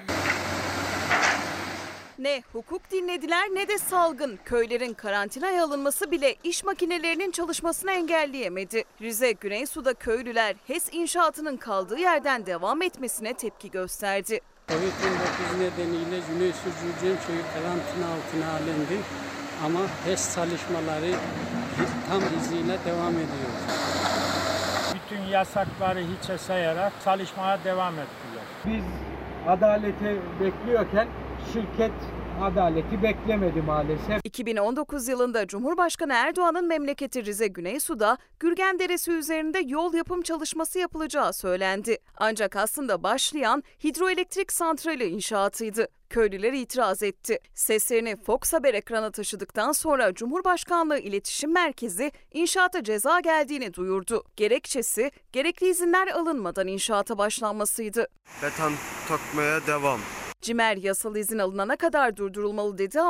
Ne hukuk dinlediler ne de salgın. Köylerin karantinaya alınması bile iş makinelerinin çalışmasını engelleyemedi. Rize Güneysu'da köylüler HES inşaatının kaldığı yerden devam etmesine tepki gösterdi. Covid-19 nedeniyle Güneysu Cürcenköy'ü karantina altına alındı ama HES çalışmaları tam hızıyla devam ediyor. Bütün yasakları hiçe sayarak çalışmaya devam ettiler. Biz adaleti bekliyorken şirket adaleti beklemedi maalesef. 2019 yılında Cumhurbaşkanı Erdoğan'ın memleketi Rize Güneysu'da Gürgen Deresi üzerinde yol yapım çalışması yapılacağı söylendi. Ancak aslında başlayan hidroelektrik santrali inşaatıydı. Köylüler itiraz etti. Seslerini Fox Haber ekrana taşıdıktan sonra Cumhurbaşkanlığı İletişim Merkezi inşaata ceza geldiğini duyurdu. Gerekçesi gerekli izinler alınmadan inşaata başlanmasıydı. Beton takmaya devam. CİMER yasal izin alınana kadar durdurulmalı dedi ama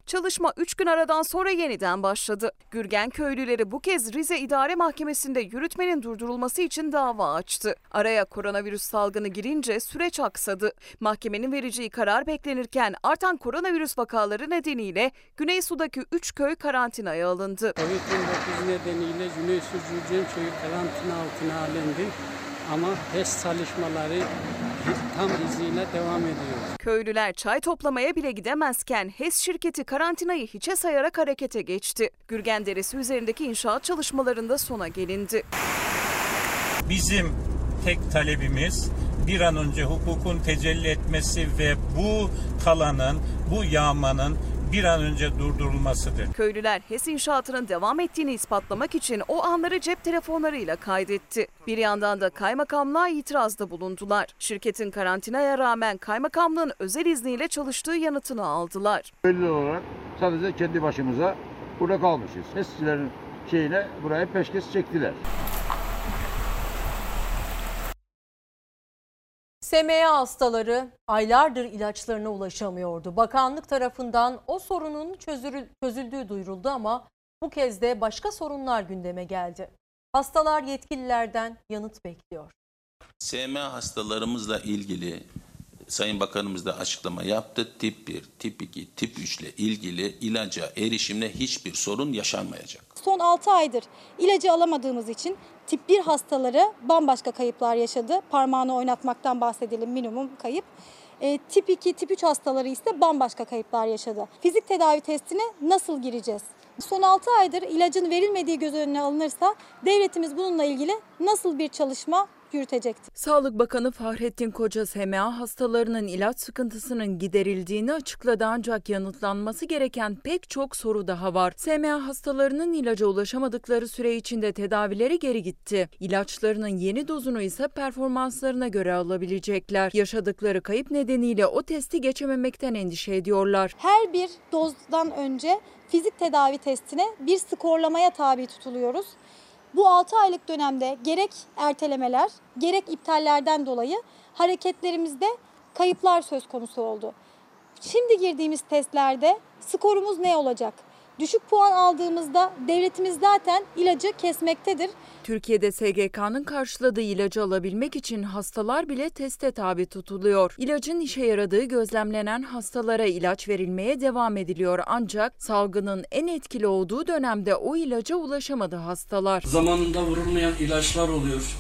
Çalışma 3 gün aradan sonra yeniden başladı. Gürgen köylüleri bu kez Rize İdare Mahkemesi'nde yürütmenin durdurulması için dava açtı. Araya koronavirüs salgını girince süreç aksadı. Mahkemenin vereceği karar beklenirken artan koronavirüs vakaları nedeniyle Güneysu'daki 3 köy karantinaya alındı. Covid-19 nedeniyle Güneysu Cürcen köyü karantina altına alındı. Ama HES çalışmaları tam hızıyla devam ediyor. Köylüler çay toplamaya bile gidemezken HES şirketi karantinayı hiçe sayarak harekete geçti. Gürgen Deresi üzerindeki inşaat çalışmalarında sona gelindi. Bizim tek talebimiz bir an önce hukukun tecelli etmesi ve bu talanın, bu yağmanın bir an önce durdurulmasıdır. Köylüler HES inşaatının devam ettiğini ispatlamak için o anları cep telefonlarıyla kaydetti. Bir yandan da kaymakamlığa itirazda bulundular. Şirketin karantinaya rağmen kaymakamlığın özel izniyle çalıştığı yanıtını aldılar. Köylüler olarak sadece kendi başımıza burada kalmışız. HES'çilerin şeyine buraya peşkeş çektiler. SMA hastaları aylardır ilaçlarına ulaşamıyordu. Bakanlık tarafından o sorunun çözüldüğü duyuruldu ama bu kez de başka sorunlar gündeme geldi. Hastalar yetkililerden yanıt bekliyor. SMA hastalarımızla ilgili Sayın Bakanımız da açıklama yaptı. Tip 1, tip 2, tip 3 ile ilgili ilaca erişimle hiçbir sorun yaşanmayacak. Son 6 aydır ilacı alamadığımız için tip 1 hastaları bambaşka kayıplar yaşadı. Parmağını oynatmaktan bahsedelim, minimum kayıp. Tip 2, tip 3 hastaları ise bambaşka kayıplar yaşadı. Fizik tedavi testine nasıl gireceğiz? Son 6 aydır ilacın verilmediği göz önüne alınırsa devletimiz bununla ilgili nasıl bir çalışma yürütecektir? Sağlık Bakanı Fahrettin Koca SMA hastalarının ilaç sıkıntısının giderildiğini açıkladı ancak yanıtlanması gereken pek çok soru daha var. SMA hastalarının ilaca ulaşamadıkları süre içinde tedavileri geri gitti. İlaçlarının yeni dozunu ise performanslarına göre alabilecekler. Yaşadıkları kayıp nedeniyle o testi geçememekten endişe ediyorlar. Her bir dozdan önce fizik tedavi testine bir skorlamaya tabi tutuluyoruz. Bu 6 aylık dönemde gerek ertelemeler, gerek iptallerden dolayı hareketlerimizde kayıplar söz konusu oldu. Şimdi girdiğimiz testlerde skorumuz ne olacak? Düşük puan aldığımızda devletimiz zaten ilacı kesmektedir. Türkiye'de SGK'nın karşıladığı ilacı alabilmek için hastalar bile teste tabi tutuluyor. İlacın işe yaradığı gözlemlenen hastalara ilaç verilmeye devam ediliyor ancak salgının en etkili olduğu dönemde o ilaca ulaşamadı hastalar. Zamanında vurulmayan ilaçlar oluyor.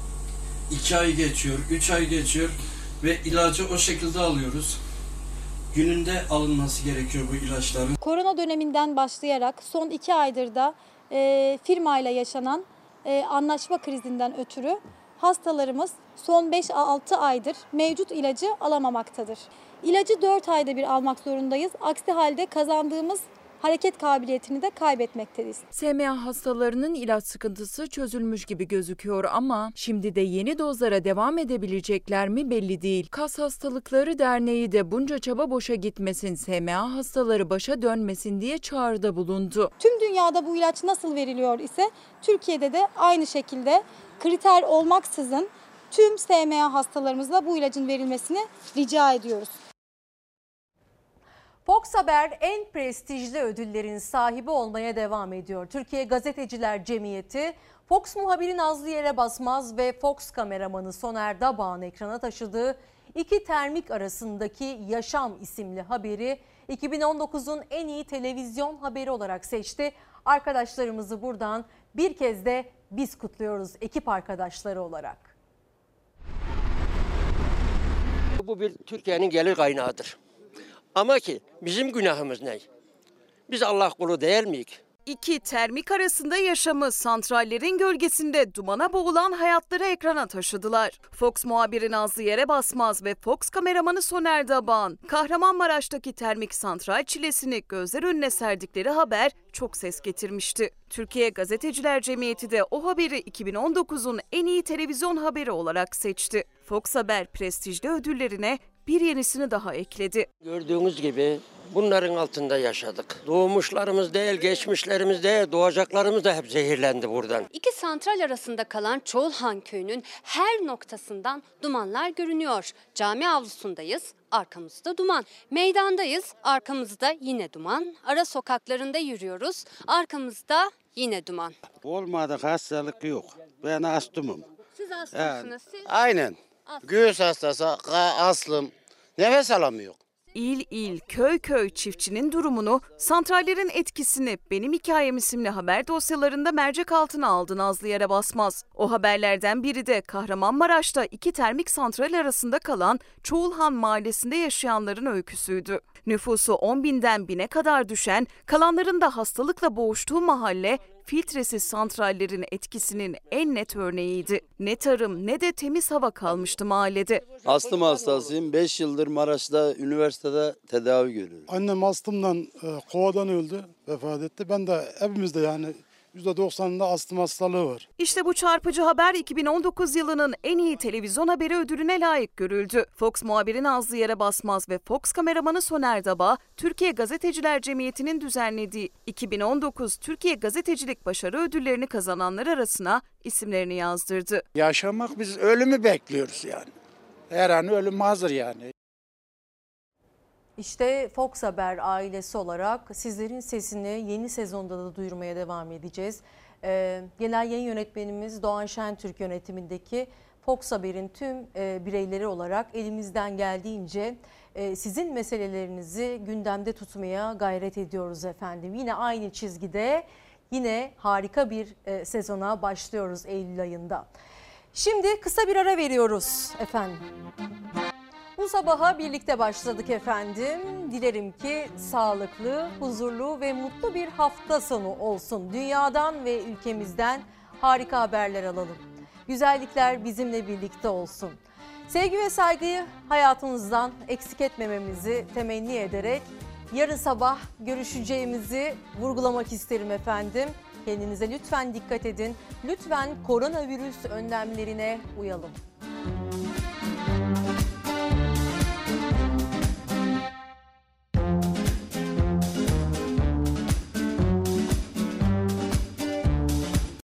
2 ay geçiyor, 3 ay geçiyor ve ilacı o şekilde alıyoruz. Gününde alınması gerekiyor bu ilaçların. Korona döneminden başlayarak son 2 aydır da firmayla yaşanan anlaşma krizinden ötürü hastalarımız son 5-6 aydır mevcut ilacı alamamaktadır. İlacı 4 ayda bir almak zorundayız. Aksi halde kazandığımız hareket kabiliyetini de kaybetmekteyiz. SMA hastalarının ilaç sıkıntısı çözülmüş gibi gözüküyor ama şimdi de yeni dozlara devam edebilecekler mi belli değil. Kas Hastalıkları Derneği de bunca çaba boşa gitmesin, SMA hastaları başa dönmesin diye çağrıda bulundu. Tüm dünyada bu ilaç nasıl veriliyor ise Türkiye'de de aynı şekilde kriter olmaksızın tüm SMA hastalarımızla bu ilacın verilmesini rica ediyoruz. Fox Haber en prestijli ödüllerin sahibi olmaya devam ediyor. Türkiye Gazeteciler Cemiyeti, Fox muhabiri Nazlı Yerebasmaz ve Fox kameramanı Soner Dabağ'ın ekrana taşıdığı İki Termik Arasındaki Yaşam isimli haberi 2019'un en iyi televizyon haberi olarak seçti. Arkadaşlarımızı buradan bir kez de biz kutluyoruz ekip arkadaşları olarak. Bu bir Türkiye'nin gelir kaynağıdır. Ama ki bizim günahımız ne? Biz Allah kulu değil miyiz? İki termik arasında yaşamı, santrallerin gölgesinde dumana boğulan hayatları ekrana taşıdılar. Fox muhabiri Nazlı Yerebasmaz ve Fox kameramanı Soner Dabağ'ın Kahramanmaraş'taki termik santral çilesini gözler önüne serdikleri haber çok ses getirmişti. Türkiye Gazeteciler Cemiyeti de o haberi 2019'un en iyi televizyon haberi olarak seçti. Fox Haber prestijli ödüllerine bir yenisini daha ekledi. Gördüğünüz gibi bunların altında yaşadık. Doğmuşlarımız değil, geçmişlerimiz değil, doğacaklarımız da hep zehirlendi buradan. İki santral arasında kalan Çoğulhan Köyü'nün her noktasından dumanlar görünüyor. Cami avlusundayız. arkamızda duman. Meydandayız, arkamızda yine duman. Ara sokaklarında yürüyoruz, arkamızda yine duman. Olmadık hastalık yok. Ben astımım. Siz hastasınız, siz? Aynen. Göğüs hastası, aslım. Nefes alamıyor. İl il, köy köy çiftçinin durumunu, santrallerin etkisini Benim Hikayem isimli haber dosyalarında mercek altına aldı Nazlı Yere Basmaz. O haberlerden biri de Kahramanmaraş'ta 2 termik santral arasında kalan Çoğulhan mahallesinde yaşayanların öyküsüydü. Nüfusu 10.000'den 1000'e kadar düşen, kalanların da hastalıkla boğuştuğu mahalle, filtresiz santrallerin etkisinin en net örneğiydi. Ne tarım ne de temiz hava kalmıştı mahallede. Astım hastasıyım. 5 yıldır Maraş'ta üniversitede tedavi görüyorum. Annem astımdan, kovadan öldü, vefat etti. Ben de hepimizde yani %90'ında astım hastalığı var. İşte bu çarpıcı haber 2019 yılının en iyi televizyon haberi ödülüne layık görüldü. Fox muhabiri Nazlı Yere Basmaz ve Fox kameramanı Soner Daba, Türkiye Gazeteciler Cemiyeti'nin düzenlediği 2019 Türkiye Gazetecilik Başarı Ödülleri'ni kazananlar arasına isimlerini yazdırdı. Yaşamak, biz ölümü bekliyoruz yani. Her an ölüm hazır yani. İşte Fox Haber ailesi olarak sizlerin sesini yeni sezonda da duyurmaya devam edeceğiz. Genel yayın yönetmenimiz Doğan Şentürk yönetimindeki Fox Haber'in tüm bireyleri olarak elimizden geldiğince sizin meselelerinizi gündemde tutmaya gayret ediyoruz efendim. Yine aynı çizgide, yine harika bir sezona başlıyoruz Eylül ayında. Şimdi kısa bir ara veriyoruz efendim. Bu sabaha birlikte başladık efendim. Dilerim ki sağlıklı, huzurlu ve mutlu bir hafta sonu olsun. Dünyadan ve ülkemizden harika haberler alalım. Güzellikler bizimle birlikte olsun. Sevgi ve saygıyı hayatımızdan eksik etmememizi temenni ederek yarın sabah görüşeceğimizi vurgulamak isterim efendim. Kendinize lütfen dikkat edin. Lütfen koronavirüs önlemlerine uyalım.